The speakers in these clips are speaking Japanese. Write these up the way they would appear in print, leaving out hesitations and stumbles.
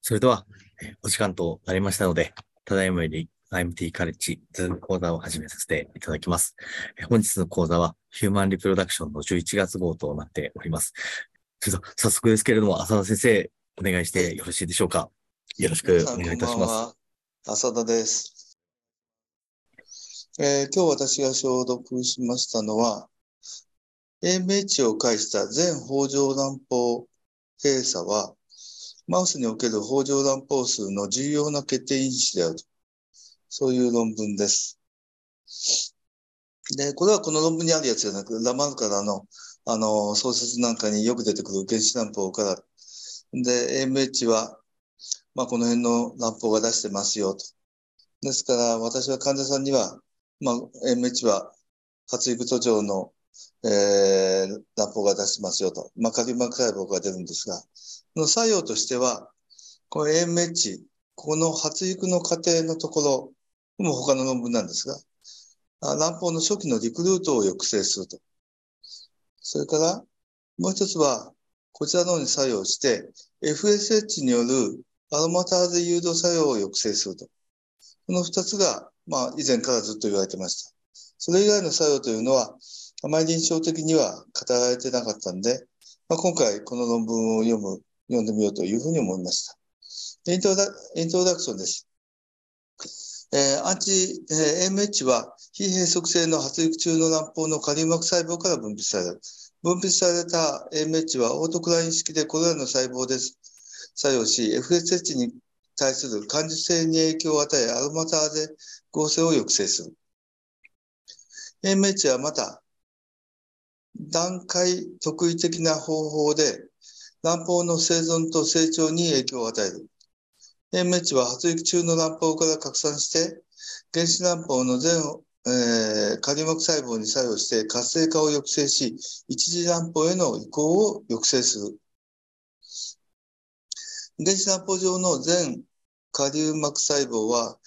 それでは、お時間となりましたので、ただいまより IMT カレッジズーム講座を始めさせていただきます。本日の講座はヒューマンリプロダクションの11月号となっております。それでは早速ですけれども、浅田先生、お願いしはい。 てよろしいでしょうか。よろし皆さん、 くお願いいこんたします。 ばんは。浅田です。今日私が消毒しましたのは、AMH を介した全包状乱胞閉鎖は、マウスにおける包状乱胞数の重要な決定因子であると。そういう論文です。で、これはこの論文にあるやつじゃなく、ラマルカラの、創設なんかによく出てくる原子乱胞から、で、AMH は、この辺の乱胞が出してますよと。ですから、私は患者さんには、AMH は発育途上の、乱胞が出してますよと。カリウマ細胞が出るんですが、その作用としては、この AMH、この発育の過程のところ、もう他の論文なんですが、卵胞の初期のリクルートを抑制すると。それから、もう一つは、こちらの方に作用して、FSH によるアロマターゼ誘導作用を抑制すると。この二つが、以前からずっと言われてました。それ以外の作用というのは、あまり臨床的には語られてなかったんで、今回この論文を読んでみようというふうに思いました。イントロダクションです。アンチ、AMH は非閉塞性の発育中の卵胞のカリウマ細胞から分泌される。分泌された AMH はオートクライン式でこれらの細胞で作用し、FSH に対する感受性に影響を与え、アロマターゼ合成を抑制する。AMH はまた、段階特異的な方法で卵胞の生存と成長に影響を与える。AMH は発育中の卵胞から拡散して、原子卵胞の全、カリウマ細胞に作用して活性化を抑制し、一次卵胞への移行を抑制する。原子卵胞上の全カリウマ細胞は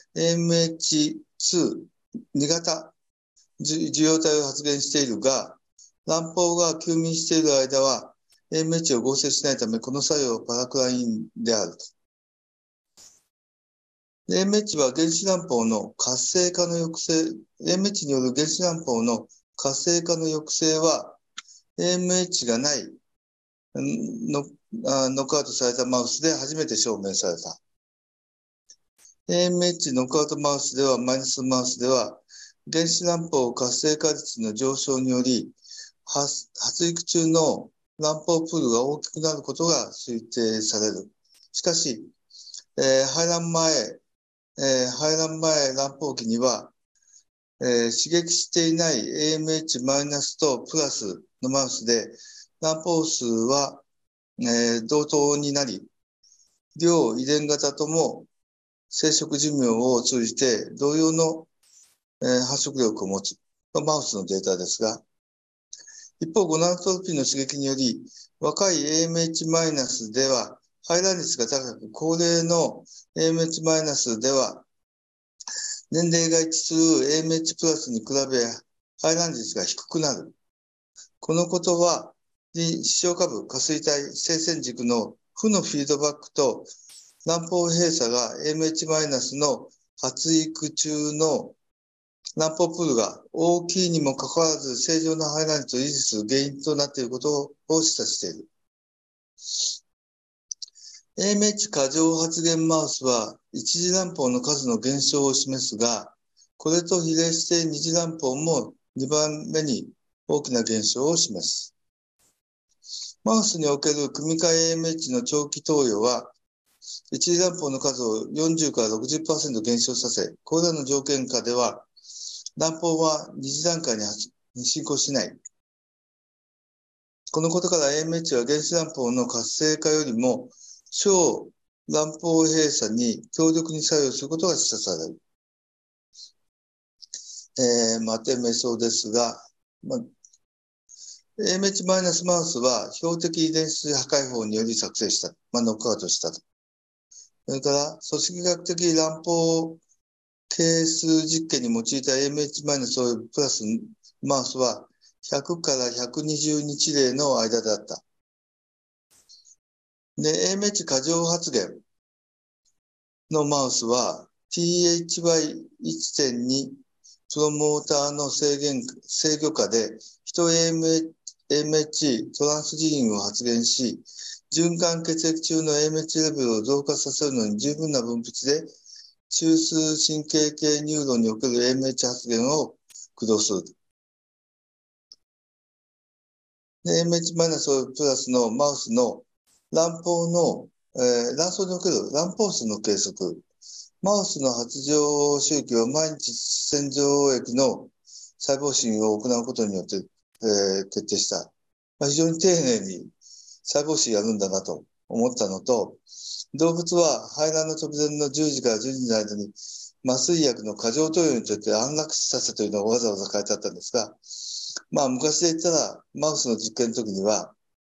AMH2、2型受容体を発現しているが、卵胞が休眠している間は AMH を合成しないため、この作用はパラクラインであると。AMH は原子卵胞の活性化の抑制、AMH による原子卵胞の活性化の抑制は AMH がないノックアウトされたマウスで初めて証明された。AMH ノックアウトマウスでは、マイナスマウスでは、原子卵胞活性化率の上昇により、発育中の卵胞プールが大きくなることが推定される。しかし、排卵前卵胞期には、刺激していない AMH マイナスとプラスのマウスで卵胞数は、同等になり、両遺伝型とも生殖寿命を通じて同様の、発色力を持つマウスのデータですが、一方、ゴナドトロピーの刺激により、若い AMH マイナスでは排卵率が高く、高齢の AMH マイナスでは年齢が一致する AMH プラスに比べ排卵率が低くなる。このことは、視床下部下垂体生線軸の負のフィードバックと卵胞閉鎖が AMH マイナスの発育中の卵胞プールが大きいにもかかわらず正常な排卵率を維持する原因となっていることを示唆している。AMH 過剰発現マウスは一次卵胞の数の減少を示すが、これと比例して二次卵胞も2番目に大きな減少を示す。マウスにおける組み換え AMH の長期投与は、一次卵胞の数を40から 60% 減少させ、これらの条件下では、卵胞は二次段階に進行しない。このことから AMH は原子卵胞の活性化よりも小卵胞閉鎖に強力に作用することが示唆される。手メソですが、AMH マイナスマウスは標的遺伝子破壊法により作成した。ノックアウトしたと。それから、組織学的卵胞係数実験に用いた AMH マイナスおよびプラスマウスは100から120日例の間であった。で、AMH 過剰発現。 のマウスは THY1.2 プロモーターの制御下で、AMH トランスジーンを発現し、循環血液中の AMH レベルを増加させるのに十分な分泌で、中枢神経系ニューロンにおける AMH 発現を駆動する。AMH マイナスプラスのマウスの卵胞の、卵巣における卵胞数の計測。マウスの発情周期は毎日洗浄液の細胞診を行うことによって、決定した。非常に丁寧に細胞診やるんだなと思ったのと、動物は排卵の直前の10時から12時の間に麻酔薬の過剰投与によって安楽死させというのがわざわざ書いてあったんですが、昔で言ったらマウスの実験の時には、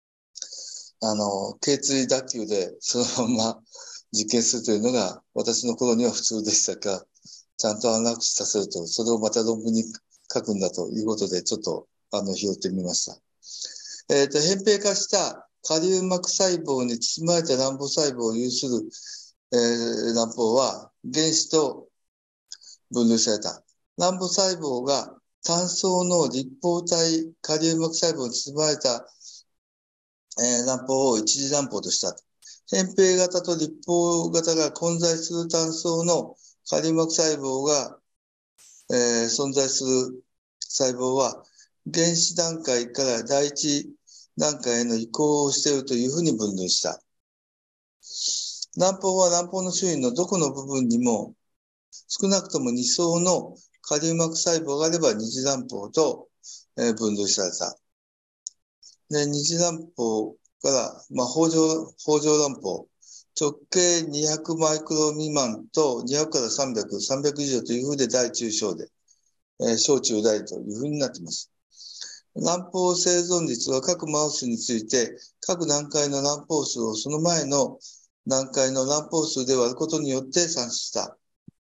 頸椎脱臼でそのまま実験するというのが私の頃には普通でしたが、ちゃんと安楽死させると、それをまた論文に書くんだということで、ちょっと拾ってみました。扁平化したカリウマ膜細胞に包まれた卵胞細胞を有する、卵胞は原子と分類された。卵胞細胞が単層の立方体カリウマ膜細胞に包まれた、卵胞を一次卵胞とした。扁平型と立方型が混在する単層のカリウマ膜細胞が、存在する細胞は原子段階から第一段階への移行をしているというふうに分類した。卵胞は卵胞の周囲のどこの部分にも少なくとも2層のカリウマ膜細胞があれば二次卵胞と、分類された。で、二次卵胞から、胞状卵胞、直径200マイクロ未満と200から300、300以上というふうで大中小で、小中大というふうになっています。卵胞生存率は各マウスについて、各段階の卵胞数をその前の段階の卵胞数で割ることによって算出した。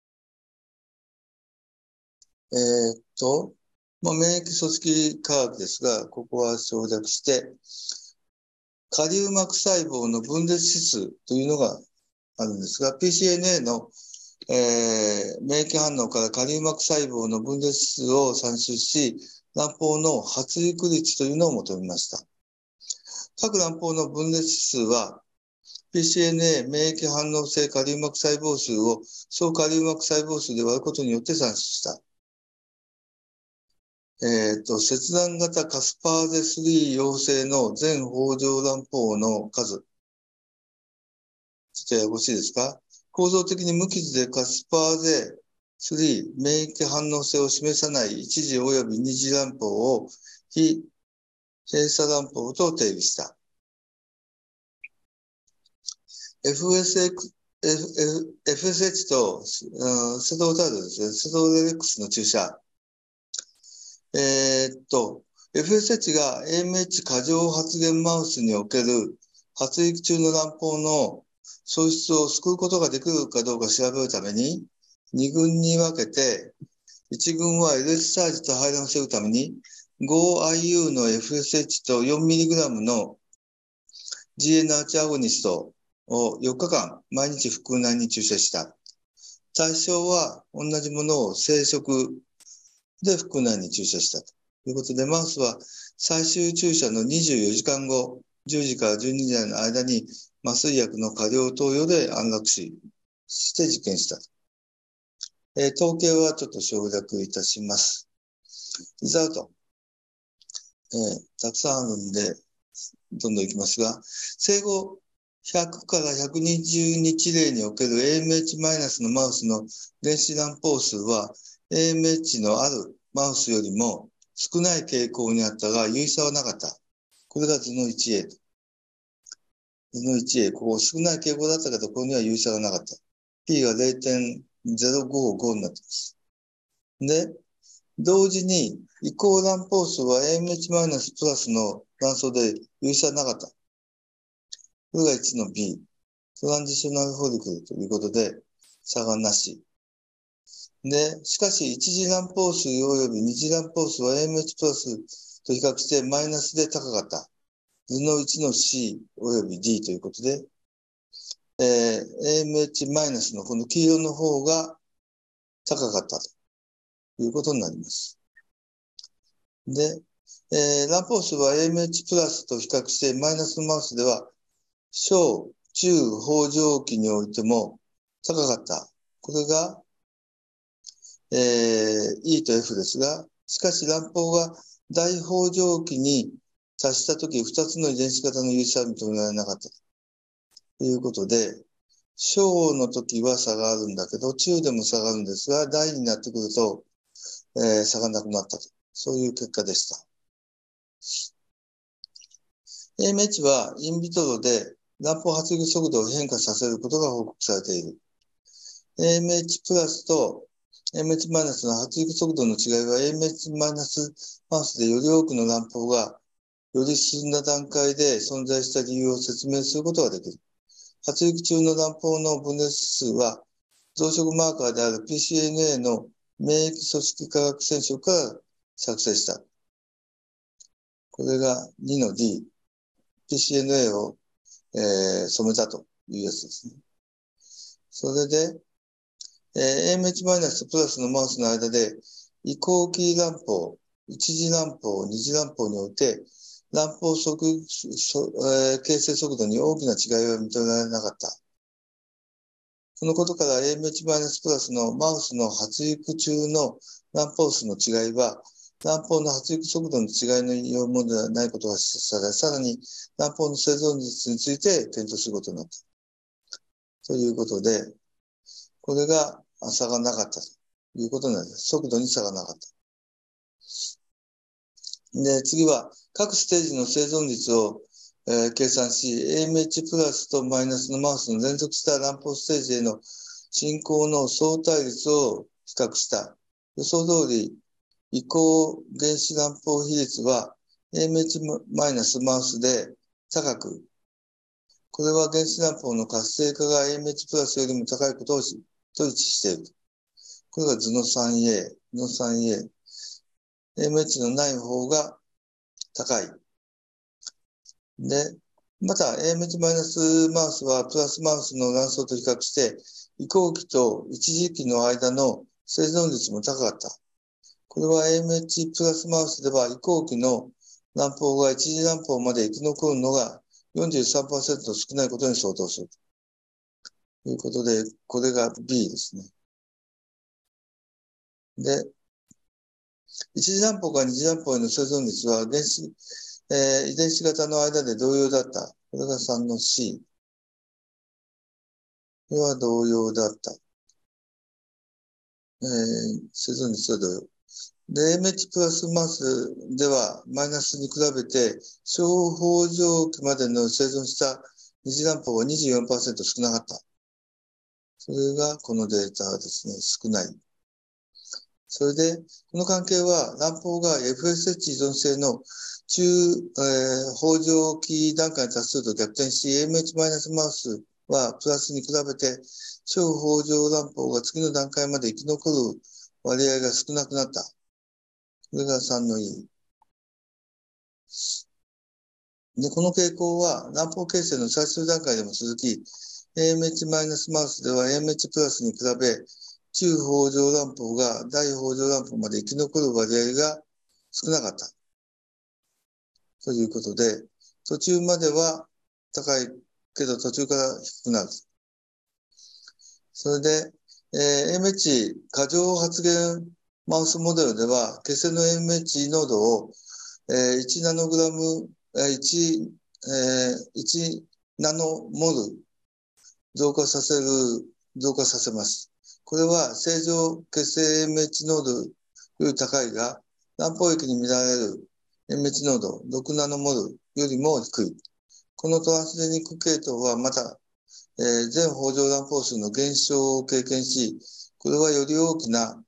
免疫組織科学ですが、ここは省略して、カリウマ膜細胞の分裂指数というのがあるんですが、PCNA の、免疫反応からカリウマ膜細胞の分裂指数を算出し、卵胞の発育率というのを求めました。各卵胞の分裂指数は、PCNA 免疫反応性カリウマ膜細胞数を総カリウマ膜細胞数で割ることによって算出した。切断型カスパーゼ3陽性の全胞状卵胞の数。ちょっとややこしいですか？構造的に無傷でカスパーゼ3免疫反応性を示さない一次及び二次卵胞を非閉鎖卵胞と定義した。FSH と、セドロタイドですね。セドロレックスの注射。FSH が AMH 過剰発現マウスにおける発育中の卵胞の喪失を救うことができるかどうか調べるために、2群に分けて、1群は LS サージと排卵を防ぐために、5IU の FSH と 4mg の GnH アゴニストを4日間毎日腹腔内に注射した。対象は同じものを生殖で腹腔内に注射したということで、マウスは最終注射の24時間後、10時から12時の間に麻酔薬の過量投与で安楽死して実験した。統計はちょっと省略いたします。リザルト。たくさんあるんで、どんどんいきますが、生後100から120日例における AMH- のマウスの原子卵胞数は AMH のあるマウスよりも少ない傾向にあったが、有意差はなかった。これが図の 1A。図の 1A。ここ少ない傾向だったけど、ここには有意差がなかった。P が 0.055 になっています。で、同時に移行卵胞数は AMH- プラスの卵巣で有意差はなかった。これが1の B。トランジショナルフォリクルということで、差がなし。で、しかし、一次卵胞数及び二次卵胞数は AMH プラスと比較してマイナスで高かった。図の1の C 及び D ということで、 AMH マイナスのこの黄色の方が高かったということになります。で、卵胞数は AMH プラスと比較してマイナスのマウスでは小、中、方状期においても高かった。これが、E と F ですが、しかし卵胞が大方状期に達したとき、2つの遺伝子型の有差は認められなかったということで、小の時は差があるんだけど、中でも差があるんですが、大になってくると、差がなくなったと。そういう結果でした。AMH はインビトロで卵胞発育速度を変化させることが報告されている。AMH プラスと AMH マイナスの発育速度の違いは AMH マイナスマウスでより多くの卵胞がより進んだ段階で存在した理由を説明することができる。発育中の卵胞の分裂数は増殖マーカーである PCNA の免疫組織化学染色から作成した。これが2の D、PCNA を、染めたというやつですね。それで、AMH マイナスとプラスのマウスの間で移行期卵胞、一次卵胞、二次卵胞において卵胞形成速度に大きな違いは認められなかった。このことから AMH マイナスプラスのマウスの発育中の卵胞数の違いは卵胞の発育速度の違いのようものではないことが示唆され、さらに卵胞の生存率について検討することになった。ということで、これが差がなかったということになります。速度に差がなかった。で、次は各ステージの生存率を、計算し、AMH プラスとマイナスのマウスの連続した卵胞ステージへの進行の相対率を比較した。予想通り、移行原子卵胞比率は AMH マイナスマウスで高く、これは原子卵胞の活性化が AMH プラスよりも高いことをと一致している。これが図の 3A、の 3A。AMH のない方が高い。で、また AMH マイナスマウスはプラスマウスの卵巣と比較して、移行期と一時期の間の生存率も高かった。これは AMH プラスマウスでは移行期の卵胞が一次卵胞まで生き残るのが 43% 少ないことに相当する。ということで、これが B ですね。で、一次卵胞から二次卵胞への生存率は遺伝子型の間で同様だった。これが3の C。これは同様だった。生存率は同様。で、AMH プラスマスでは、マイナスに比べて、小方状期までの生存した二次卵胞は 24% 少なかった。それがこのデータですね、少ない。それで、この関係は卵胞が FSH 依存性の中、方状期段階に達すると逆転し、AMH マイナスマウスはプラスに比べて、小方状卵胞が次の段階まで生き残る割合が少なくなった。これが3の E。で、この傾向は卵胞形成の最終段階でも続き、AMH マイナスマウスでは AMH プラスに比べ、中方状卵胞が大方状卵胞まで生き残る割合が少なかった。ということで、途中までは高いけど途中から低くなる。それで、AMH 過剰発現マウスモデルでは、血清の AMH 濃度を、1ナノグラム、1ナノモル増加させます。これは正常血清 AMH 濃度より高いが、卵胞液に見られる AMH 濃度6ナノモルよりも低い。このトランスジェニック系統はまた、全胞状卵胞数の減少を経験し、これはより大きな、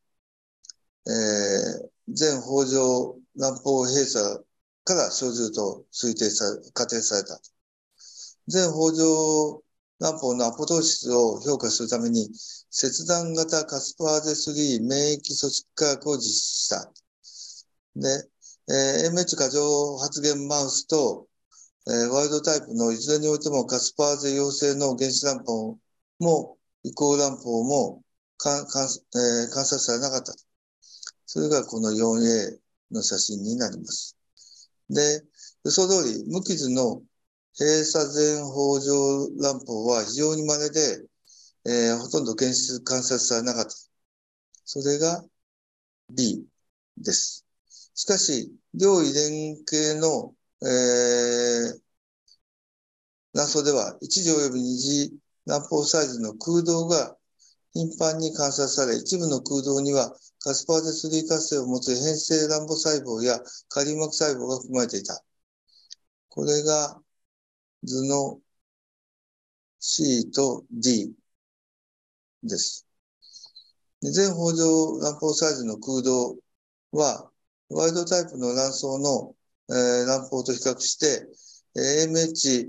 全胞状卵胞閉鎖から生じると仮定された。全胞状卵胞のアポトーシスを評価するために、切断型カスパーゼ3免疫組織化学を実施した。で、AMH 過剰発現マウスと、 ワイルドタイプのいずれにおいてもカスパーゼ陽性の原子卵胞も移行卵胞も観察されなかった。それがこの 4A の写真になります。で、予想通り、無傷の閉鎖前方上卵胞は非常に稀で、ほとんど検出観察されなかった。それが B です。しかし、両遺伝系の、卵巣では、一次及び二次卵胞サイズの空洞が頻繁に観察され、一部の空洞にはカスパーゼ3活性を持つ変性卵母細胞やカリウマク細胞が含まれていた。これが図の C と D です。全方状卵胞サイズの空洞は、ワイルドタイプの卵巣の、卵胞と比較して、AMH、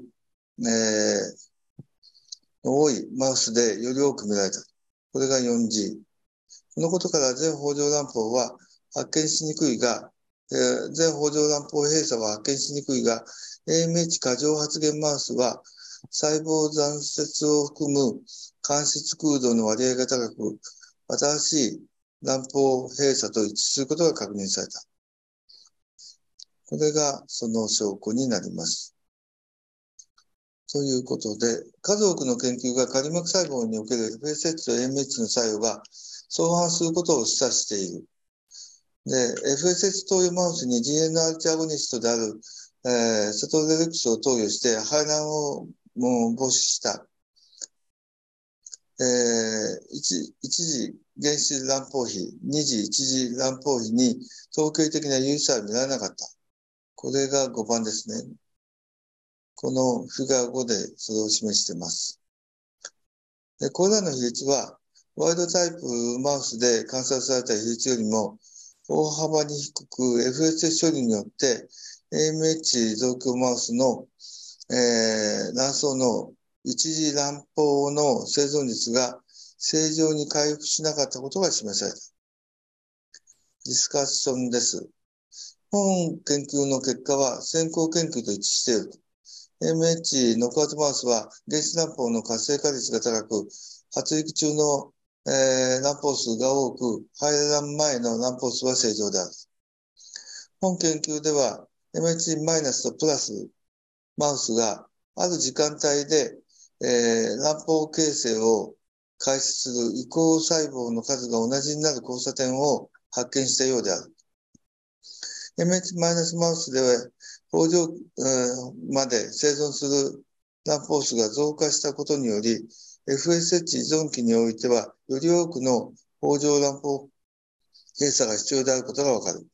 の多いマウスでより多く見られた。これが 4G。このことから全方状卵胞は発見しにくいが、全方状卵胞閉鎖は発見しにくいが、AMH 過剰発現マウスは細胞残節を含む間質空洞の割合が高く、新しい卵胞閉鎖と一致することが確認された。これがその証拠になります。ということで、数多くの研究がカリ膜細胞における FSH と AMH の作用が相反することを示唆している。で、FSH 投与マウスに GnRH アゴニストである、セトレレクスを投与して排卵を防止した。一次原子卵胞比、二次一次卵胞比に統計的な有意差は見られなかった。これが5番ですね。このフィガー5でそれを示しています。で、これらの比率は、ワイルドタイプマウスで観察された比率よりも大幅に低く FSH 処理によって AMH 増強マウスの、卵巣の一次卵胞の生存率が正常に回復しなかったことが示された。ディスカッションです。本研究の結果は先行研究と一致している。AMH ノックアウトマウスは原子卵胞の活性化率が高く、発育中の、卵胞数が多く、排卵前の卵胞数は正常である。本研究では MH- とプラスマウスがある時間帯で、卵胞形成を開始する移行細胞の数が同じになる交差点を発見したようである。MH- マウスでは豊穣、まで生存する卵胞数が増加したことにより、FSH 依存期においては、より多くの豊穣卵胞閉鎖が必要であることがわかる。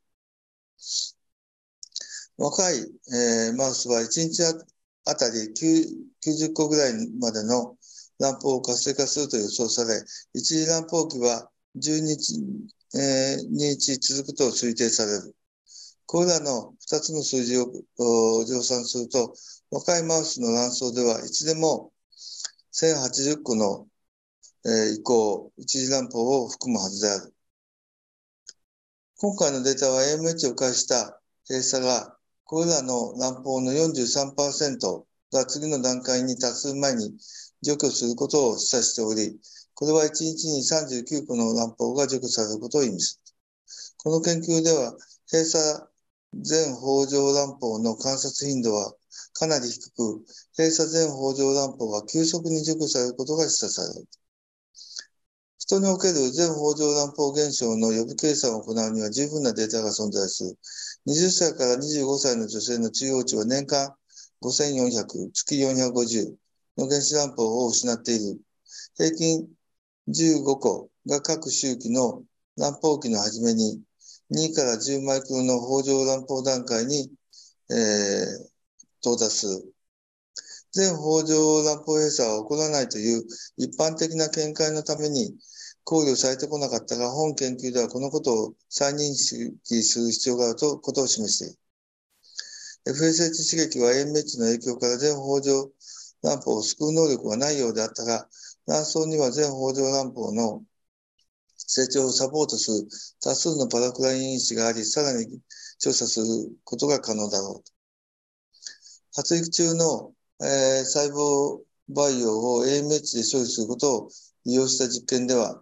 若い、マウスは1日あたり90個ぐらいまでの卵胞を活性化すると予想され、一次卵胞期は10日、日続くと推定される。これらの2つの数字を乗算すると、若いマウスの卵巣ではいつでも1080個の、移行、一次卵胞を含むはずである。今回のデータは AMH を介した閉鎖が、これらの卵胞の 43% が次の段階に達する前に除去することを示唆しており、これは1日に39個の卵胞が除去されることを意味する。この研究では、閉鎖全方状卵胞の観察頻度はかなり低く、閉鎖全方状卵胞が急速に除去されることが示唆される。人における全方状卵胞現象の予備計算を行うには十分なデータが存在する。20歳から25歳の女性の中央値は年間5400、月450の原子卵胞を失っている。平均15個が各周期の卵胞期の初めに2から10マイクロの方状卵胞段階に、到達する。全方状卵胞閉鎖は起こらないという一般的な見解のために考慮されてこなかったが、本研究ではこのことを再認識する必要があることを示している。FSH 刺激は AMH の影響から全方状卵胞を救う能力はないようであったが、卵巣には全方状卵胞の成長をサポートする多数のパラクライン因子があり、さらに調査することが可能だろう。 発育中の、細胞培養を AMH で処理することを利用した実験では、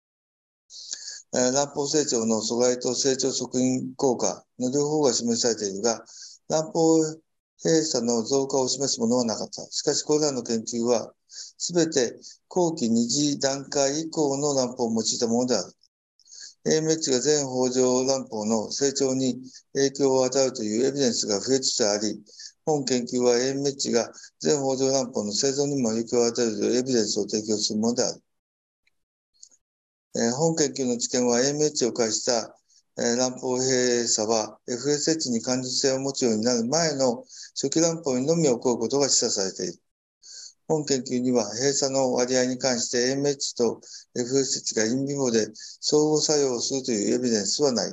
卵胞成長の阻害と成長促進効果の両方が示されているが、卵胞閉鎖の増加を示すものはなかった。しかし、これらの研究は、すべて後期二次段階以降の卵胞を用いたものである。AMH が全胞状卵胞の成長に影響を与えるというエビデンスが増えつつあり、本研究は AMH が全胞状卵胞の生存にも影響を与えるというエビデンスを提供するものである。本研究の知見は AMH を介した卵胞閉鎖は FSH に感受性を持つようになる前の初期卵胞にのみ起こることが示唆されている。本研究には閉鎖の割合に関して AMH と FSH がインビボで相互作用するというエビデンスはない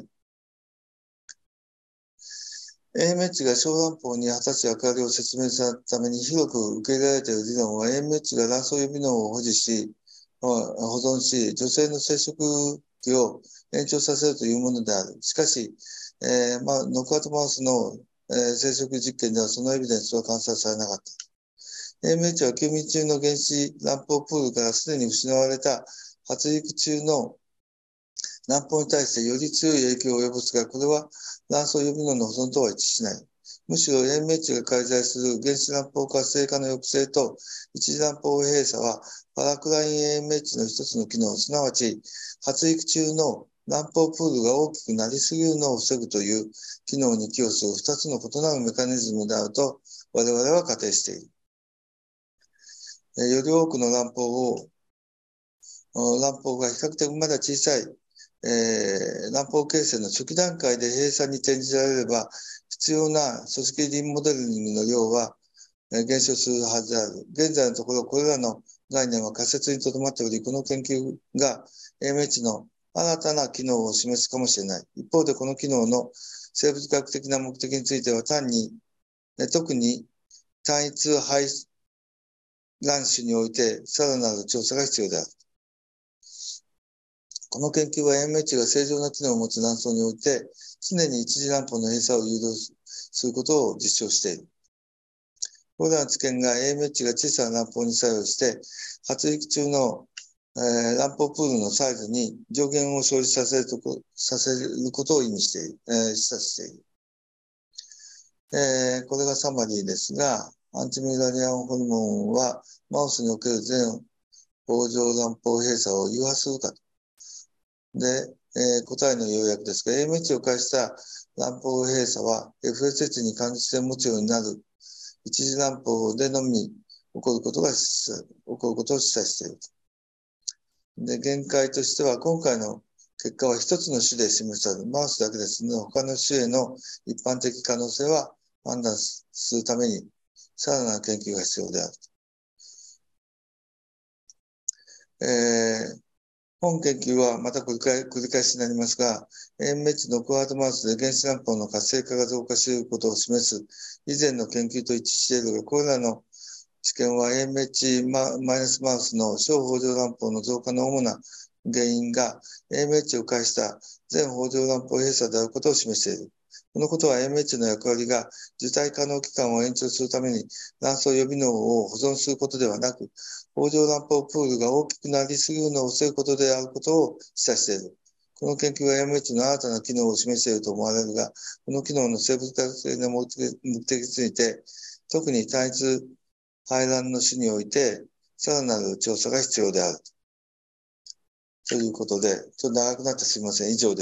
。AMH が小卵胞に果たす役割を説明するために広く受け入れられている理論は AMH が卵巣予備能を保持し、保存し、女性の生殖期を延長させるというものである。しかし、ノックアウトマウスの、生殖実験ではそのエビデンスは観察されなかった。AMH は休眠中の原子卵胞プールからすでに失われた発育中の卵胞に対してより強い影響を及ぼすが、これは卵巣予備能の保存とは一致しない。むしろ AMH が介在する原子卵胞活性化の抑制と一次卵胞閉鎖はパラクライン AMH の一つの機能、すなわち発育中の卵胞プールが大きくなりすぎるのを防ぐという機能に寄与する二つの異なるメカニズムであると我々は仮定している。より多くの卵胞が比較的まだ小さい卵胞形成の初期段階で閉鎖に転じられれば、必要な組織リンモデリングの量は減少するはずである。現在のところ、これらの概念は仮説にとどまっており、この研究が AMH の新たな機能を示すかもしれない。一方で、この機能の生物学的な目的については、特に単一排卵子において、さらなる調査が必要である。この研究は AMH が正常な機能を持つ卵巣において、常に一次卵胞の閉鎖を誘導することを実証している。これらの知見が AMH が小さな卵胞に作用して、発育中の、卵胞プールのサイズに上限を生じさせることを意味している、示唆している。これがサマリーですが、アンチミュラリアンホルモンはマウスにおける全胞状卵胞閉鎖を誘発するかと。で、答えの要約ですが、AMH を介した卵胞閉鎖は FSH に感受性を持つようになる一次卵胞でのみ起こることを示唆している。で、限界としては、今回の結果は一つの種で示される。マウスだけですので、他の種への一般的可能性は判断するために、さらなる研究が必要である。本研究はまた繰り返しになりますが、AMH のノックアウトマウスで原子卵胞の活性化が増加していることを示す以前の研究と一致しているが、これらの知見は AMH マイナスマウスの小胞状卵胞の増加の主な原因が AMH を介した全胞状卵胞閉鎖であることを示している。このことは AMH の役割が受胎可能期間を延長するために卵巣予備能を保存することではなく、胞状卵胞プールが大きくなりすぎるのを防ぐことであることを示唆している。この研究は AMH の新たな機能を示していると思われるが、この機能の生物学的な目的について、特に単一排卵の種において、さらなる調査が必要である。ということで、ちょっと長くなってすみません。以上です。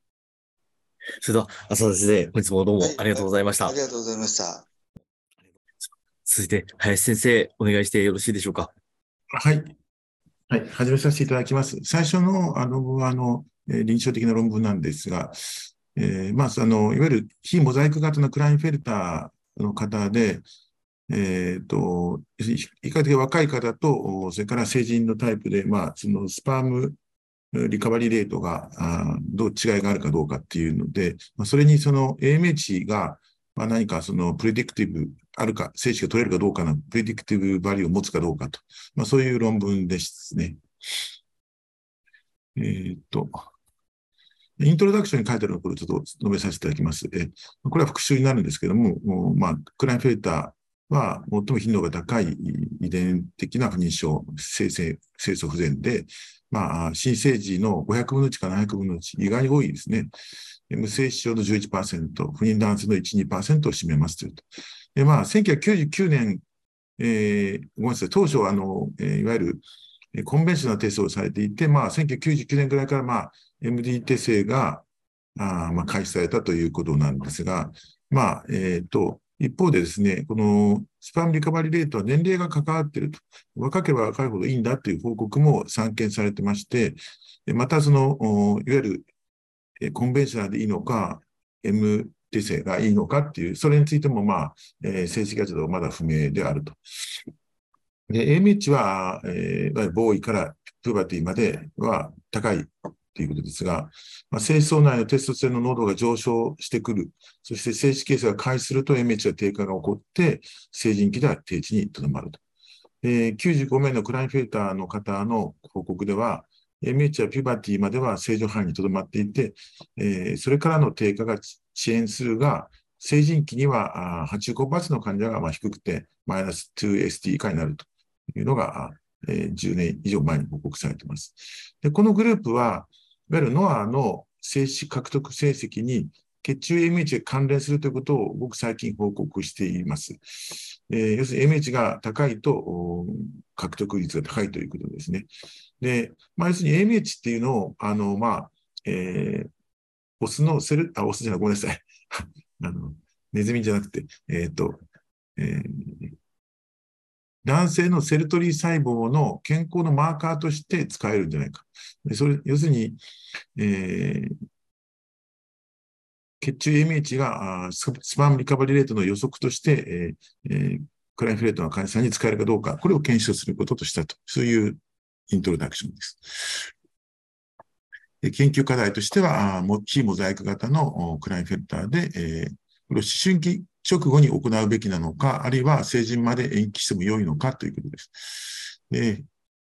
それでは、浅田先生、本日もどうもありがとうございました。 ありがとうございました。 続いて、林先生、お願いしてよろしいでしょうか。 はい。はい。始めさせていただきます。最初の論文は、臨床的な論文なんですが、まあ、いわゆる非モザイク型のクラインフェルターの方で、比較的若い方と、それから成人のタイプで、まあ、そのスパームリカバリーレートが、違いがあるかどうかっていうので、まあ、それにその AMH が、まあ、何かそのプレディクティブあるか、精子が取れるかどうかのプレディクティブバリューを持つかどうかと、まあ、そういう論文ですね。 イントロダクションに書いてあるのをこれちょっと述べさせていただきます。これは復習になるんですけども、クラインフェルターは最も頻度が高い遺伝的な不妊症、精巣不全で、新生児の500分の1か700分の1、意外に多いですね。無精子症の 11%、不妊男性の1、2%を占めますというと。で、1999年、ごめんなさい、当初いわゆるコンベンショナルテストをされていて、1999年ぐらいから、MD 手製が、開始されたということなんですが、一方でですね、このスパムリカバリーレートは年齢が関わっていると。若ければ若いほどいいんだという報告も散見されてまして、またいわゆるコンベンショナルでいいのか、M 手製がいいのかっていう、それについても、正式活動はまだ不明であると。で、AMH は、ボーイからプーバティまでは高いということですが、精巣内のテストステロンの濃度が上昇してくる。そして精子形成が開始すると AMH は低下が起こって、成人期では低値にとどまると。95名のクラインフェルターの方の報告では、AMH はピューバティまでは正常範囲にとどまっていて、それからの低下が遅延するが、成人期には85%の患者が低くて、マイナス 2ST 以下になるというのが、10年以上前に報告されています。で、このグループは、いわゆるノアの精子獲得成績に血中 AMH が関連するということを僕最近報告しています。要するに AMH が高いと獲得率が高いということですね。で、要するに AMH っていうのを、オスのオスじゃない、ごめんなさい。ネズミじゃなくて、男性のセルトリー細胞の健康のマーカーとして使えるんじゃないか。要するに、血中 AMH がスパムリカバリーレートの予測として、クラインフレートの患者さんに使えるかどうか、これを検証することとしたと。そういうイントロダクションです。研究課題としては、非モザイク型のクラインフェルターで、これを思春期直後に行うべきなのか、あるいは成人まで延期しても良いのかということです。で、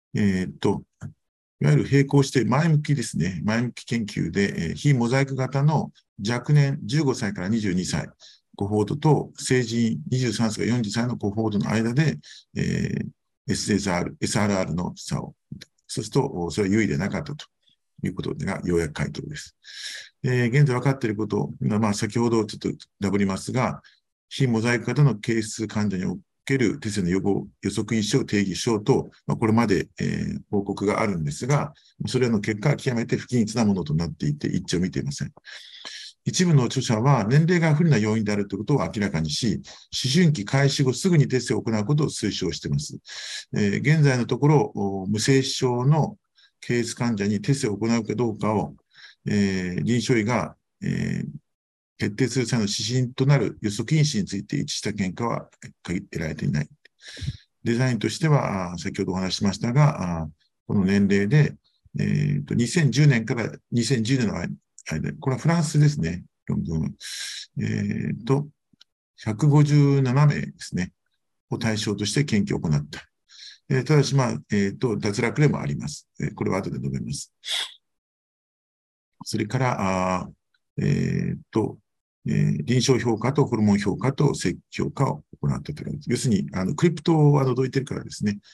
いわゆる並行して前向きですね。前向き研究で、非モザイク型の若年15歳から22歳コホートと成人23歳から40歳のコホートの間で、SRR の差を。そうすると、それは優位でなかったということが、ようやく回答です。現在分かっていることが、先ほどちょっとダブりますが、非モザイク型の係数患者における手製の予測因子を定義しようと、これまで、報告があるんですが、それらの結果は極めて不均一なものとなっていて、一致を見ていません。一部の著者は年齢が不利な要因であるということを明らかにし、思春期開始後すぐにテストを行うことを推奨しています。現在のところ、無精子症のケース患者にテストを行うかどうかを、臨床医が、決定する際の指針となる予測因子について一致した見解は得られていない。デザインとしては、先ほどお話ししましたが、この年齢で、2010年から2010年の間、これはフランスですね、論文。157名ですね、を対象として研究を行った。ただし、脱落例もあります。これは後で述べます。それから、臨床評価とホルモン評価と積極評価を行ったということです。要するに、クリプトは除いているからですね。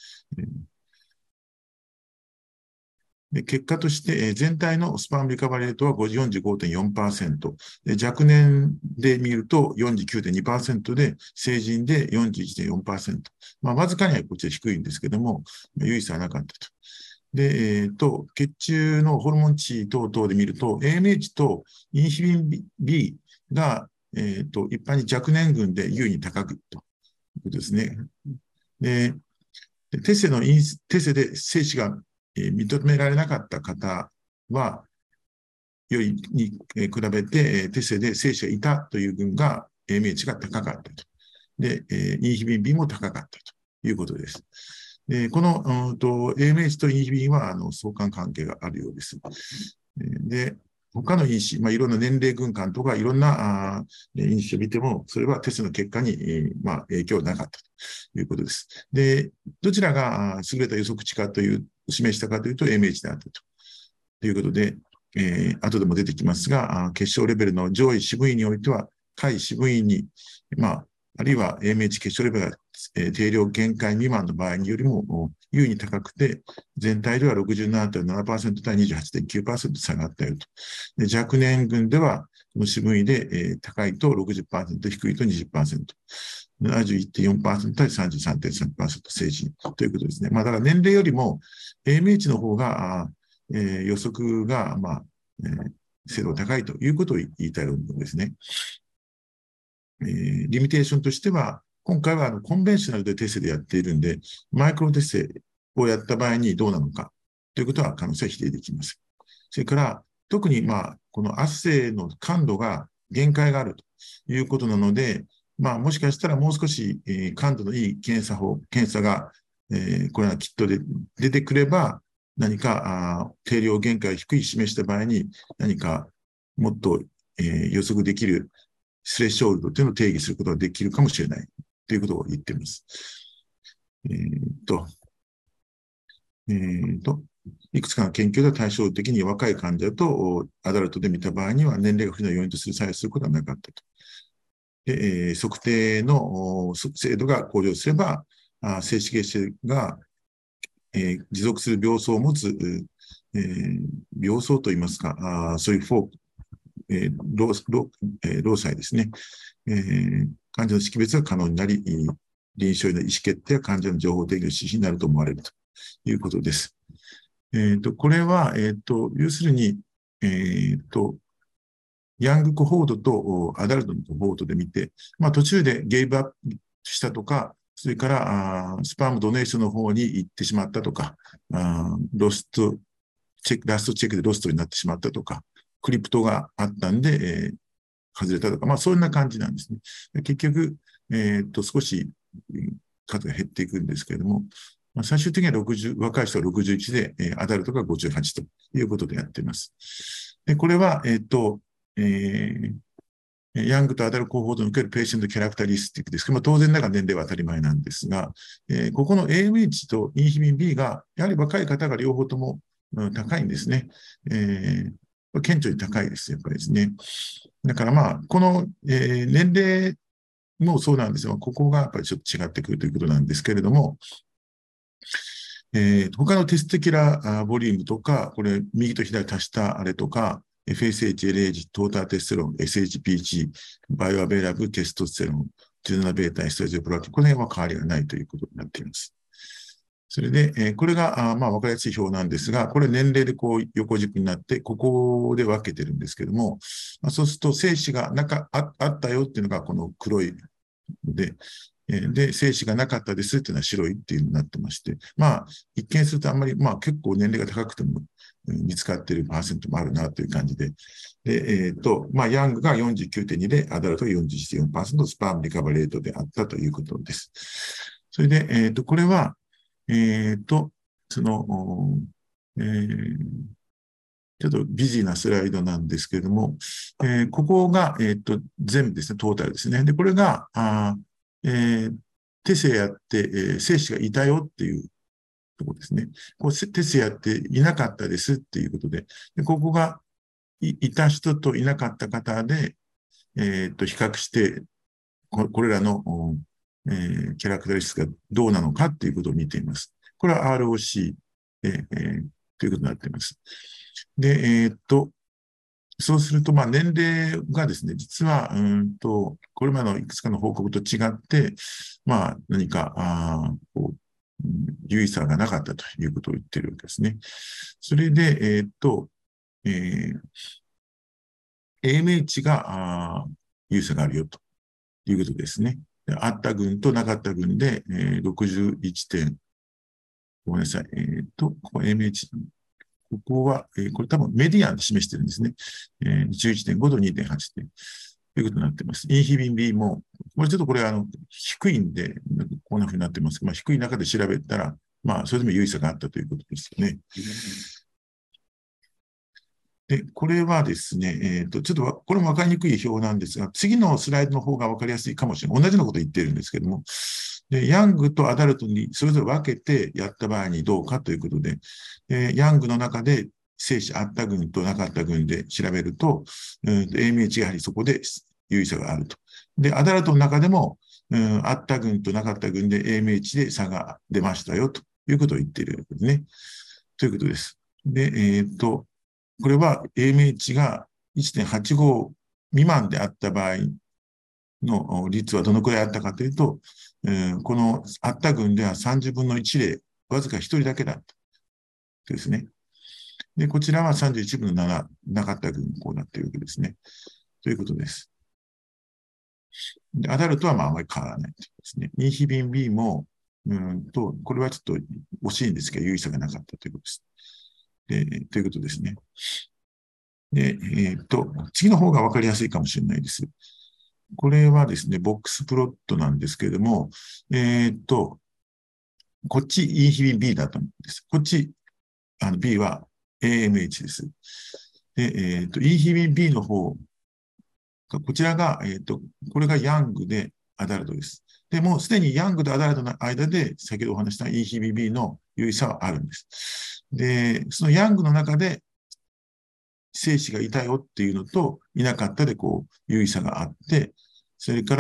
で結果として、全体のスパムリカバリーレートは 45.4%、若年で見ると 49.2% で、成人で 41.4%。わずかにはこっちは低いんですけども、唯一はなかったと。で、血中のホルモン値等々で見ると、AMH とインヒビン B が、一般に若年群で優位に高くということですね。で、テセで精子が認められなかった方は、よりに比べて、テセで精子がいたという群が AMH が高かったと。で、インヒビン B も高かったということです。このAMH とインヒビンは相関関係があるようです。で、他の因子、いろんな年齢群間とかいろんな因子を見ても、それはテストの結果に影響なかったということです。で、どちらが優れた予測値かという、示したかというと AMH であったということで、 後でも出てきますが、決勝レベルの上位支部員においては、下位支部員に、あるいは AMH 決勝レベルが、定量限界未満の場合によりも優位に高くて、全体では 67.7% 対 28.9% 差があったよと。で若年群では、この支部員で、高いと 60%、低いと 20%。71.4% 対 33.3% 成人ということですね。だから年齢よりも AMH の方が、予測が、精度が高いということを言いたい論文ですね。リミテーションとしては、今回はコンベンショナルでテストでやっているんで、マイクロテストをやった場合にどうなのかということは可能性は否定できます。それから、特にこの圧生の感度が限界があるということなので、もしかしたらもう少し、感度のいい検査が、これはきっとで出てくれば、何か定量限界を低い示した場合に、何かもっと、予測できるスレッショールドというのを定義することができるかもしれないということを言っています。いくつかの研究では対照的に若い患者とアダルトで見た場合には年齢が不利な要因とする作用することはなかったと。で、測定の精度が向上すれば、精子結晶が、持続する病巣を持つ、病巣といいますか、そういう労災ですね、患者の識別が可能になり、臨床医の意思決定や患者の情報提供の指標になると思われるということです。これは、要するに、ヤングコホードとアダルトのコホードで見て、途中でゲイブアップしたとか、それからスパームドネーションの方に行ってしまったとか、ラストチェックでロストになってしまったとか、クリプトがあったんで、外れたとか、そんな感じなんですね。結局、少し数が減っていくんですけれども、最終的には若い人は61で、アダルトが58ということでやっています。でこれは、ヤングとアダルトコホードにおけるペーシェントキャラクタリスティックですけど、当然ながら年齢は当たり前なんですが、ここの AMH とインヒビン B が、やはり若い方が両方とも、高いんですね。顕著に高いです、やっぱりですね。だからこの、年齢もそうなんですよ。ここがやっぱりちょっと違ってくるということなんですけれども、他のテストキラーボリュームとか、これ右と左足したあれとか、FSH、LH、トーターテストロン、SHPG、バイオアベラブ、テストステロン、17ベータ、エストロジェンプロラクティン、この辺は変わりがないということになっています。それで、これが、わかりやすい表なんですが、これ年齢でこう横軸になって、ここで分けてるんですけども、そうすると精子があったよっていうのがこの黒いので、精子がなかったですっていうのは白いっていうのになってまして、一見するとあんまり、結構年齢が高くても見つかっているパーセントもあるなという感じで、ヤングが 49.2 で、アダルトが 41.4%、スパームリカバリーレートであったということです。それで、これは、ちょっとビジーなスライドなんですけれども、ここが、全部ですね、トータルですね。で、これが、テセやって、精子がいたよっていうところですね。テセやっていなかったですっていうことで、ここが いた人といなかった方で、比較して、これらの、キャラクタリスティックがどうなのかっていうことを見ています。これは ROC、ということになっています。で、そうすると、年齢がですね、実は、これまでのいくつかの報告と違って、何か、優位差がなかったということを言っているわけですね。それで、AMH が、優位差があるよということですね。あった群となかった群で、61点、ごめんなさい。ここ AMH、ここは、これ多分メディアンで示してるんですね。11.5 と 2.8 点。ということになっています。インヒビン B も、これちょっとこれ低いんで、こんな風になってます。低い中で調べたら、それでも優位差があったということですよね。で、これはですね、ちょっとこれも分かりにくい表なんですが、次のスライドの方が分かりやすいかもしれない。同じようなことを言っているんですけども、でヤングとアダルトにそれぞれ分けてやった場合にどうかということで、ヤングの中で精子あった群となかった群で調べると、AMH やはりそこで有意差があると。で、アダルトの中でも、あった群となかった群で AMH で差が出ましたよということを言っているわけですね。ということです。で、これは AMH が 1.85 未満であった場合の率はどのくらいあったかというと、このあった群では30分の1例、わずか1人だけだったですね。で、こちらは31分の7、なかった群、こうなっているわけですね。ということです。でアダルトはまああまり変わらないということですね。インヒビン B も、これはちょっと惜しいんですけど、有意差がなかったということです。ということですね。で、次の方が分かりやすいかもしれないです。これはですね、ボックスプロットなんですけれども、こっち E 比 B だと思うんです。こっち、B は AMH です。で、E 比 B の方、こちらが、これがヤングでアダルトです。で、もうすでにヤングとアダルトの間で、先ほどお話した E 比 B の有意差はあるんです。で、そのヤングの中で、精子がいたよっていうのと、いなかったで、こう、有意差があって、それから、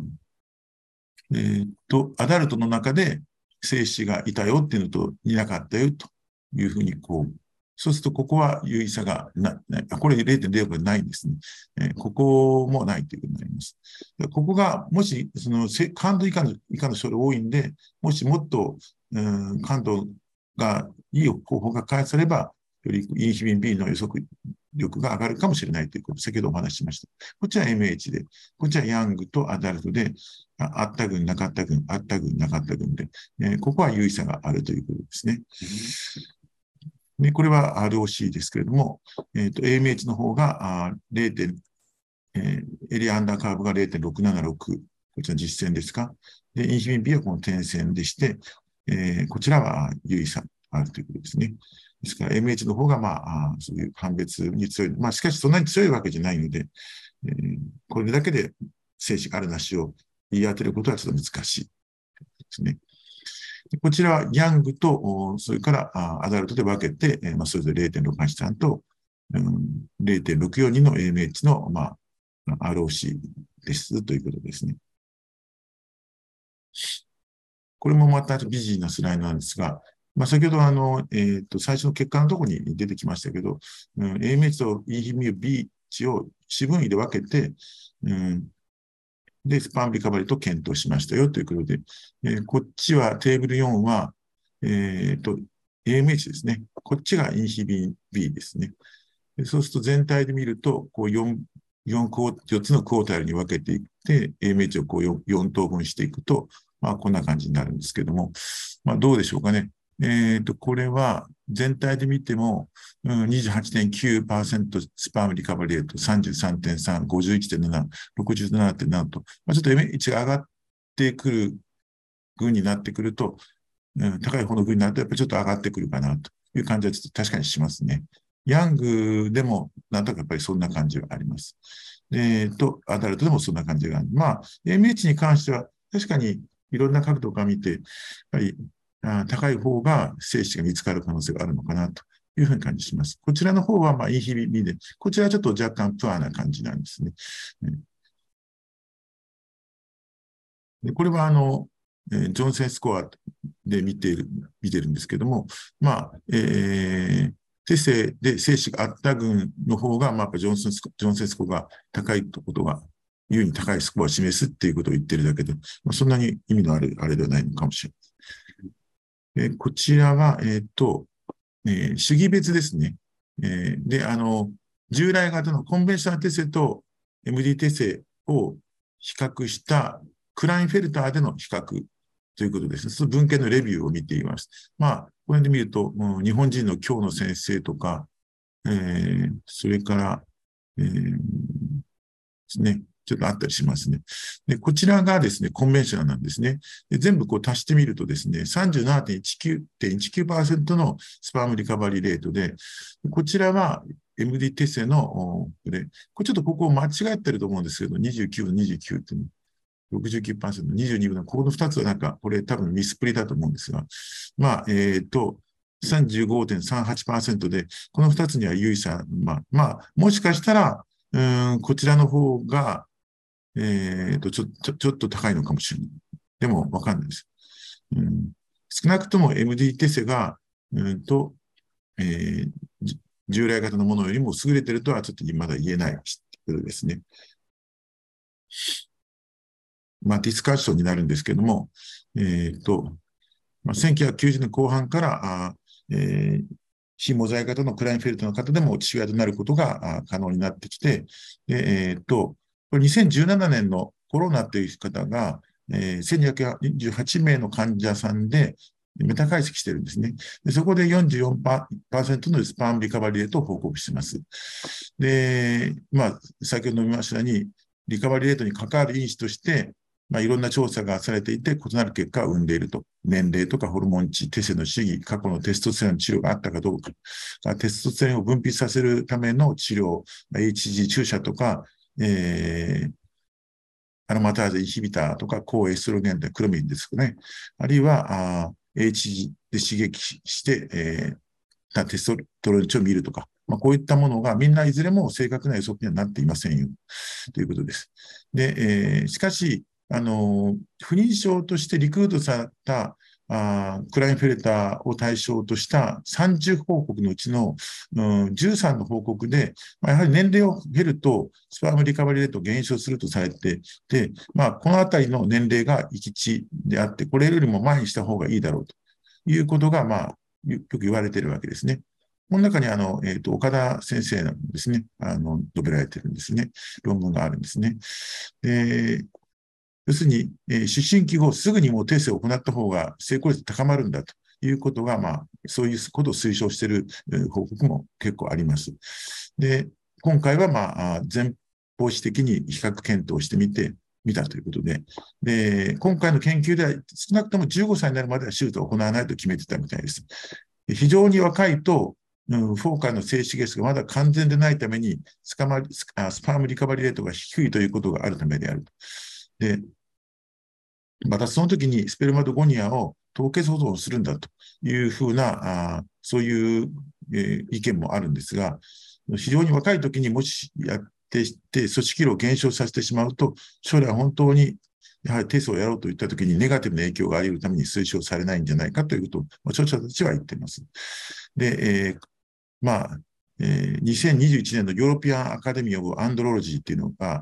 アダルトの中で精子がいたよっていうのと、いなかったよというふうに、こう、そうすると、ここは有意差がこれ 0.05 がないんですね。ここもないということになります。ここが、もし、感度以下の症例多いんで、もしもっと、感度がいい方法が開発されば、よりインヒビン B の予測力が上がるかもしれないということ、先ほどお話ししました。こっちは MH で、こっちはヤングとアダルトで、あった群、なかった群、あった群、なかった群で、ここは有意差があるということですね。でこれは ROC ですけれども、AMH の方が0. エリアアンダーカーブが 0.676、こちら実線ですか。で、インヒビン B はこの点線でして、こちらは有意差あるということですね。ですから MH の方が、そういう判別に強い。しかしそんなに強いわけじゃないので、これだけで精子あるなしを言い当てることはちょっと難しいですね。こちらはヤングと、それからアダルトで分けて、それぞれ 0.683 と、0.642 の AMH の、ROC ですということですね。これもまたビジーなスライドなんですが、先ほど最初の結果のところに出てきましたけど、AMH と E 比 B 値を四分位で分けて、で、スパンリカバリーと検討しましたよということで、こっちはテーブル4は、AMH ですね。こっちがインヒビ B ですね。そうすると全体で見ると、こう4つのクォータルに分けていって、AMH をこう 4等分していくと、こんな感じになるんですけども、どうでしょうかね。これは全体で見ても、28.9% スパームリカバリーレート、33.3、51.7、67.7と、ちょっと MH が上がってくる群になってくると、高い方の群になると、やっぱりちょっと上がってくるかなという感じはちょっと確かにしますね。ヤングでも、なんとかやっぱりそんな感じはあります。アダルトでもそんな感じがある。MH に関しては、確かにいろんな角度から見て、やっぱり高い方が精子が見つかる可能性があるのかなというふうに感じします。こちらの方は、インヒビ B で、こちらはちょっと若干プアな感じなんですね。でこれは、ジョンセンスコアで見てるんですけども、手製で精子があった群の方が、やっぱジョンセンスコアが高いことが、優に高いスコアを示すっていうことを言ってるだけで、そんなに意味のあるあれではないのかもしれない。こちらは、主義別ですね。で、従来型のコンベンショナル手製と MD 手製を比較したクラインフェルターでの比較ということです。その文献のレビューを見ています。これで見ると、日本人の今日の先生とか、それから、ですね、ちょっとあったりしますね。で、こちらがですね、コンベンショナルなんですね。で全部こう足してみるとですね、37.19% のスパームリカバリーレートで、こちらは MD テセの、これちょっとここ間違ってると思うんですけど、29分29っていうの。69%、22分の、ここの2つはなんか、これ多分ミスプリだと思うんですが、 35.38% で、この2つには優位差、もしかしたら、こちらの方が、ちょっと高いのかもしれない。でも、わかんないです。少なくとも MD テセが、従来型のものよりも優れているとはちょっとまだ言えないことですね。ディスカッションになるんですけども、1990年後半から非モザイク型のクラインフェルトの方でも父親となることが可能になってきて、これ2017年のコロナという方が、1248名の患者さんでメタ解析してるんですね。でそこで 44% のスパムリカバリーレートを報告しています。で、先ほど述べましたように、リカバリーレートに関わる因子として、いろんな調査がされていて、異なる結果を生んでいると。年齢とかホルモン値、テセの主義、過去のテストステロンの治療があったかどうか、テストステロンを分泌させるための治療、HG 注射とか、アロマターゼインヒビターとか、抗エストロゲンでクロミンですかね。あるいは、HG で刺激して、テストロン値を見るとか、こういったものがみんないずれも正確な予測にはなっていませんよ、ということです。で、しかし、不妊症としてリクルートされたクラインフェルターを対象とした30報告のうちの、13の報告で、やはり年齢を減るとスパームリカバリーレート減少するとされていて、このあたりの年齢が閾値であって、これよりも前にした方がいいだろうということが、よく言われているわけですね。この中に岡田先生なんですね、述べられているんですね。論文があるんですね。要するに、思春期後すぐにもう訂正を行った方が成功率高まるんだということが、そういうことを推奨している報告も結構あります。で、今回は、全方位的に比較検討してみたということで、今回の研究では少なくとも15歳になるまでは手術を行わないと決めてたみたいです。非常に若いと、フォーカルの静止月がまだ完全でないためにスパームリカバリーレートが低いということがあるためであると。で、またその時にスペルマトゴニアを凍結保存するんだというふうな、そういう、意見もあるんですが、非常に若い時にもしやってして、組織量を減少させてしまうと、将来本当にやはりテストをやろうといった時にネガティブな影響があり得るために推奨されないんじゃないかということを、著者たちは言っています。で、2021年のヨーロピアンアカデミー・オブ・アンドロロジーっていうのが、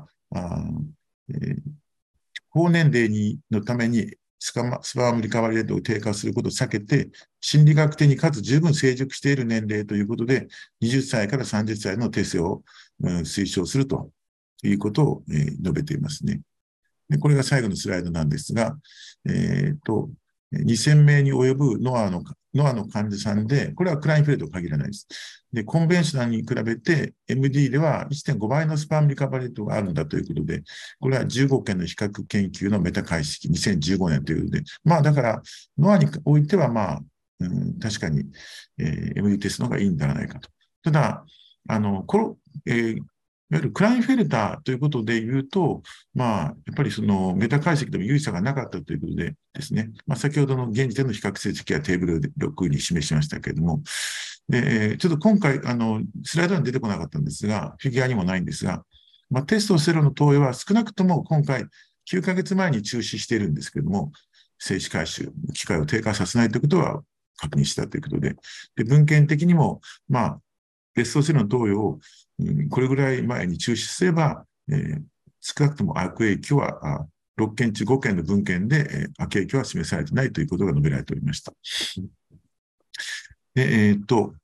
高年齢のためにスパームリカバリーレートを低下することを避けて、心理学的にかつ十分成熟している年齢ということで、20歳から30歳の訂正を、推奨するということを、述べていますね。でこれが最後のスライドなんですが、2000名に及ぶノアの患者さんで、これはクラインフェルトを限らないです。で、コンベンショナルに比べて MD では 1.5 倍のスパームリカバリーレートがあるんだということで、これは15件の比較研究のメタ解析、2015年ということで、だから、ノアにおいては、確かに、MD テストの方がいいんではないかと。ただ、いわゆるクラインフェルターということで言うと、やっぱりそのメタ解析でも有意差がなかったということでですね、先ほどの現時点の比較成績はテーブル6に示しましたけれども、で、ちょっと今回、スライドに出てこなかったんですが、フィギュアにもないんですが、テストステロンの投与は少なくとも今回9ヶ月前に中止しているんですけれども、精子回収、機会を低下させないということは確認したということで、文献的にも、テストステロンの投与をこれぐらい前に中止すれば、少なくとも悪影響は6件中5件の文献で、悪影響は示されていないということが述べられておりました。で、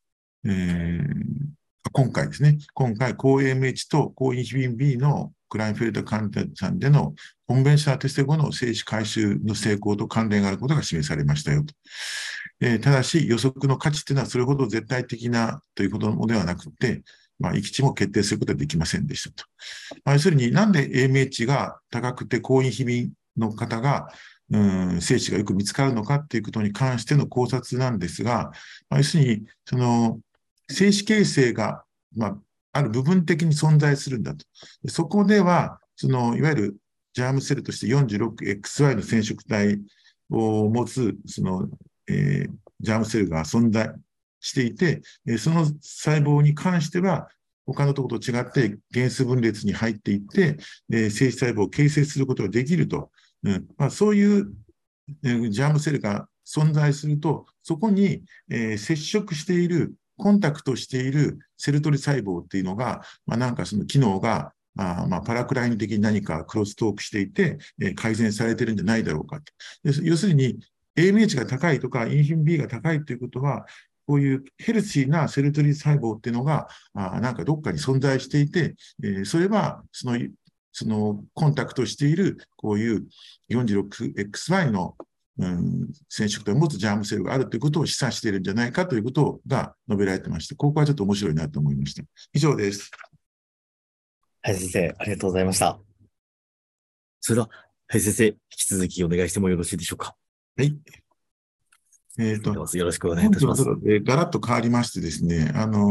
今回ですね、抗 AMH と抗インヒビン B のクラインフェルト患者さんでのコンベンショナルテスト後の精子回収の成功と関連があることが示されましたよと。ただし、予測の価値というのはそれほど絶対的なということではなくて、閾値も決定することはできませんでしたと。要するに、なんで AMH が高くて抗インヒビンの方が、精子がよく見つかるのかということに関しての考察なんですが、要するに、その精子形成が、ある部分的に存在するんだと。そこでは、いわゆるジャームセルとして 46XY の染色体を持つ、ジャームセルが存在していて、その細胞に関しては、他のところと違って原子分裂に入っていって、精子細胞を形成することができると。そういうジャームセルが存在すると、そこに、接触している、コンタクトしているセルトリ細胞っていうのが、なんかその機能が、パラクライン的に何かクロストークしていて、改善されてるんじゃないだろうかと。要するに、AMH が高いとか、インヒン B が高いということは、こういうヘルシーなセルトリ細胞っていうのが、なんかどっかに存在していて、それはそのコンタクトしている、こういう 46XY の、染色体を持つジャームセルがあるということを示唆しているんじゃないかということが述べられてまして、ここはちょっと面白いなと思いました。以上です。 はい、先生、ありがとうございました。それでは、はい、先生、引き続きお願いしてもよろしいでしょうか。 はい。 よろしくお願いいたします。 ガラッと変わりましてですね、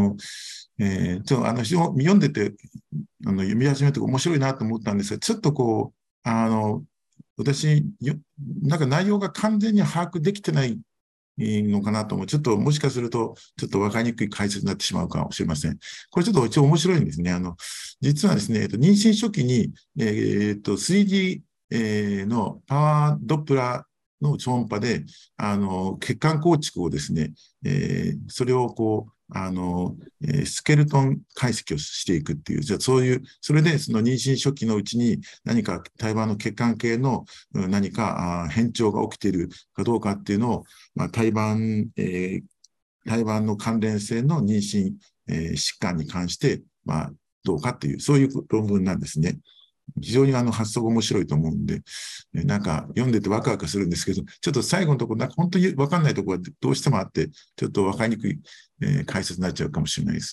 読んでて、読み始めて面白いなと思ったんですが、ちょっとこう、私、なんか内容が完全に把握できてないのかなと思う。ちょっともしかすると、ちょっと分かりにくい解説になってしまうかもしれません。これちょっと一応面白いんですね。実はですね、妊娠初期に、3D、のパワードップラーの超音波で、血管構築をですね、それをこう、スケルトン解析をしていくっていう、じゃあそういう、それでその妊娠初期のうちに何か胎盤の血管系の何か変調が起きているかどうかっていうのを、胎盤の関連性の妊娠、疾患に関して、どうかっていう、そういう論文なんですね。非常に発想が面白いと思うんで、なんか読んでてワクワクするんですけど、ちょっと最後のところ、なんか本当に分かんないところがどうしてもあって、ちょっと分かりにくい、解説になっちゃうかもしれないです。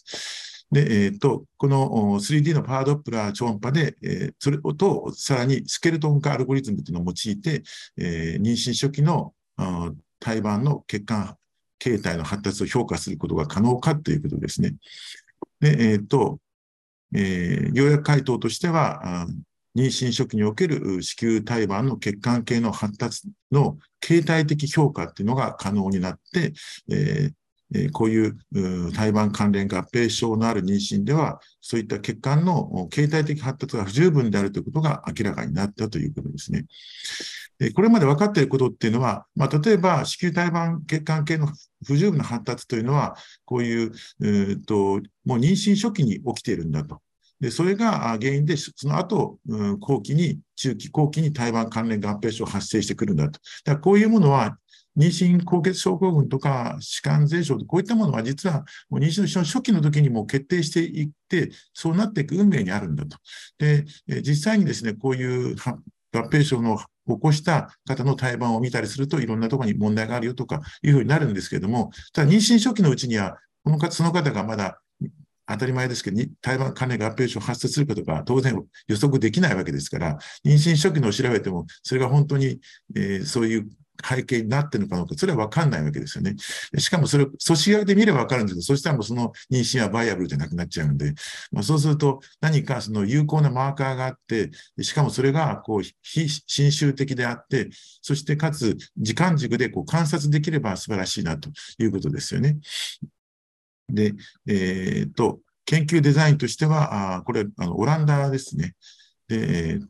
で、この 3D のパワードップラー超音波で、それとさらにスケルトン化アルゴリズムというのを用いて、妊娠初期の胎盤の血管形態の発達を評価することが可能かということですね。で、要約回答としては、妊娠初期における子宮胎盤の血管系の発達の形態的評価っていうのが可能になって、こういう胎盤関連合併症のある妊娠では、そういった血管の形態的発達が不十分であるということが明らかになったということですね。これまで分かっていることっていうのは、例えば子宮胎盤血管系の不十分な発達というのは、こういう、もう妊娠初期に起きているんだと。で、それが原因で、その後、中期後期に胎盤関連合併症発生してくるんだと。だからこういうものは、妊娠高血症候群とか弛緩性症とこういったものは実はもう妊娠の初期の時にも決定していって、そうなっていく運命にあるんだと。で、実際にですね、こういう合併症の起こした方の胎盤を見たりするといろんなところに問題があるよとかいうふうになるんですけれども、ただ妊娠初期のうちには、その方がまだ当たり前ですけど、胎盤関連合併症を発生するかとか当然予測できないわけですから、妊娠初期のを調べても、それが本当に、そういう背景になっているのかどうか、それは分かんないわけですよね。しかもそれを組織学で見れば分かるんですけど、そしたらもうその妊娠はバイアブルじゃなくなっちゃうんで、そうすると何かその有効なマーカーがあって、しかもそれがこう非侵襲的であって、そしてかつ時間軸でこう観察できれば素晴らしいなということですよね。で、研究デザインとしては、これ、オランダですね。で、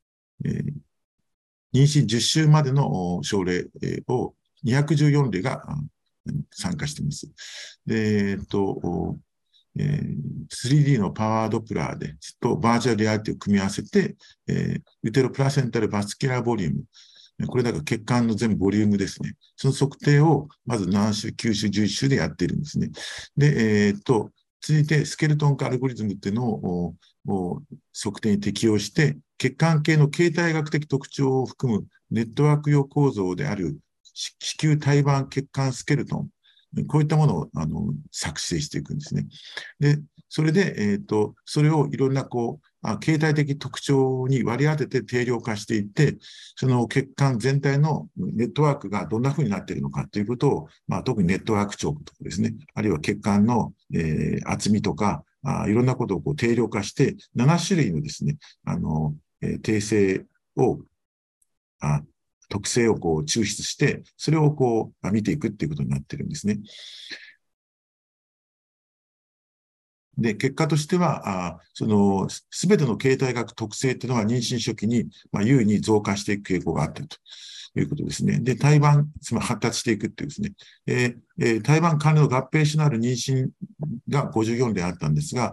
妊娠10週までの症例を214例が参加しています。で、3D のパワードプラーでとバーチャルリアリティを組み合わせて、ユテロプラセンタルバスキュラーボリューム、これだから血管の全ボリュームですね。その測定をまず7週、9週、11週でやっているんですね。で、続いてスケルトン化アルゴリズムっていうのを測定に適用して、血管系の形態学的特徴を含むネットワーク用構造である子宮胎盤血管スケルトン、こういったものを作成していくんですね。で、それで、それをいろんな形態的特徴に割り当てて定量化していって、その血管全体のネットワークがどんな風になっているのかということを、特にネットワーク長とかですね、あるいは血管の、厚みとか、いろんなことを定量化して、7種類のですね、定性を、特性を抽出して、それを見ていくっていうことになってるんですね。 で、結果としては、すべての形態学特性っていうのは妊娠初期に、優位に増加していく傾向があったということですね。で、胎盤、つまり発達していくっていうですね。胎盤管理の合併種のある妊娠が54例あったんですが、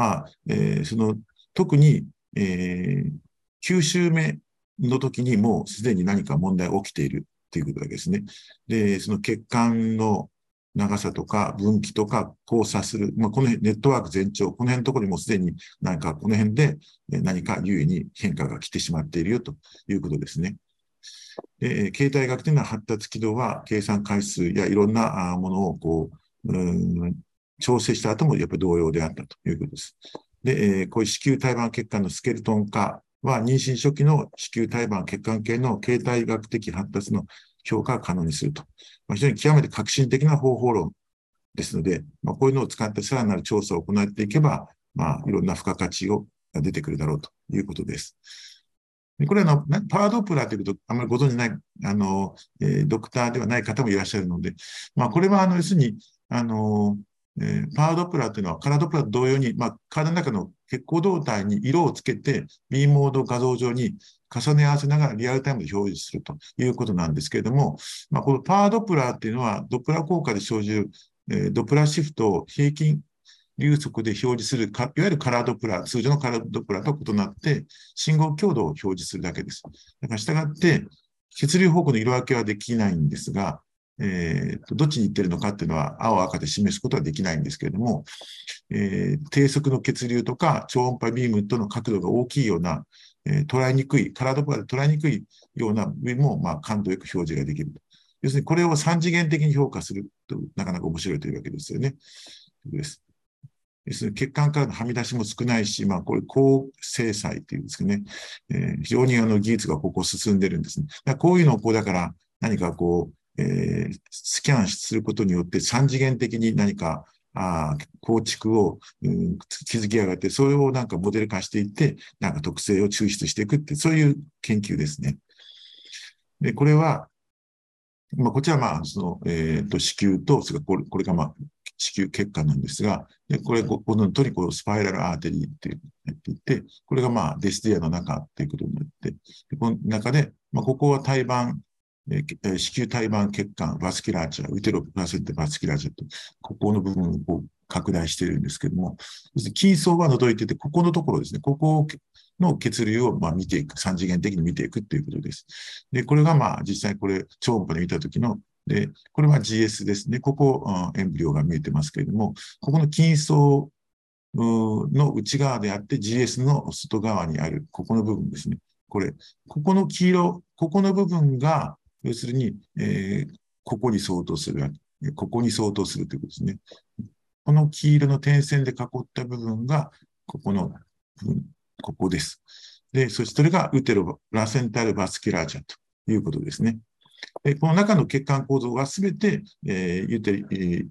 特に、9週目の時にもうすでに何か問題が起きているということですね。で、その血管の長さとか分岐とか交差する、この辺、ネットワーク全長、この辺のところにもすでに何かこの辺で何か優位に変化が来てしまっているよということですね。で、形態学というのは発達軌道は計算回数やいろんなものを調整した後もやっぱり同様であったということです。で、こういう子宮胎盤血管のスケルトン化は妊娠初期の子宮胎盤血管系の形態学的発達の評価を可能にすると。非常に極めて革新的な方法論ですので、こういうのを使ってさらなる調査を行っていけば、いろんな付加価値が出てくるだろうということです。でこれはパワードップラーということあまりご存じない、ドクターではない方もいらっしゃるので、これは要するに、パワードップラーというのはカラードップラーと同様に、体の中の血行動態に色をつけて、B モード画像上に重ね合わせながらリアルタイムで表示するということなんですけれども、このパワードップラーっていうのは、ドップラー効果で生じる、ドップラーシフトを平均流速で表示するいわゆるカラードップラー、通常のカラードップラーと異なって、信号強度を表示するだけです。だから従って、血流方向の色分けはできないんですが、どっちに行ってるのかっていうのは青赤で示すことはできないんですけれども、低速の血流とか超音波ビームとの角度が大きいような、捉えにくい、カラードップラーで捉えにくいような部分も、感度よく表示ができると。要するにこれを三次元的に評価するとなかなか面白いというわけですよね。です血管からのはみ出しも少ないし、これ高精細というんですかね、非常に技術がここ進んでるんですね。こういうのをだから何かスキャンすることによって三次元的に何か構築を、築き上がって、それをなんかモデル化していって、なんか特性を抽出していくって、そういう研究ですね。で、これは、こちらは子宮と、それからこれが子宮血管なんですが、でこれ、この通りスパイラルアーテリーってやっていて、これがデスティアの中っていうことになって、でこの中で、ここは胎盤、子宮胎盤血管、バスキュラーチャー、ウテロプラセンタバスキュラーチャーと、ここの部分を拡大しているんですけども、筋層は除いてて、ここのところですね、ここの血流を見ていく、三次元的に見ていくっていうことです。で、これが実際これ、超音波で見たときの、で、これは GS ですね。ここ、エンブリオが見えてますけれども、ここの筋層の内側であって GS の外側にある、ここの部分ですね。ここの黄色、ここの部分が、要するに、ここに相当する、ここに相当するということですね。この黄色の点線で囲った部分が、ここの部分、ここです。で、そしてそれがウテロラセンタルバスキュラーチャということですね。でこの中の血管構造はすべて、ユテリ、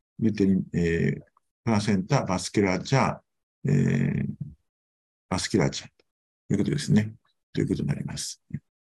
プラセンタバスキュラーチャー、バスキュラーチャーということですね。ということになります。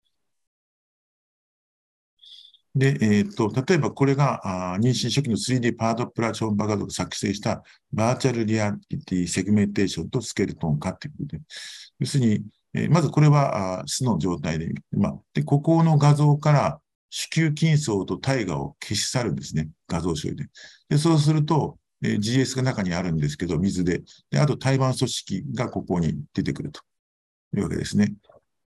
で、例えばこれが妊娠初期の 3D パワードプラ超音波画像を作成したバーチャルリアリティセグメンテーションとスケルトン化ということで、要するに、まずこれは巣の状態で、で、ここの画像から子宮筋層と体芽を消し去るんですね、画像処理で。で、そうすると、GS が中にあるんですけど、水で。で、あと胎盤組織がここに出てくるというわけですね。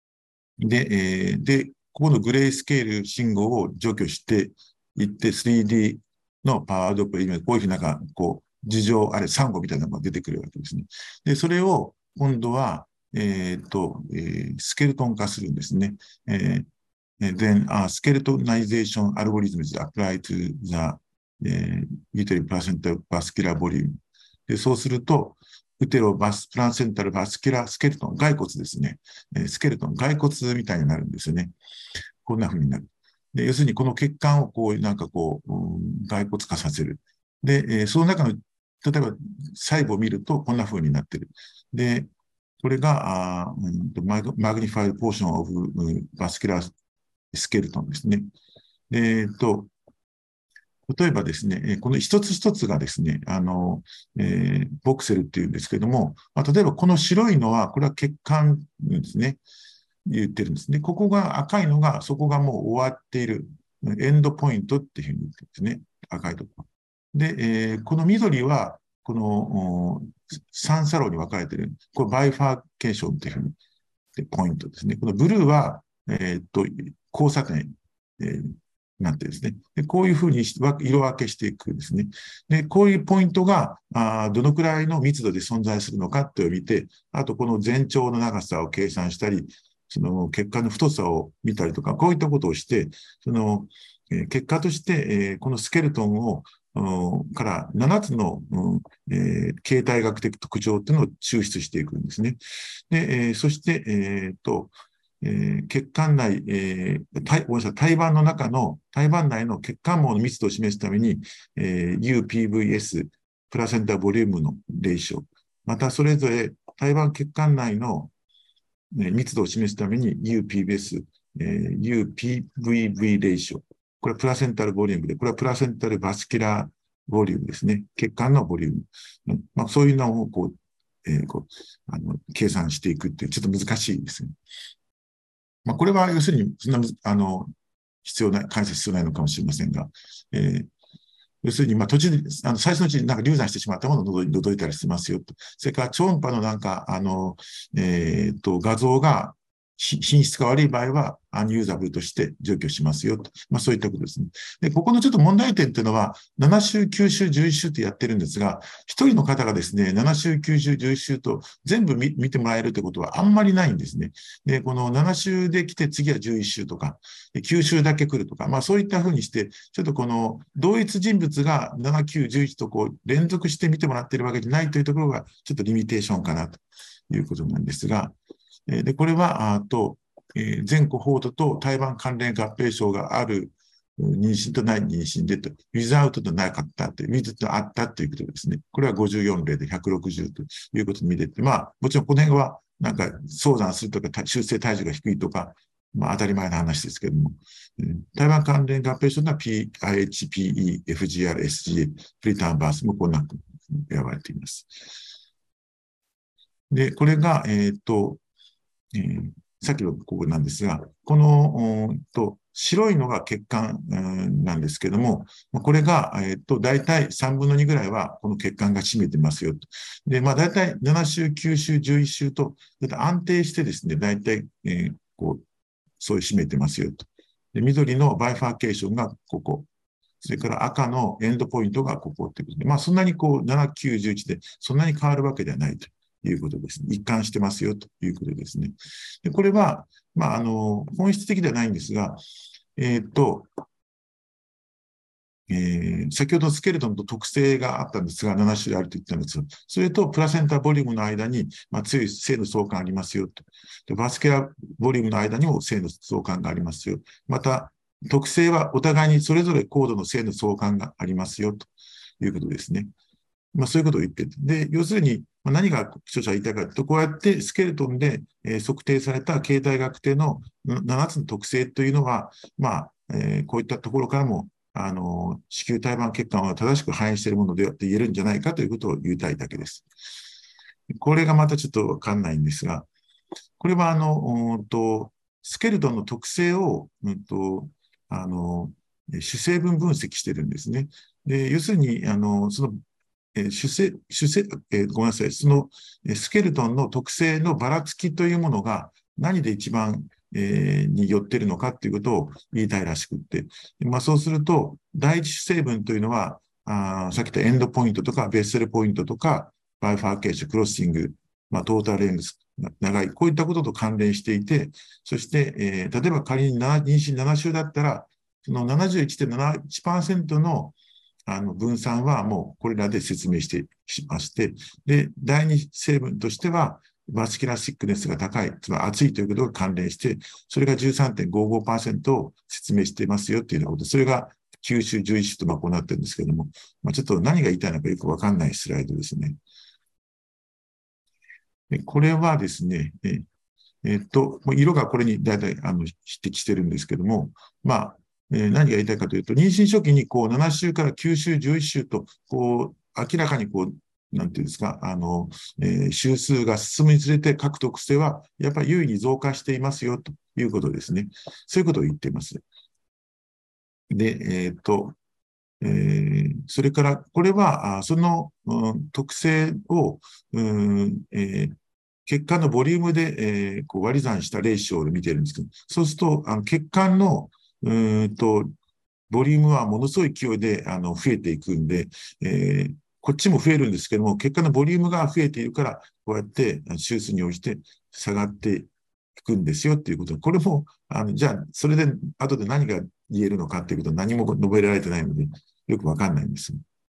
で、ここのグレースケール信号を除去していって、3D のパワードップルイメージ、こういうふうに樹状、サンゴみたいなのが出てくるわけですね。で、それを今度は、スケルトン化するんですね。Then, skeletonization algorithm is applied to the uterine placental vascular volume. で、そうすると、ウテロバスプラセンタルバスキュラスケルトン、骸骨ですね。スケルトン、骸骨みたいになるんですよね。こんな風になる。で、要するにこの血管を骸骨化させる。で、その中の、例えば細部を見るとこんな風になってる。で、これが、マグニファイドポーションオブバスキュラスケルトンですね。こ例えばですね、この一つ一つがですね、ボクセルっていうんですけども、例えばこの白いのは、これは血管ですね、言ってるんですね。ここが赤いのが、そこがもう終わっている、エンドポイントっていうふうに言ってるんですね。赤いところ。で、この緑は、この3サロに分かれている。これバイファーケーションっていうふうに、ポイントですね。このブルーは、交差点、なってですね。でこういうふうに色分けしていくんですね。で、こういうポイントが、どのくらいの密度で存在するのかってを見て、あとこの全長の長さを計算したり、その血管の太さを見たりとか、こういったことをして、その、結果として、このスケルトンを、から7つの、形態学的特徴っていうのを抽出していくんですね。で、そして、血管内、ごめんなさい、胎盤の中の、胎盤内の血管網の密度を示すために、UPVS、プラセンタボリュームのレーショ、またそれぞれ胎盤血管内の、密度を示すために UPVS、UPVV レーショ、これはプラセンタルボリュームで、これはプラセンタルバスキュラーボリュームですね。血管のボリューム。そういうのを計算していくっていう、ちょっと難しいですね。これは要するに、そんな、必要ない、解説必要ないのかもしれませんが、要するに、途中で、最初のうちに流産してしまったものを覗いたりしてますよと。それから超音波の画像が品質が悪い場合は、アンユーザブルとして除去しますよと。そういったことですね。で、ここのちょっと問題点っていうのは、7週、9週、11週ってやってるんですが、一人の方がですね、7週、9週、11週と全部見てもらえるってことはあんまりないんですね。で、この7週で来て次は11週とか、9週だけ来るとか、そういったふうにして、ちょっとこの同一人物が7、9、11とこう連続して見てもらっているわけじゃないというところが、ちょっとリミテーションかなということなんですが、で、これは、全コホートと胎盤関連合併症がある妊娠とない妊娠でと、ウィズアウトとなかったという、ウィズとあったということですね。これは54例で160ということに見れて、もちろんこの辺は、なんか、早産するとか、出生体重が低いとか、当たり前の話ですけれども、胎盤関連合併症のは PIH、PE、FGR、SGA、プリターンバースもこんなく選ばれています。で、これが、さっきのここなんですが、この、白いのが血管、なんですけども、これが、大体3分の2ぐらいはこの血管が占めてますよと。で、大体7週、9週、11週と、安定してですね、大体、そういう占めてますよと。で、緑のバイファーケーションがここ。それから赤のエンドポイントがここってことで、そんなに7、9、11でそんなに変わるわけではないということですね。一貫してますよということですね。で、これは、本質的ではないんですが、先ほどスケルトンと特性があったんですが、7種類あると言ったんですが、それとプラセンタボリュームの間に、強い性の相関ありますよと。で、バスケラボリュームの間にも性の相関がありますよ。また、特性はお互いにそれぞれ高度の性の相関がありますよということですね。そういうことを言ってて。で、要するに、何が著者は言いたいかというと、こうやってスケルトンで、測定された形態学定の7つの特性というのは、こういったところからも、子宮体盤血管を正しく反映しているものであって言えるんじゃないかということを言いたいだけです。これがまたちょっとわかんないんですが、これはスケルトンの特性を、主成分分析してるんですね。で、要するに、その、ごめんなさい、そのスケルトンの特性のばらつきというものが何で一番、によっているのかっていうことを言いたいらしくって、そうすると、第一主成分というのは、さっき言ったエンドポイントとか、ベッセルポイントとか、バイファーケーション、クロッシング、トータルレングス、長い、こういったことと関連していて、そして、例えば仮に妊娠7週だったら、その 71.71% の分散はもうこれらで説明してしまして、で、第二成分としては、バスキュラーシックネスが高い、つまり熱いということが関連して、それが 13.55% を説明していますよっていうようなこと、それが9週、11週とこうなってるんですけれども、ちょっと何が言いたいのかよくわかんないスライドですね。これはですね、色がこれに大体匹敵してるんですけども、 何が言いたいかというと、妊娠初期にこう7週から9週、11週と、こう、明らかにこう、なんていうんですか、週数が進むにつれて各特性はやっぱり優位に増加していますよということですね。そういうことを言っています。で、それから、これは、その、特性を、血管のボリュームで、こう割り算したレーシオを見てるんですけど、そうすると、血管の、ボリュームはものすごい勢いで、増えていくんで、こっちも増えるんですけども、血管のボリュームが増えているから、こうやって周数に応じて下がっていくんですよっていうこと。これも、じゃあ、それで後で何が言えるのかっていうことは何も述べられてないので、よくわかんないんです。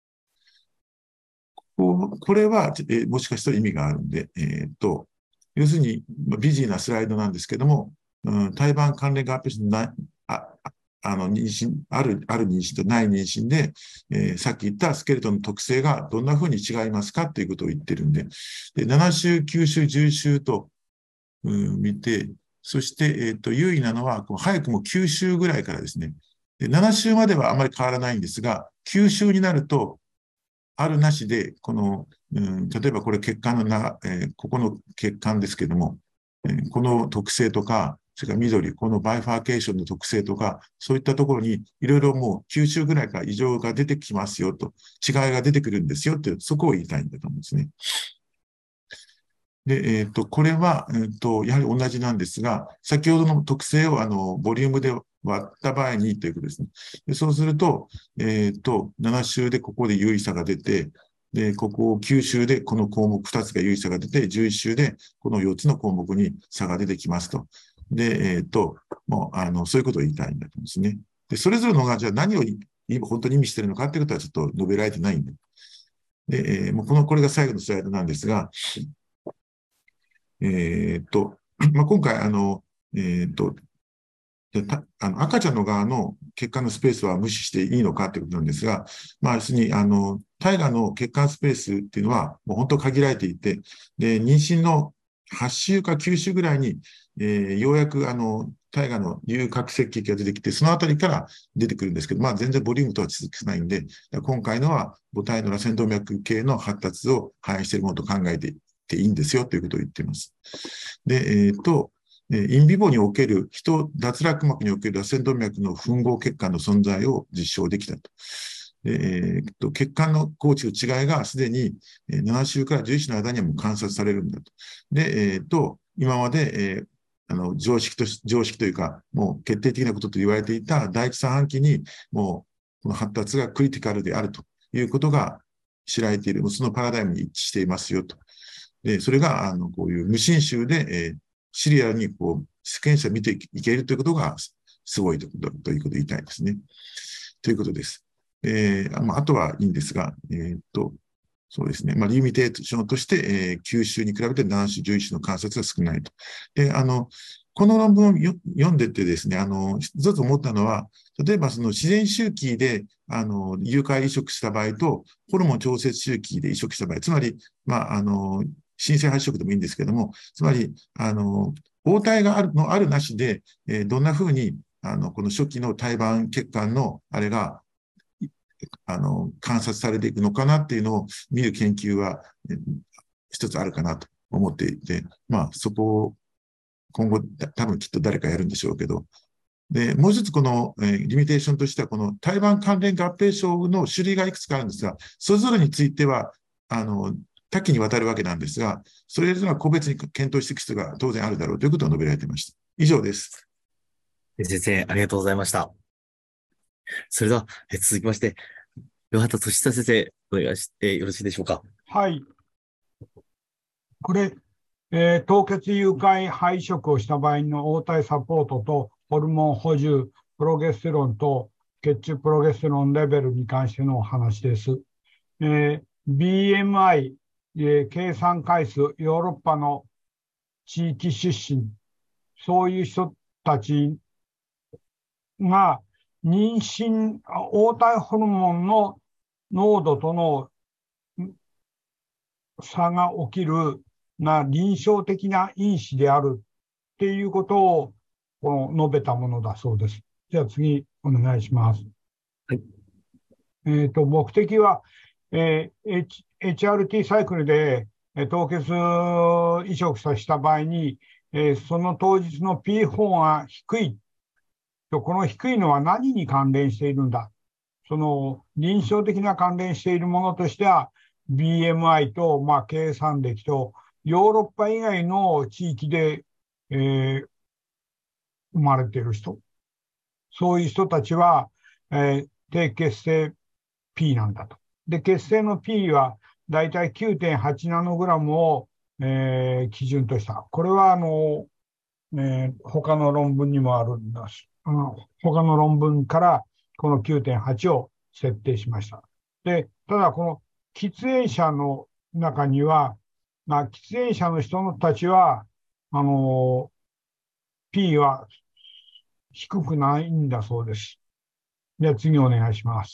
これは、もしかしたら意味があるんで、要するに、ビジーなスライドなんですけども、胎盤関連合併症のない、妊娠、ある妊娠とない妊娠で、さっき言ったスケルトンの特性がどんな風に違いますかっていうことを言ってるんで、7週、9週、10週と、見て、そして、優位なのは、早くも9週ぐらいからですね。で、7週まではあまり変わらないんですが、9週になると、あるなしで、この、例えばこれ血管のここの血管ですけども、この特性とか、それから緑、このバイファーケーションの特性とか、そういったところにいろいろもう9週ぐらいから異常が出てきますよと、違いが出てくるんですよって、そこを言いたいんだと思うんですね。で、これは、やはり同じなんですが、先ほどの特性を、ボリュームで割った場合にということですね。でそうすると、7週でここで有意差が出て、で、ここ9週でこの項目2つが有意差が出て、11週でこの4つの項目に差が出てきますと。で、もう、そういうことを言いたいんだと思うんですね。で、それぞれのが、じゃあ何を本当に意味しているのかっていうことはちょっと述べられてないんで。で、もうこれが最後のスライドなんですが、今回、赤ちゃんの側の血管のスペースは無視していいのかということなんですが、要するに、胎児の血管スペースっていうのは、もう本当限られていて、で、妊娠の8週か9週ぐらいに、ようやく、胎児の有核赤血が出てきて、そのあたりから出てくるんですけど、全然ボリュームとは続けないんで、今回のは母体の螺旋動脈系の発達を反映しているものと考えていいんですよということを言っています。で、インビボにおける脱落膜における螺旋動脈の吻合血管の存在を実証できたと。血管の構築違いがすでに7週から11週の間にはもう観察されるんだと。で、今まで、常識というか、もう決定的なことと言われていた第一三半期に、もうこの発達がクリティカルであるということが知られている、そのパラダイムに一致していますよと。で、それが、こういう無侵襲で、シリアルにこう、試験者見ていけるということがすごいということを言いたいですね。ということです。あとはいいんですが、そうですね。リミテーションとして、9週に比べて7週、11週の観察が少ないと。で、この論文を読んでてですね、一つ思ったのは、例えばその自然周期で、誘拐移植した場合と、ホルモン調節周期で移植した場合、つまり、新生発色でもいいんですけども、つまり、応体があるなしで、どんなふうに、この初期の胎盤血管のあれが、観察されていくのかなっていうのを見る研究は、一つあるかなと思っていて、そこを今後多分きっと誰かやるんでしょうけど、で、もう一つこの、リミテーションとしては、この胎盤関連合併症の種類がいくつかあるんですが、それぞれについては、多岐にわたるわけなんですが、それぞれは個別に検討していく必要が当然あるだろうということを述べられていました。以上です。 先生、ありがとうございました。それでは、続きまして、岩畑俊久先生、お願いしてよろしいでしょうか。 はい。これ、凍結誘拐肺移植をした場合の応対サポートとホルモン補充、プロゲステロンと血中プロゲステロンレベルに関してのお話です。BMI、計算回数、ヨーロッパの地域出身、そういう人たちが妊娠、黄体ホルモンの濃度との差が起きる臨床的な因子であるっていうことを述べたものだそうです。 じゃあ次、お願いします。 はい。 目的は、HRT サイクルで、凍結移植させた場合に、その当日の P4 が低いと、この低いのは何に関連しているんだ。その臨床的な関連しているものとしては、BMI と、計算歴と、ヨーロッパ以外の地域で、生まれている人。そういう人たちは、低血清 P なんだと。で、血清の P はだいたい 9.8 ナノグラムを、基準とした。これは、他の論文にもあるんです。他の論文からこの 9.8 を設定しました。で、ただこの喫煙者の中には、喫煙者の人たちは、P は低くないんだそうです。では次お願いします。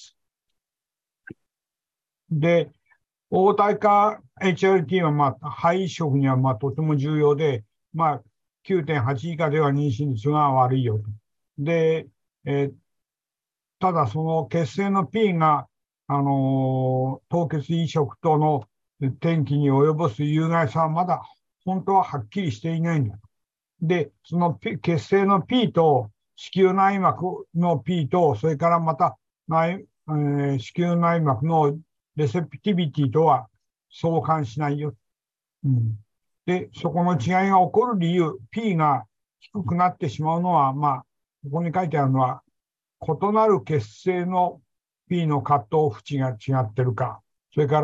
で、黄体化 HRT は肺移植にはとても重要で、9.8 以下では妊娠率が悪いよと。で、ただその血清の P が、凍結移植との転機に及ぼす有害さはまだ本当ははっきりしていないんだ。で、その血清の P と子宮内膜の P と、それからまた子宮内膜のレセプティビティとは相関しないよ。で、そこの違いが起こる理由、P が低くなってしまうのは、ここに書いてあるのは、異なる血清の P のカットオフ値が違ってるか、それから、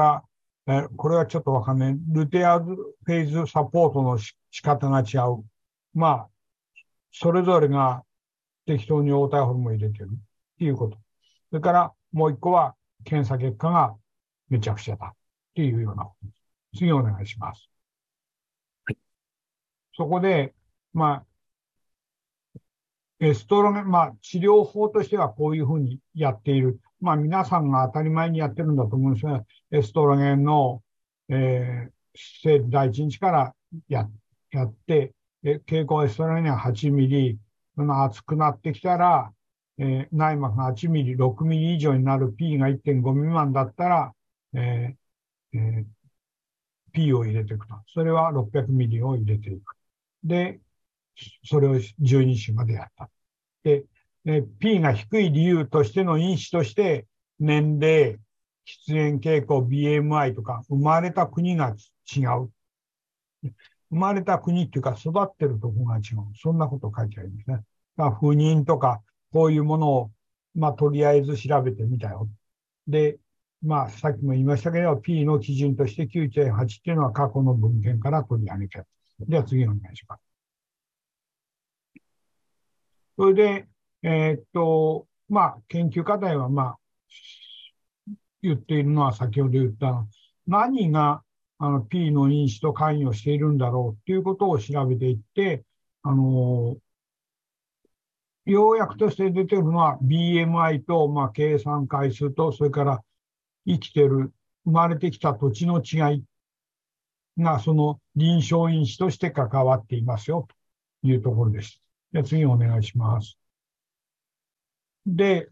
これはちょっとわかんない。ルテアーズフェーズサポートの仕方が違う。それぞれが適当に黄体ホルモンを入れてるっていうこと。それからもう一個は検査結果がめちゃくちゃだっていうようなことです。次お願いします。 はい、 そこで、エストロゲン、治療法としてはこういうふうにやっている。皆さんが当たり前にやってるんだと思うんですが、エストロゲンの、生理第一日からやって、経口エストロゲンは8ミリ、熱くなってきたら、内膜が8ミリ、6ミリ以上になる P が 1.5 未満だったら、P を入れていくと。それは600ミリを入れていく。で、それを12週までやった。で、P が低い理由としての因子として、年齢、喫煙傾向、BMI とか、生まれた国が違う。生まれた国っていうか、育ってるところが違う。そんなこと書いてありますね。不妊とか、こういうものを、とりあえず調べてみたよ。で、さっきも言いましたけど、P の基準として 9.8 っていうのは過去の文献から取り上げて。では次お願いします。それで、研究課題は、言っているのは先ほど言った何がP の因子と関与しているんだろうっていうことを調べていって、要約として出ているのは BMI と、計算回数と、それから生きてる、生まれてきた土地の違いが、その臨床因子として関わっていますよ、というところです。じゃあ次お願いします。で、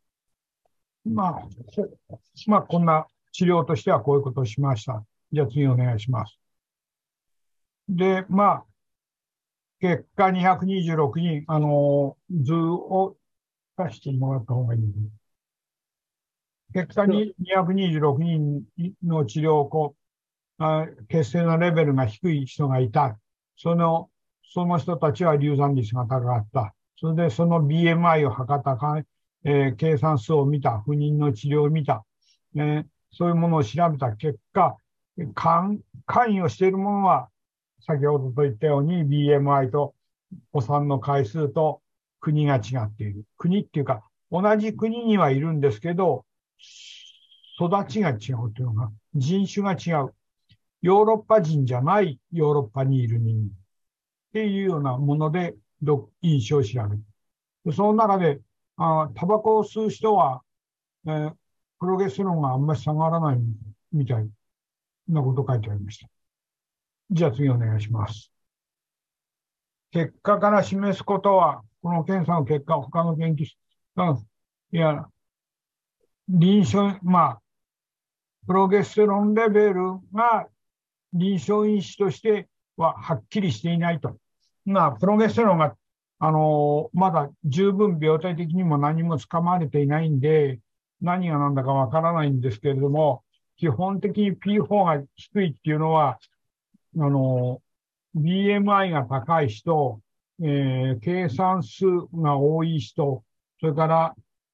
こんな治療としてはこういうことをしました。じゃあ次お願いします。で、結果226人、図を出してもらった方がいい。結果に226人の治療を血清のレベルが低い人がいた。その人たちは流産率が高かった。それでその BMI を測ったか、計算数を見た。不妊の治療を見た。そういうものを調べた結果、関与しているものは、先ほどと言ったように BMI とお産の回数と国が違っている。国っていうか、同じ国にはいるんですけど、育ちが違うというのが、人種が違う。ヨーロッパ人じゃないヨーロッパにいる人間っていうようなもので印象を調べる。その中で、タバコを吸う人は、プロゲステロンがあんまり下がらないみたいなこと書いてありました。じゃあ次お願いします。結果から示すことは、 この検査の結果、他の研究者、いや、臨床、プロゲステロンレベルが臨床因子としてははっきりしていないと。プロゲステロンが、まだ十分病態的にも何もつかまれていないんで、何が何だかわからないんですけれども、基本的に P4 が低いっていうのは、BMI が高い人、計算数が多い人、それから、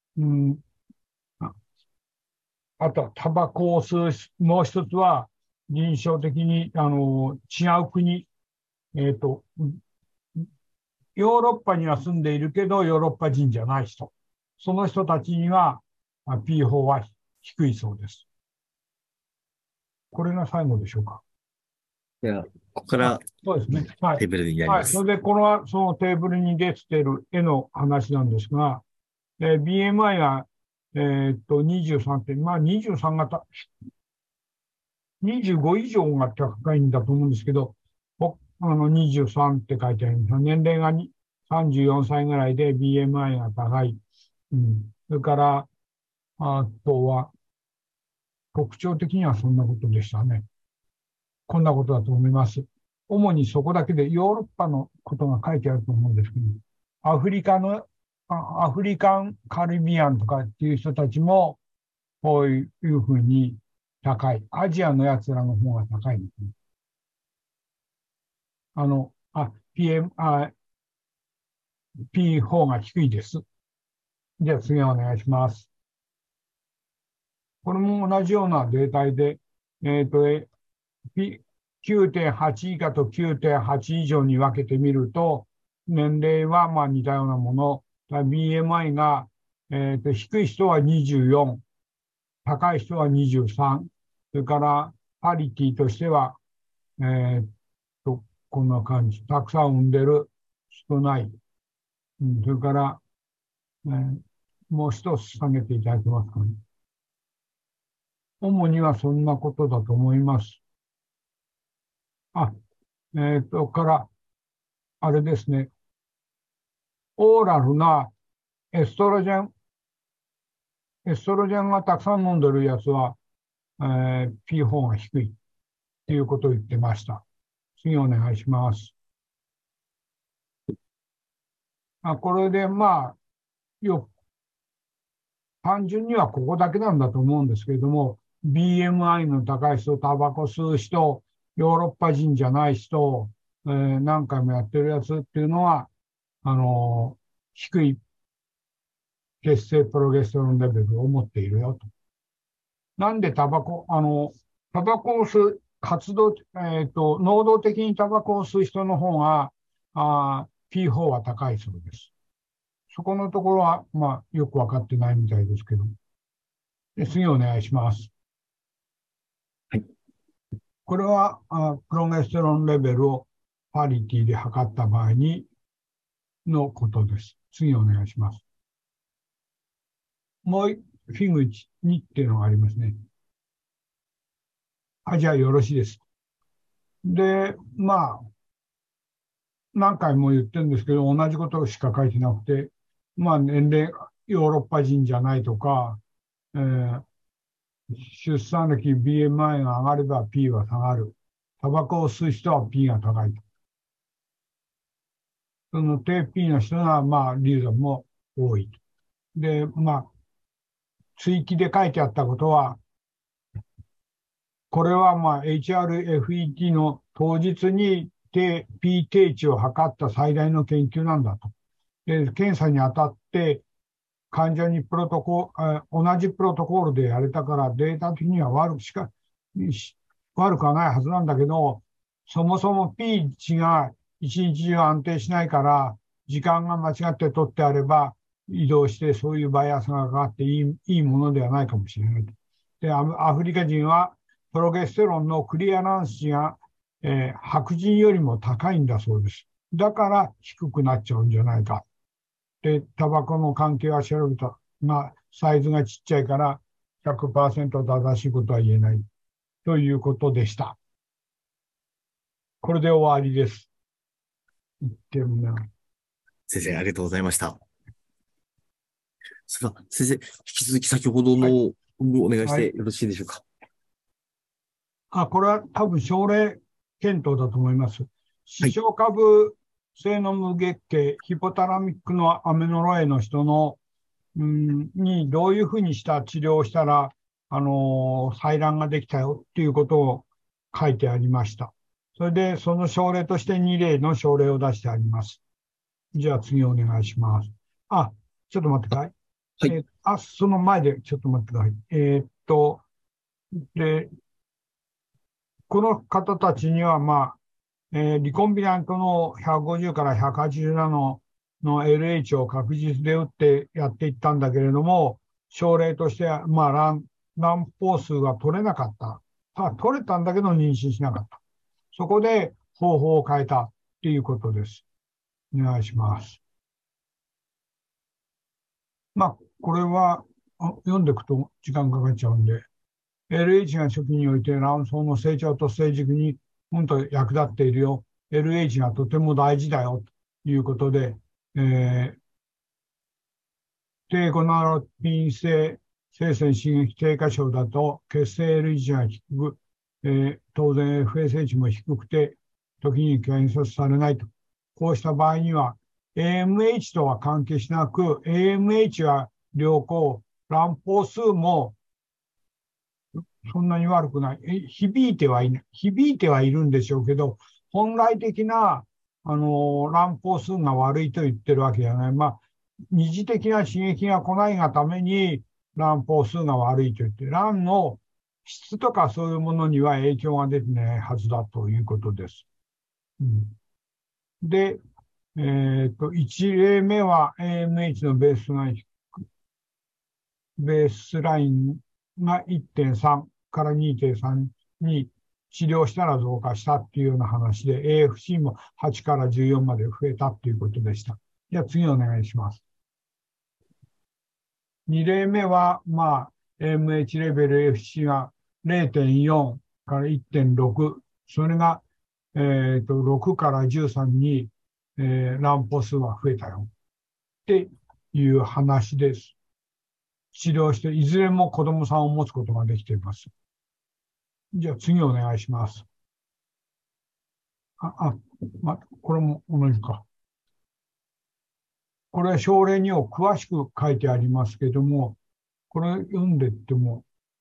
あとはタバコを吸う、もう一つは臨床的に、違う国、ヨーロッパには住んでいるけど、ヨーロッパ人じゃない人。その人たちには P4 は低いそうです。これが最後でしょうか。 では、ここからそうですね。はい。 テーブルにやります。 それで、そのテーブルに出ている絵の話なんですが、BMI が、23って、23型、25以上が高いんだと思うんですけど、23って書いてあります。年齢が34歳ぐらいで BMI が高い。それから、あとは、特徴的にはそんなことでしたね。こんなことだと思います。主にそこだけでヨーロッパのことが書いてあると思うんですけど、アフリカンカリビアンとかっていう人たちも、こういうふうに高い。アジアのやつらの方が高いんですね。P4 が低いです。じゃあ次お願いします。これも同じようなデータで、9.8 以下と 9.8 以上に分けてみると、年齢は似たようなもの。BMI が、低い人は24、高い人は23。それからパリティとしては、こんな感じ。たくさん産んでる、少ない。それから、もう一つ下げていただけますかね。主にはそんなことだと思います。あれですね。オーラルなエストロジェンがたくさん飲んでるやつは、P4 が低いっていうことを言ってました。次お願いします。これで単純にはここだけなんだと思うんですけれども、BMI の高い人、タバコ吸う人、ヨーロッパ人じゃない人、何回もやってるやつっていうのは、低い血清プロゲステロンレベルを持っているよと。なんでタバコを吸う、能動的にタバコを吸う人の方が、P4 は高いそうです。そこのところは、よくわかってないみたいですけど。で、次お願いします。 はい。 これは、プロゲステロンレベルをパリティで測った場合のことです。次お願いします。もうフィグ2っていうのがありますね。じゃあよろしいです。で、何回も言ってるんですけど、同じことしか書いてなくて、年齢、ヨーロッパ人じゃないとか、出産歴 BMI が上がれば P は下がる。タバコを吸う人は P が高いと。その低 P の人が、流産も多いと。で、追記で書いてあったことは、これはHRFET の当日にP 定値を測った最大の研究なんだと。で、検査にあたって患者に同じプロトコールでやれたからデータ的には悪くはないはずなんだけど、そもそも P 値が一日中安定しないから、時間が間違って取ってあれば移動してそういうバイアスがかかっていいものではないかもしれない。で、アフリカ人はプロゲステロンのクリアランス値が、白人よりも高いんだそうです。だから低くなっちゃうんじゃないか。で、タバコの関係は調べたが、サイズがちっちゃいから 100% 正しいことは言えないということでした。これで終わりです。1点目。 先生、ありがとうございました。それでは、先生、引き続き先ほどはい。 のお願いしはい。 てよろしいでしょうか。 これは多分症例検討だと思います。視はい。 床下部性の無月経、ヒポタラミックのアメノロエの人の、にどういうふうにした治療をしたら、採卵ができたよっていうことを書いてありました。それで、その症例として2例の症例を出してあります。じゃあ次お願いします。ちょっと待ってください。 はい。 その前でちょっと待ってください。で、この方たちには、リコンビナントの150から180ナノの LH を確実で打ってやっていったんだけれども、症例としては、卵胞数が取れなかった。取れたんだけど妊娠しなかった。そこで方法を変えたっていうことです。お願いします。これは読んでいくと時間かかっちゃうんで、LH が初期において卵巣の成長と成熟に本当役立っているよ。LH がとても大事だよということで、低ゴナロピン性性腺刺激低下症だと血清 LH が低く、当然 FSH も低くて時に検出されないと。こうした場合には AMH とは関係しなく AMH は良好、卵胞数もそんなに悪くない。響いてはいるんでしょうけど、本来的な、卵胞数が悪いと言ってるわけじゃない。二次的な刺激が来ないがために卵胞数が悪いと言って、卵の質とかそういうものには影響が出てないはずだということです。で、1例目は AMH のベースラインが 1.3 から 2.3 に治療したら増加したっていうような話で、AFC も8から14まで増えたっていうことでした。じゃあ次お願いします。2例目は、AMH レベル AFC が 0.4 から 1.6、それが、6から13に、卵胞数が増えたよっていう話です。治療して、いずれも子供さんを持つことができています。じゃあ次お願いします。これも同じか。これは症例2を詳しく書いてありますけども、これ読んでいっても、